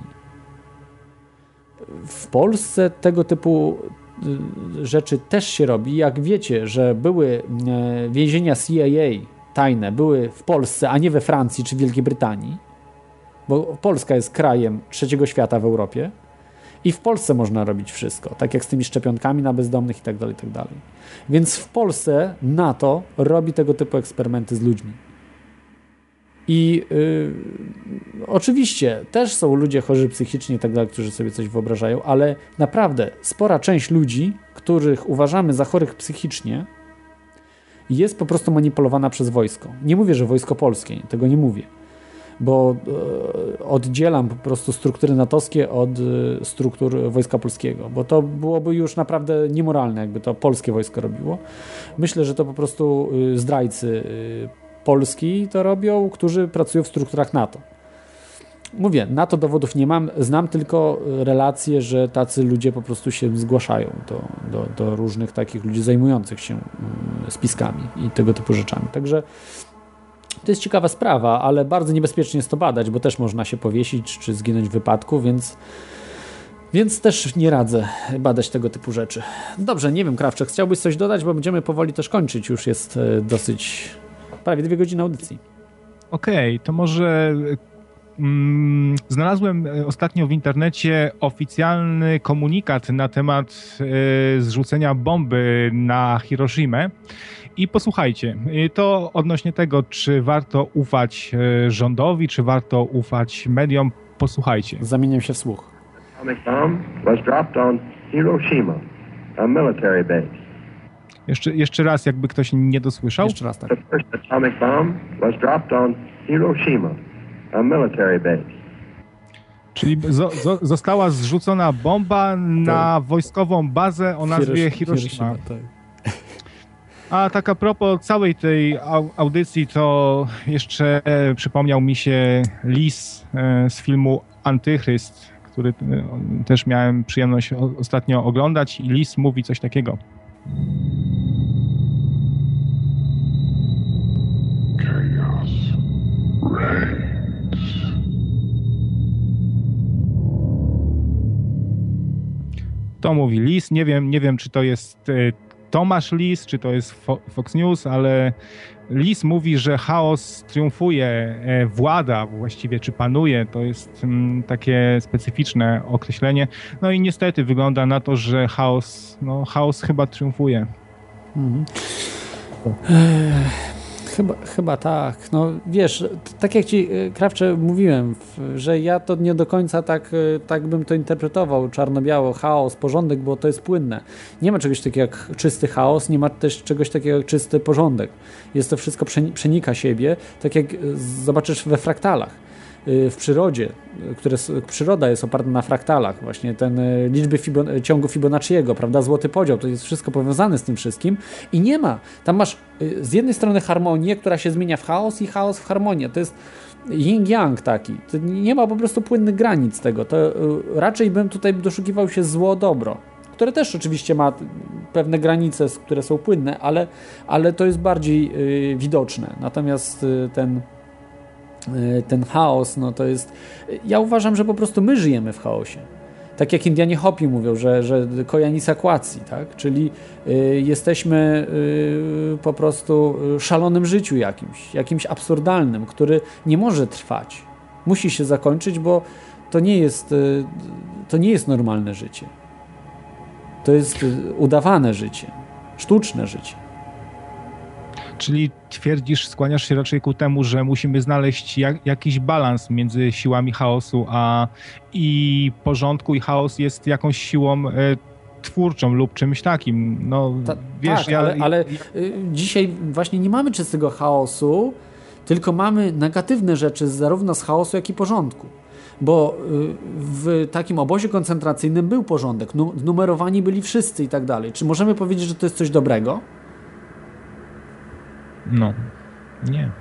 W Polsce tego typu rzeczy też się robi. Jak wiecie, że były więzienia CIA tajne, były w Polsce, a nie we Francji czy Wielkiej Brytanii, bo Polska jest krajem trzeciego świata w Europie i w Polsce można robić wszystko, tak jak z tymi szczepionkami na bezdomnych i tak dalej, i tak dalej. Więc w Polsce NATO robi tego typu eksperymenty z ludźmi. I oczywiście też są ludzie chorzy psychicznie i tak dalej, którzy sobie coś wyobrażają, ale naprawdę spora część ludzi, których uważamy za chorych psychicznie, jest po prostu manipulowana przez wojsko. Nie mówię, że wojsko polskie, tego nie mówię, bo oddzielam po prostu struktury natowskie od struktur Wojska Polskiego, bo to byłoby już naprawdę niemoralne, jakby to polskie wojsko robiło. Myślę, że to po prostu zdrajcy Polski to robią, którzy pracują w strukturach NATO. Mówię, NATO dowodów nie mam, znam tylko relacje, że tacy ludzie po prostu się zgłaszają do różnych takich ludzi zajmujących się spiskami i tego typu rzeczami. Także to jest ciekawa sprawa, ale bardzo niebezpiecznie jest to badać, bo też można się powiesić czy zginąć w wypadku, więc też nie radzę badać tego typu rzeczy. Dobrze, nie wiem, Krawczak, chciałbyś coś dodać, bo będziemy powoli też kończyć. Już jest dosyć prawie 2 godziny audycji. Okej, to może znalazłem ostatnio w internecie oficjalny komunikat na temat zrzucenia bomby na Hiroshimę. I posłuchajcie, to odnośnie tego, czy warto ufać rządowi, czy warto ufać mediom, posłuchajcie. Zamieniam się w słuch. Atomic bomb was dropped on Hiroshima, a military base. Jeszcze raz, jakby ktoś nie dosłyszał. Jeszcze raz, tak. The first atomic bomb was dropped on Hiroshima, a military base. Czyli została zrzucona bomba na wojskową bazę o nazwie Hiroshima. Tak. A tak a propos całej tej audycji, to jeszcze przypomniał mi się Lis z filmu Antychryst, który też miałem przyjemność ostatnio oglądać i Lis mówi coś takiego. Chaos reigns. To mówi Lis. Nie wiem, czy to jest Tomasz Lis, czy to jest Fox News, ale Lis mówi, że chaos triumfuje, włada właściwie, czy panuje. To jest takie specyficzne określenie. No i niestety wygląda na to, że chaos chyba triumfuje. Mhm. Chyba tak. No wiesz, tak jak ci, Krawcze, mówiłem, że ja to nie do końca tak bym to interpretował, czarno-biało, chaos, porządek, bo to jest płynne. Nie ma czegoś takiego jak czysty chaos, nie ma też czegoś takiego jak czysty porządek. Jest to wszystko przenika siebie, tak jak zobaczysz we fraktalach. W przyrodzie, przyroda jest oparta na fraktalach, właśnie ten liczby ciągu Fibonacciego, prawda, złoty podział, to jest wszystko powiązane z tym wszystkim i nie ma, tam masz z jednej strony harmonię, która się zmienia w chaos i chaos w harmonię, to jest yin-yang taki, to nie ma po prostu płynnych granic tego, to raczej bym tutaj doszukiwał się zło-dobro, które też oczywiście ma pewne granice, które są płynne, ale to jest bardziej widoczne, natomiast ten chaos, no to jest... Ja uważam, że po prostu my żyjemy w chaosie. tak jak Indianie Hopi mówią, że kojanis aquacji, tak? Czyli jesteśmy po prostu w szalonym życiu jakimś absurdalnym, który nie może trwać. Musi się zakończyć, bo to nie jest normalne życie. To jest udawane życie, sztuczne życie. Czyli twierdzisz, skłaniasz się raczej ku temu, że musimy znaleźć jakiś balans między siłami chaosu i porządku, i chaos jest jakąś siłą twórczą lub czymś takim. No, wiesz, tak, ale dzisiaj właśnie nie mamy czystego chaosu, tylko mamy negatywne rzeczy zarówno z chaosu, jak i porządku. Bo w takim obozie koncentracyjnym był porządek, numerowani byli wszyscy i tak dalej. Czy możemy powiedzieć, że to jest coś dobrego? No, nie.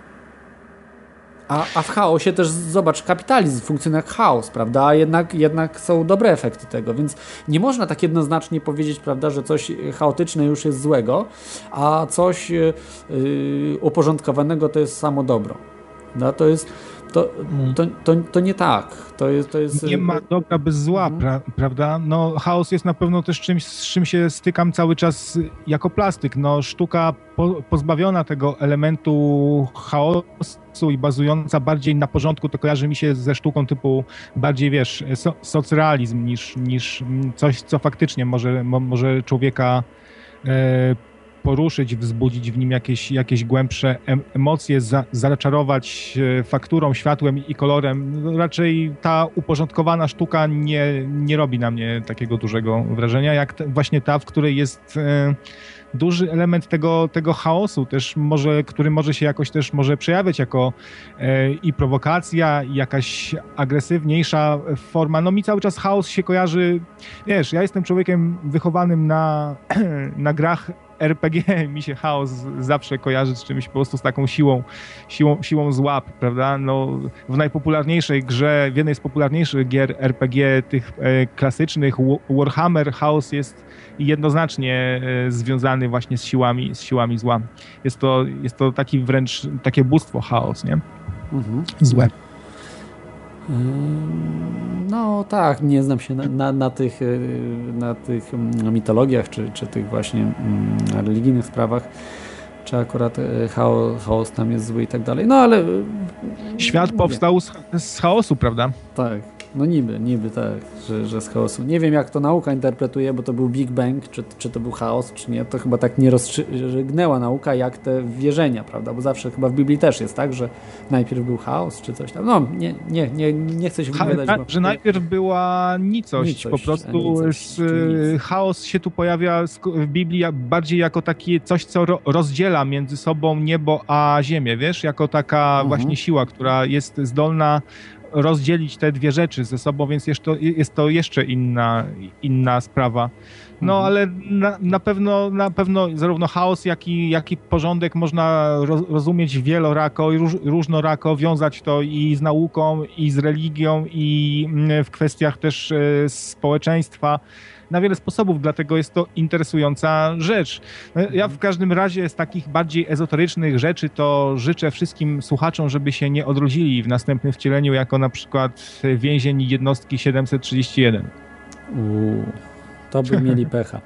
A w chaosie też, zobacz, kapitalizm funkcjonuje jak chaos, prawda? A jednak są dobre efekty tego, więc nie można tak jednoznacznie powiedzieć, prawda, że coś chaotyczne już jest złego, a coś uporządkowanego to jest samo dobro. No, to nie tak. To jest... Nie ma dobra bez zła, prawda? No, chaos jest na pewno też czymś, z czym się stykam cały czas jako plastyk. No, sztuka pozbawiona tego elementu chaosu i bazująca bardziej na porządku, to kojarzy mi się ze sztuką typu bardziej, wiesz, socrealizm niż coś, co faktycznie może człowieka poruszyć, wzbudzić w nim jakieś głębsze emocje, zaczarować fakturą, światłem i kolorem. Raczej ta uporządkowana sztuka nie robi na mnie takiego dużego wrażenia, jak właśnie ta, w której jest duży element tego chaosu, też który może się jakoś też może przejawiać jako i prowokacja, i jakaś agresywniejsza forma. No mi cały czas chaos się kojarzy, wiesz, ja jestem człowiekiem wychowanym na grach RPG, mi się chaos zawsze kojarzy z czymś po prostu z taką siłą zła, prawda? No, w najpopularniejszej grze, w jednej z popularniejszych gier RPG, tych klasycznych, Warhammer, chaos jest jednoznacznie związany właśnie z siłami zła. Jest to taki wręcz, takie bóstwo chaos, nie? Złe. No tak, nie znam się na tych mitologiach, czy tych właśnie religijnych sprawach, czy akurat chaos tam jest zły i tak dalej. No ale... Świat powstał z chaosu, prawda? Tak. No niby tak, że z chaosu. Nie wiem, jak to nauka interpretuje, bo to był Big Bang, czy to był chaos, czy nie. To chyba tak nie rozstrzygnęła nauka, jak te wierzenia, prawda? Bo zawsze chyba w Biblii też jest tak, że najpierw był chaos, czy coś tam. No, nie chcę się wypowiadać. Że najpierw była nicość. Po prostu chaos się tu pojawia w Biblii bardziej jako takie coś, co rozdziela między sobą niebo a ziemię, wiesz? Jako taka właśnie siła, która jest zdolna rozdzielić te dwie rzeczy ze sobą, więc jest to jeszcze inna sprawa. No ale na pewno zarówno chaos, jak i porządek można rozumieć wielorako i różnorako, wiązać to i z nauką, i z religią, i w kwestiach też społeczeństwa. Na wiele sposobów, dlatego jest to interesująca rzecz. Ja w każdym razie z takich bardziej ezoterycznych rzeczy to życzę wszystkim słuchaczom, żeby się nie odrodzili w następnym wcieleniu jako na przykład więzień jednostki 731. To by mieli pecha.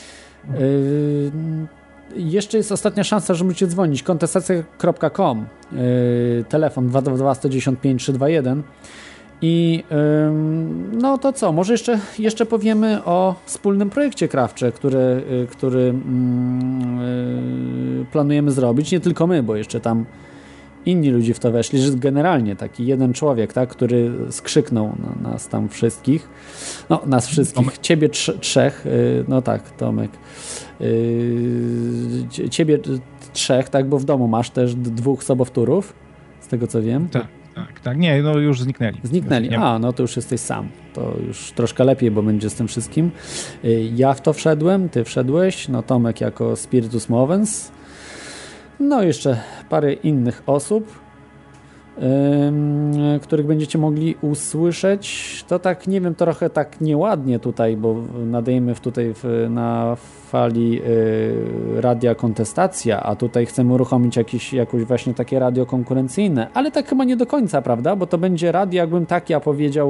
Jeszcze jest ostatnia szansa, że możecie dzwonić. Kontestacja.com, telefon 222 195 321. I no to co, może jeszcze powiemy o wspólnym projekcie Krawcze, który planujemy zrobić, nie tylko my, bo jeszcze tam inni ludzie w to weszli, że generalnie taki jeden człowiek, tak, który skrzyknął na nas tam wszystkich, no nas wszystkich, Tomek. Ciebie trzech, no tak, Tomek, ciebie trzech, tak, bo w domu masz też 2 sobowtórów, z tego co wiem. Tak, nie, no już zniknęli. No to już jesteś sam. To już troszkę lepiej, bo będzie z tym wszystkim. Ja w to wszedłem, ty wszedłeś, no Tomek jako Spiritus Movens, no jeszcze parę innych osób. których będziecie mogli usłyszeć. To tak, nie wiem, trochę tak nieładnie tutaj, bo nadajemy tutaj na fali radia Kontestacja, a tutaj chcemy uruchomić jakoś właśnie takie radio konkurencyjne, ale tak chyba nie do końca, prawda? Bo to będzie radio, jakbym tak ja powiedział,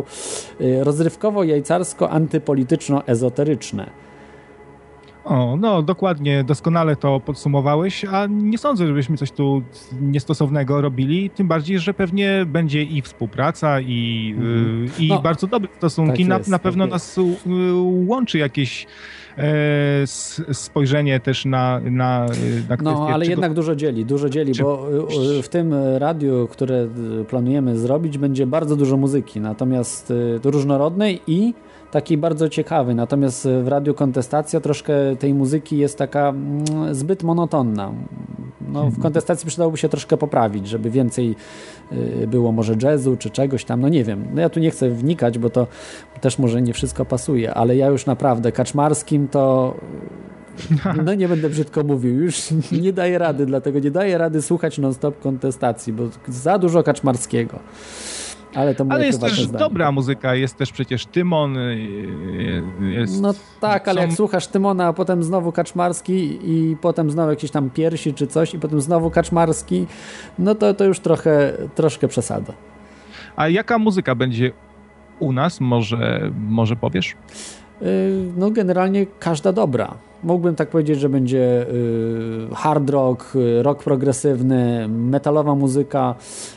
rozrywkowo-jajcarsko-antypolityczno-ezoteryczne. O, no dokładnie, doskonale to podsumowałeś, a nie sądzę, żebyśmy coś tu niestosownego robili, tym bardziej, że pewnie będzie i współpraca i bardzo dobre stosunki. Tak jest, na pewno tak nas łączy jakieś spojrzenie też na kwestię. No, ale jednak dużo dzieli, bo w tym radiu, które planujemy zrobić, będzie bardzo dużo muzyki, natomiast różnorodnej i takiej bardzo ciekawy, natomiast w Radiu Kontestacja troszkę tej muzyki jest taka zbyt monotonna. No, w Kontestacji przydałoby się troszkę poprawić, żeby więcej było może jazzu czy czegoś tam, no nie wiem. No ja tu nie chcę wnikać, bo to też może nie wszystko pasuje, ale ja już naprawdę Kaczmarskim to no nie będę brzydko mówił, już nie daję rady, dlatego nie daję rady słuchać non-stop Kontestacji, bo za dużo Kaczmarskiego. Ale jest też zdanie. Dobra muzyka, jest też przecież Tymon. No tak, ale jak słuchasz Tymona, a potem znowu Kaczmarski i potem znowu jakieś tam Piersi czy coś i potem znowu Kaczmarski, no to już troszkę przesada. A jaka muzyka będzie u nas? Może powiesz? No generalnie każda dobra. Mógłbym tak powiedzieć, że będzie hard rock, rock progresywny, metalowa muzyka,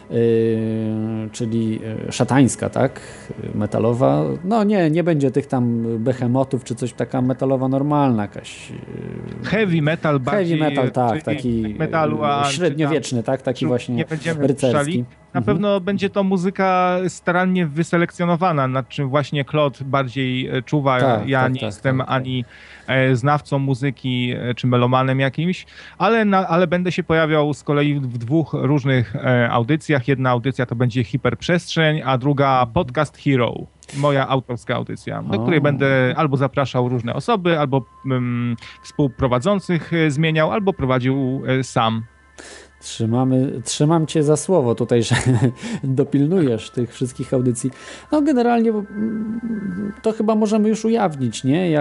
czyli szatańska, tak? Metalowa. No nie będzie tych tam behemotów czy coś, taka metalowa normalna jakaś. Heavy metal bardziej. Heavy metal, tak, taki metalu, średniowieczny, tak? Taki właśnie nie będziemy rycerski. Na pewno będzie to muzyka starannie wyselekcjonowana, nad czym właśnie Claude bardziej czuwa. Ja nie jestem ani znawcą muzyki czy melomanem jakimś, ale będę się pojawiał z kolei w dwóch różnych audycjach. Jedna audycja to będzie Hiperprzestrzeń, a druga Podcast Hero. Moja autorska audycja, do której będę albo zapraszał różne osoby, albo współprowadzących zmieniał, albo prowadził sam. Trzymam cię za słowo tutaj, że dopilnujesz tych wszystkich audycji. No generalnie to chyba możemy już ujawnić, nie?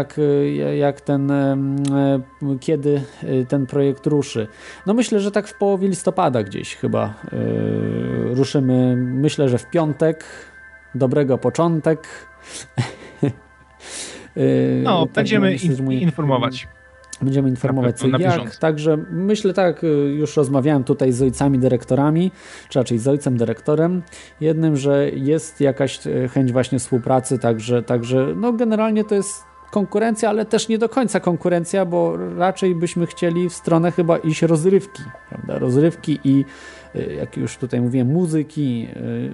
Kiedy ten projekt ruszy. No myślę, że tak w połowie listopada gdzieś chyba ruszymy. Myślę, że w piątek. Dobrego początek. No, tak będziemy informować. Będziemy informować co jak. Także myślę tak, już rozmawiałem tutaj z ojcami dyrektorami, czy raczej z ojcem dyrektorem jednym, że jest jakaś chęć właśnie współpracy, także no generalnie to jest konkurencja, ale też nie do końca konkurencja, bo raczej byśmy chcieli w stronę chyba iść rozrywki, prawda? Rozrywki i jak już tutaj mówiłem, muzyki,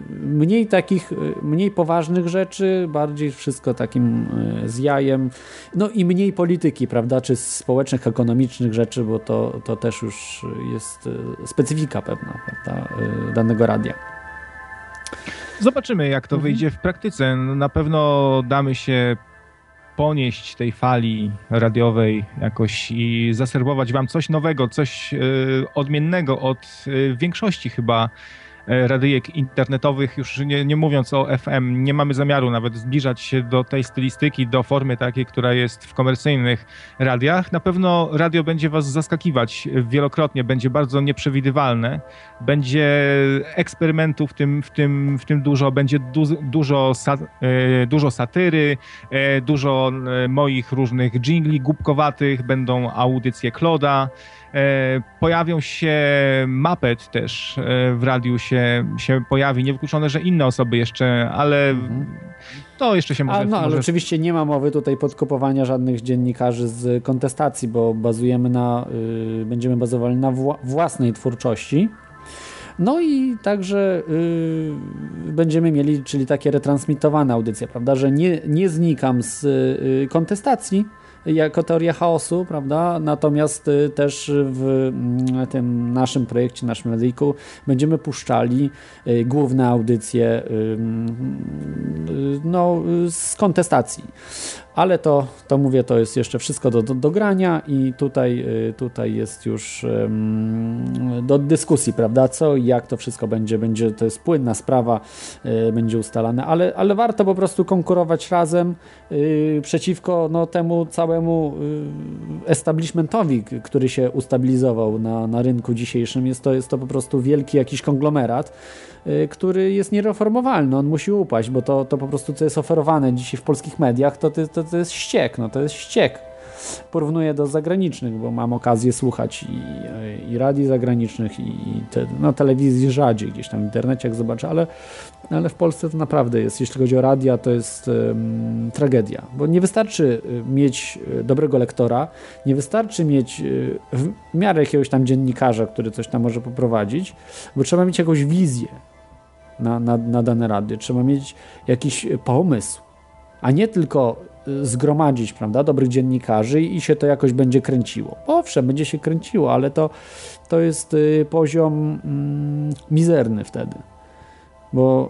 mniej poważnych rzeczy, bardziej wszystko takim z jajem, no i mniej polityki, prawda, czy społecznych, ekonomicznych rzeczy, bo to też już jest specyfika pewna, prawda, danego radia. Zobaczymy, jak to wyjdzie w praktyce. Na pewno damy się ponieść tej fali radiowej jakoś i zaserwować wam coś nowego, coś odmiennego od większości chyba radyjek internetowych, już nie mówiąc o FM. Nie mamy zamiaru nawet zbliżać się do tej stylistyki, do formy takiej, która jest w komercyjnych radiach. Na pewno radio będzie was zaskakiwać wielokrotnie, będzie bardzo nieprzewidywalne, będzie eksperymentów w tym dużo, będzie dużo satyry, dużo moich różnych dżingli głupkowatych, będą audycje Claude'a. Pojawią się Muppet też w radiu się pojawi. Niewykluczone, że inne osoby jeszcze, ale to jeszcze się może... Ale oczywiście nie ma mowy tutaj podkupowania żadnych dziennikarzy z kontestacji, bo będziemy bazowali na własnej twórczości. No i także będziemy mieli, czyli takie retransmitowane audycje, prawda, że nie znikam z kontestacji jako teoria chaosu, prawda? Natomiast też w tym naszym projekcie, naszym radyjku będziemy puszczali główne audycje z kontestacji. Ale to mówię, to jest jeszcze wszystko do grania i tutaj jest już do dyskusji, prawda, co i jak to wszystko będzie, to jest płynna sprawa, będzie ustalane, ale warto po prostu konkurować razem przeciwko temu całemu establishmentowi, który się ustabilizował na rynku dzisiejszym. Jest to po prostu wielki jakiś konglomerat, który jest niereformowalny, on musi upaść, bo to po prostu co jest oferowane dzisiaj w polskich mediach, to jest ściek, to jest ściek. Porównuję do zagranicznych, bo mam okazję słuchać i radii zagranicznych, telewizji rzadziej, gdzieś tam w internecie jak zobaczę, ale w Polsce to naprawdę jest, jeśli chodzi o radia, to jest tragedia, bo nie wystarczy mieć dobrego lektora, nie wystarczy mieć w miarę jakiegoś tam dziennikarza, który coś tam może poprowadzić, bo trzeba mieć jakąś wizję na dane radio, trzeba mieć jakiś pomysł, a nie tylko zgromadzić, prawda, dobrych dziennikarzy i się to jakoś będzie kręciło. Owszem, będzie się kręciło, ale to jest poziom mizerny wtedy, bo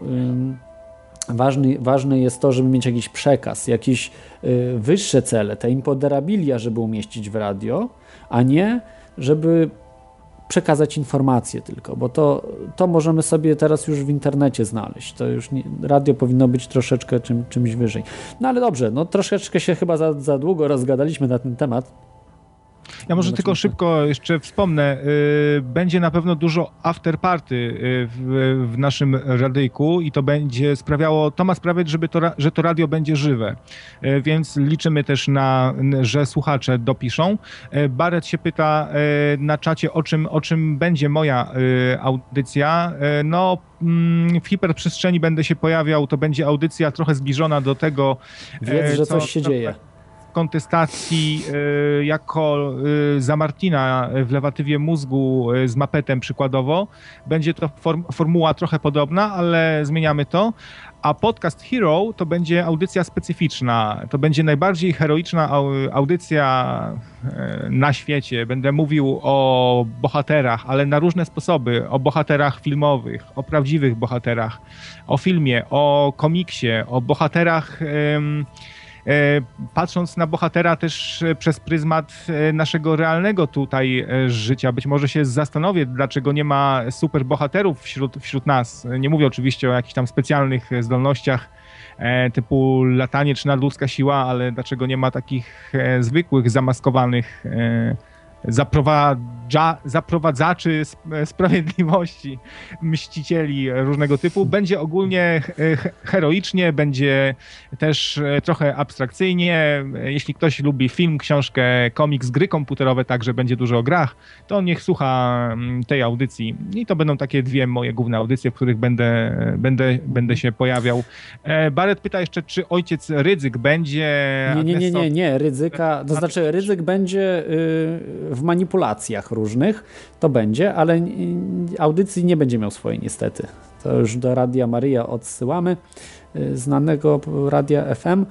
ważne jest to, żeby mieć jakiś przekaz, jakieś wyższe cele, te imponderabilia, żeby umieścić w radio, a nie żeby przekazać informacje tylko, bo to możemy sobie teraz już w internecie znaleźć. To już radio powinno być troszeczkę czymś wyżej. No ale dobrze, troszeczkę się chyba za długo rozgadaliśmy na ten temat. Ja może tylko szybko jeszcze wspomnę, będzie na pewno dużo afterparty w naszym radyjku i to ma sprawiać, że to radio będzie żywe, więc liczymy też że słuchacze dopiszą. Barret się pyta na czacie, o czym będzie moja audycja. W hiperprzestrzeni będę się pojawiał, to będzie audycja trochę zbliżona do tego, wiedz, że coś się dzieje. Kontestacji jako za Martina w lewatywie mózgu z Mapetem przykładowo. Będzie to formuła trochę podobna, ale zmieniamy to. A podcast Hero to będzie audycja specyficzna. To będzie najbardziej heroiczna audycja na świecie. Będę mówił o bohaterach, ale na różne sposoby. O bohaterach filmowych, o prawdziwych bohaterach, o filmie, o komiksie, o bohaterach... patrząc na bohatera też przez pryzmat naszego realnego tutaj życia. Być może się zastanowię, dlaczego nie ma super bohaterów wśród nas. Nie mówię oczywiście o jakichś tam specjalnych zdolnościach typu latanie czy nadludzka siła, ale dlaczego nie ma takich zwykłych, zamaskowanych zaprowadzaczy sprawiedliwości, mścicieli różnego typu. Będzie ogólnie heroicznie, będzie też trochę abstrakcyjnie. Jeśli ktoś lubi film, książkę, komiks, gry komputerowe, także będzie dużo o grach, to niech słucha tej audycji. I to będą takie dwie moje główne audycje, w których będę się pojawiał. Barret pyta jeszcze, czy ojciec Rydzyk będzie... Nie, Rydzyka, to znaczy Rydzyk będzie w manipulacjach różnych, to będzie, ale audycji nie będzie miał swojej niestety. To już do Radia Maryja odsyłamy, znanego Radia FM.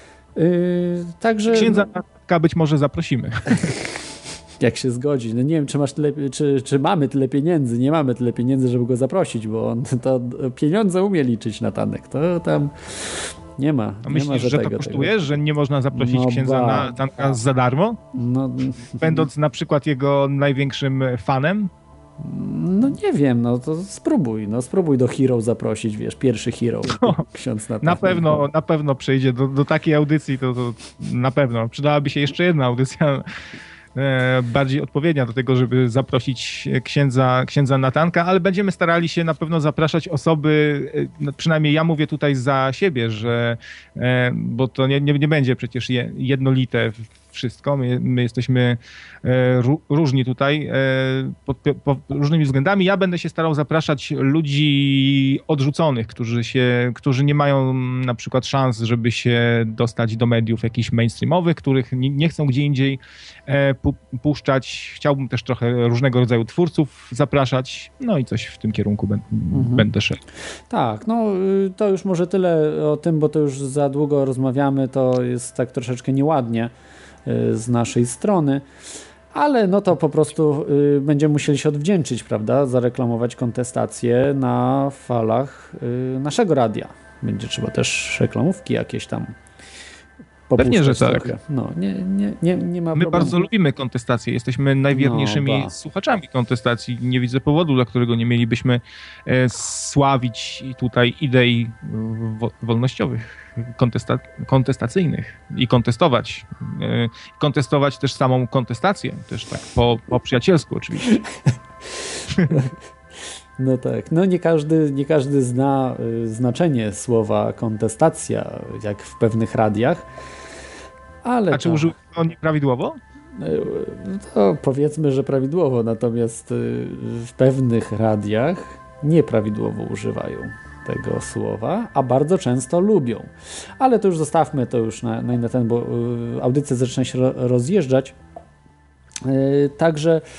Także... Księdza być może zaprosimy. Jak się zgodzi. Nie wiem, czy mamy tyle pieniędzy. Nie mamy tyle pieniędzy, żeby go zaprosić, bo on to pieniądze umie liczyć na Tanek. To tam... Nie ma. A myślisz, że to kosztuje, że nie można zaprosić księdza na Tanka za darmo? Będąc na przykład jego największym fanem? Nie wiem, to spróbuj do Hero zaprosić, pierwszy Hero, ksiądz na pewno przejdzie do takiej audycji, to na pewno. Przydałaby się jeszcze jedna audycja bardziej odpowiednia do tego, żeby zaprosić księdza Natanka, ale będziemy starali się na pewno zapraszać osoby, przynajmniej ja mówię tutaj za siebie, że bo to nie będzie przecież jednolite wszystko. My jesteśmy różni tutaj pod różnymi względami. Ja będę się starał zapraszać ludzi odrzuconych, którzy nie mają na przykład szans, żeby się dostać do mediów jakichś mainstreamowych, których nie chcą gdzie indziej puszczać. Chciałbym też trochę różnego rodzaju twórców zapraszać. No i coś w tym kierunku będę szedł. Tak, to już może tyle o tym, bo to już za długo rozmawiamy. To jest tak troszeczkę nieładnie z naszej strony, ale to po prostu będziemy musieli się odwdzięczyć, prawda, zareklamować kontestację na falach naszego radia. Będzie trzeba też reklamówki jakieś tam Pewnie, że tak. Trochę. No, nie ma My problemu. bardzo lubimy kontestację. Jesteśmy najwierniejszymi słuchaczami kontestacji. Nie widzę powodu, dla którego nie mielibyśmy sławić tutaj idei wolnościowych, kontestacyjnych i kontestować. Kontestować też samą kontestację. Też tak po przyjacielsku oczywiście. No tak, no nie każdy zna znaczenie słowa kontestacja, jak w pewnych radiach, ale... A czy użył on nieprawidłowo? To powiedzmy, że prawidłowo, natomiast w pewnych radiach nieprawidłowo używają tego słowa, a bardzo często lubią. Ale to już zostawmy to już na ten, bo audycja zaczyna się rozjeżdżać. Także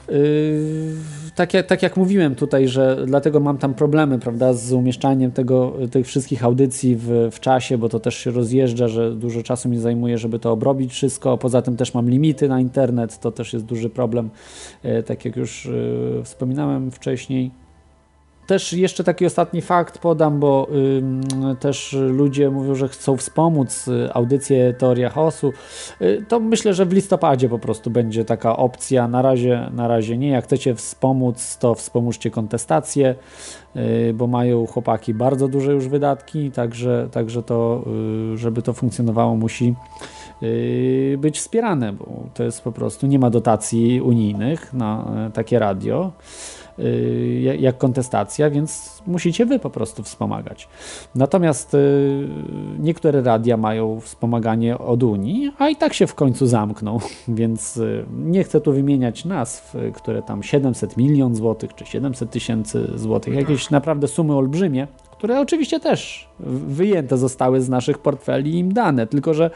tak jak mówiłem tutaj, że dlatego mam tam problemy, prawda, z umieszczaniem tych wszystkich audycji w czasie, bo to też się rozjeżdża, że dużo czasu mi zajmuje, żeby to obrobić wszystko. Poza tym też mam limity na internet, to też jest duży problem, tak jak już wspominałem wcześniej. Też jeszcze taki ostatni fakt podam, bo też ludzie mówią, że chcą wspomóc audycję Teoria Chaosu. To myślę, że w listopadzie po prostu będzie taka opcja. Na razie nie. Jak chcecie wspomóc, to wspomóżcie kontestację, bo mają chłopaki bardzo duże już wydatki, także to, żeby to funkcjonowało, musi być wspierane, bo to jest po prostu, nie ma dotacji unijnych na takie radio jak kontestacja, więc musicie wy po prostu wspomagać. Natomiast niektóre radia mają wspomaganie od Unii, a i tak się w końcu zamkną, więc nie chcę tu wymieniać nazw, które tam 700 milion złotych, czy 700 tysięcy złotych, jakieś naprawdę sumy olbrzymie, które oczywiście też wyjęte zostały z naszych portfeli i im dane, tylko że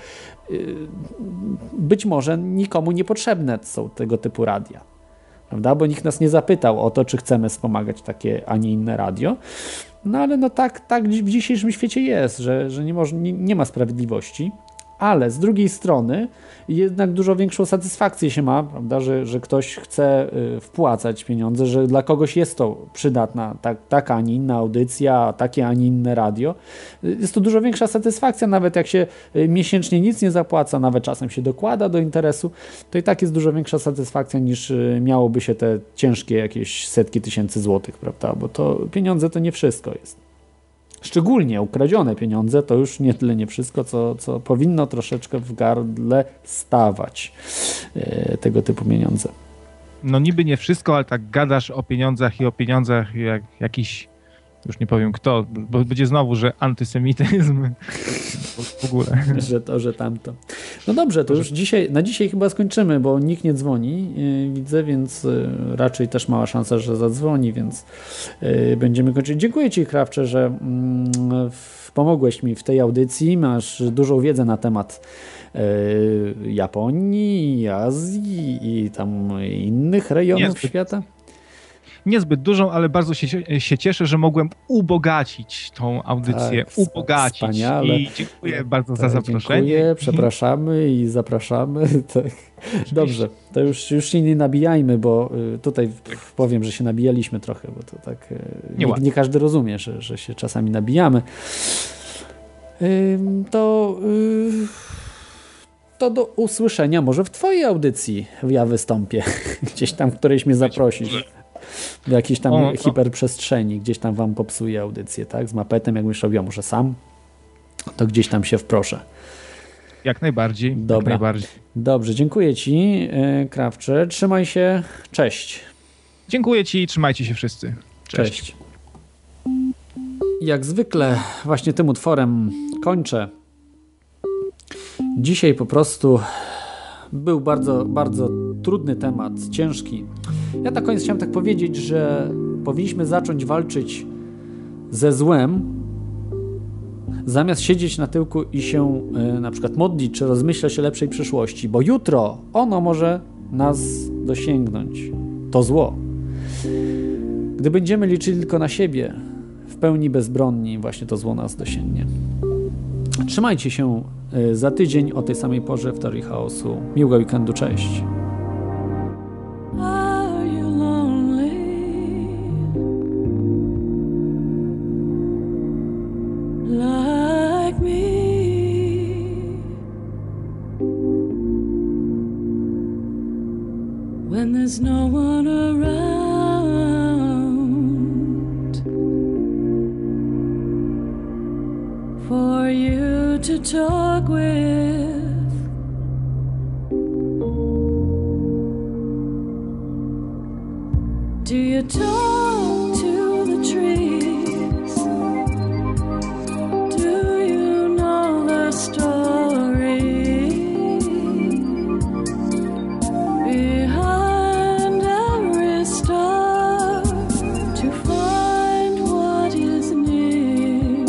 być może nikomu niepotrzebne są tego typu radia. Prawda? Bo nikt nas nie zapytał o to, czy chcemy wspomagać takie, a nie inne radio. No ale no tak w dzisiejszym świecie jest, że nie ma sprawiedliwości, ale z drugiej strony jednak dużo większą satysfakcję się ma, prawda, że ktoś chce wpłacać pieniądze, że dla kogoś jest to przydatna taka, a nie inna audycja, takie, a nie inne radio. Jest to dużo większa satysfakcja, nawet jak się miesięcznie nic nie zapłaca, nawet czasem się dokłada do interesu, to i tak jest dużo większa satysfakcja niż miałoby się te ciężkie jakieś setki tysięcy złotych, prawda, bo to pieniądze to nie wszystko jest. Szczególnie ukradzione pieniądze to już nie wszystko, co powinno troszeczkę w gardle stawać tego typu pieniądze. No niby nie wszystko, ale tak gadasz o pieniądzach jak jakiś, już nie powiem kto, bo będzie znowu, że antysemityzm w ogóle. Że to, że tamto. No dobrze, to już na dzisiaj chyba skończymy, bo nikt nie dzwoni, widzę, więc raczej też mała szansa, że zadzwoni, więc będziemy kończyć. Dziękuję Ci, Krawcze, że pomogłeś mi w tej audycji. Masz dużą wiedzę na temat Japonii, Azji i tam innych rejonów świata. Niezbyt dużą, ale bardzo się cieszę, że mogłem ubogacić tą audycję. Tak, wspaniale. I dziękuję bardzo za zaproszenie. Dziękuję, przepraszamy i zapraszamy. Tak. Dobrze, to już się nie nabijajmy, bo tutaj powiem, że się nabijaliśmy trochę, bo to tak nie każdy rozumie, że się czasami nabijamy. To do usłyszenia może w Twojej audycji ja wystąpię. Gdzieś tam, w którejś mnie zaprosisz. W jakiejś tam hiperprzestrzeni, gdzieś tam wam popsuję audycję, tak? Z mapetem, jakbyś robił, może sam, to gdzieś tam się wproszę. Jak najbardziej. Dobra. Jak najbardziej. Dobrze, dziękuję Ci, Krawcze. Trzymaj się. Cześć. Dziękuję Ci i trzymajcie się wszyscy. Cześć. Jak zwykle właśnie tym utworem kończę. Dzisiaj po prostu był bardzo, bardzo trudny temat, ciężki. Ja na koniec chciałem tak powiedzieć, że powinniśmy zacząć walczyć ze złem, zamiast siedzieć na tyłku i się na przykład modlić, czy rozmyślać o lepszej przyszłości, bo jutro ono może nas dosięgnąć. To zło. Gdy będziemy liczyli tylko na siebie, w pełni bezbronni, właśnie to zło nas dosięgnie. Trzymajcie się za tydzień o tej samej porze w Teorii Chaosu. Miłego weekendu, cześć. there's no one around for you to talk with. Do you talk to the trees? Do you know the story behind every star to find what is near?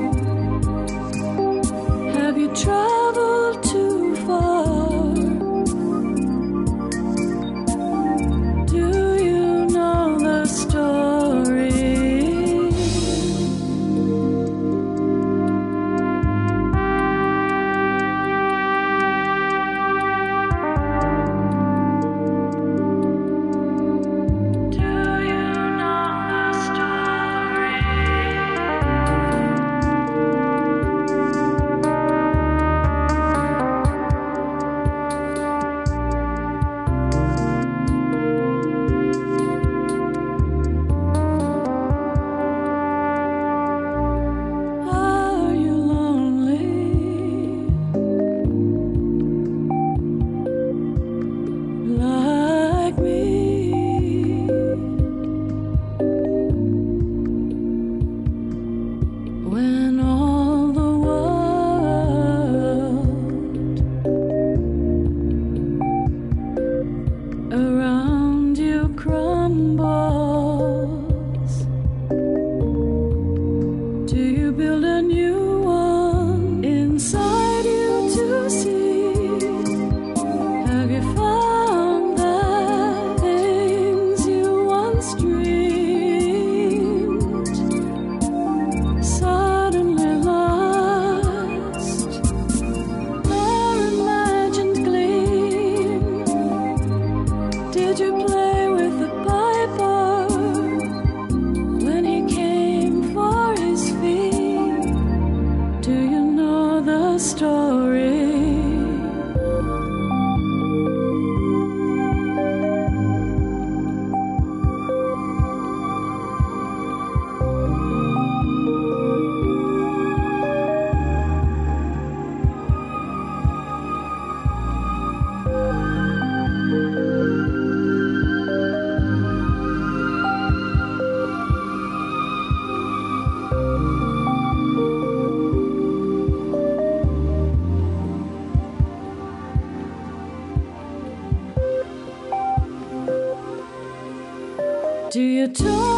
Have you traveled too far? Do you know the story? Are you lonely like me? When all the world around you crumbles, do you build a new one inside you to see? Have you found the things you once dreamed suddenly lost? Their imagined gleam. Did you play with the piper when he came for his fee? Do you know the story? Do you talk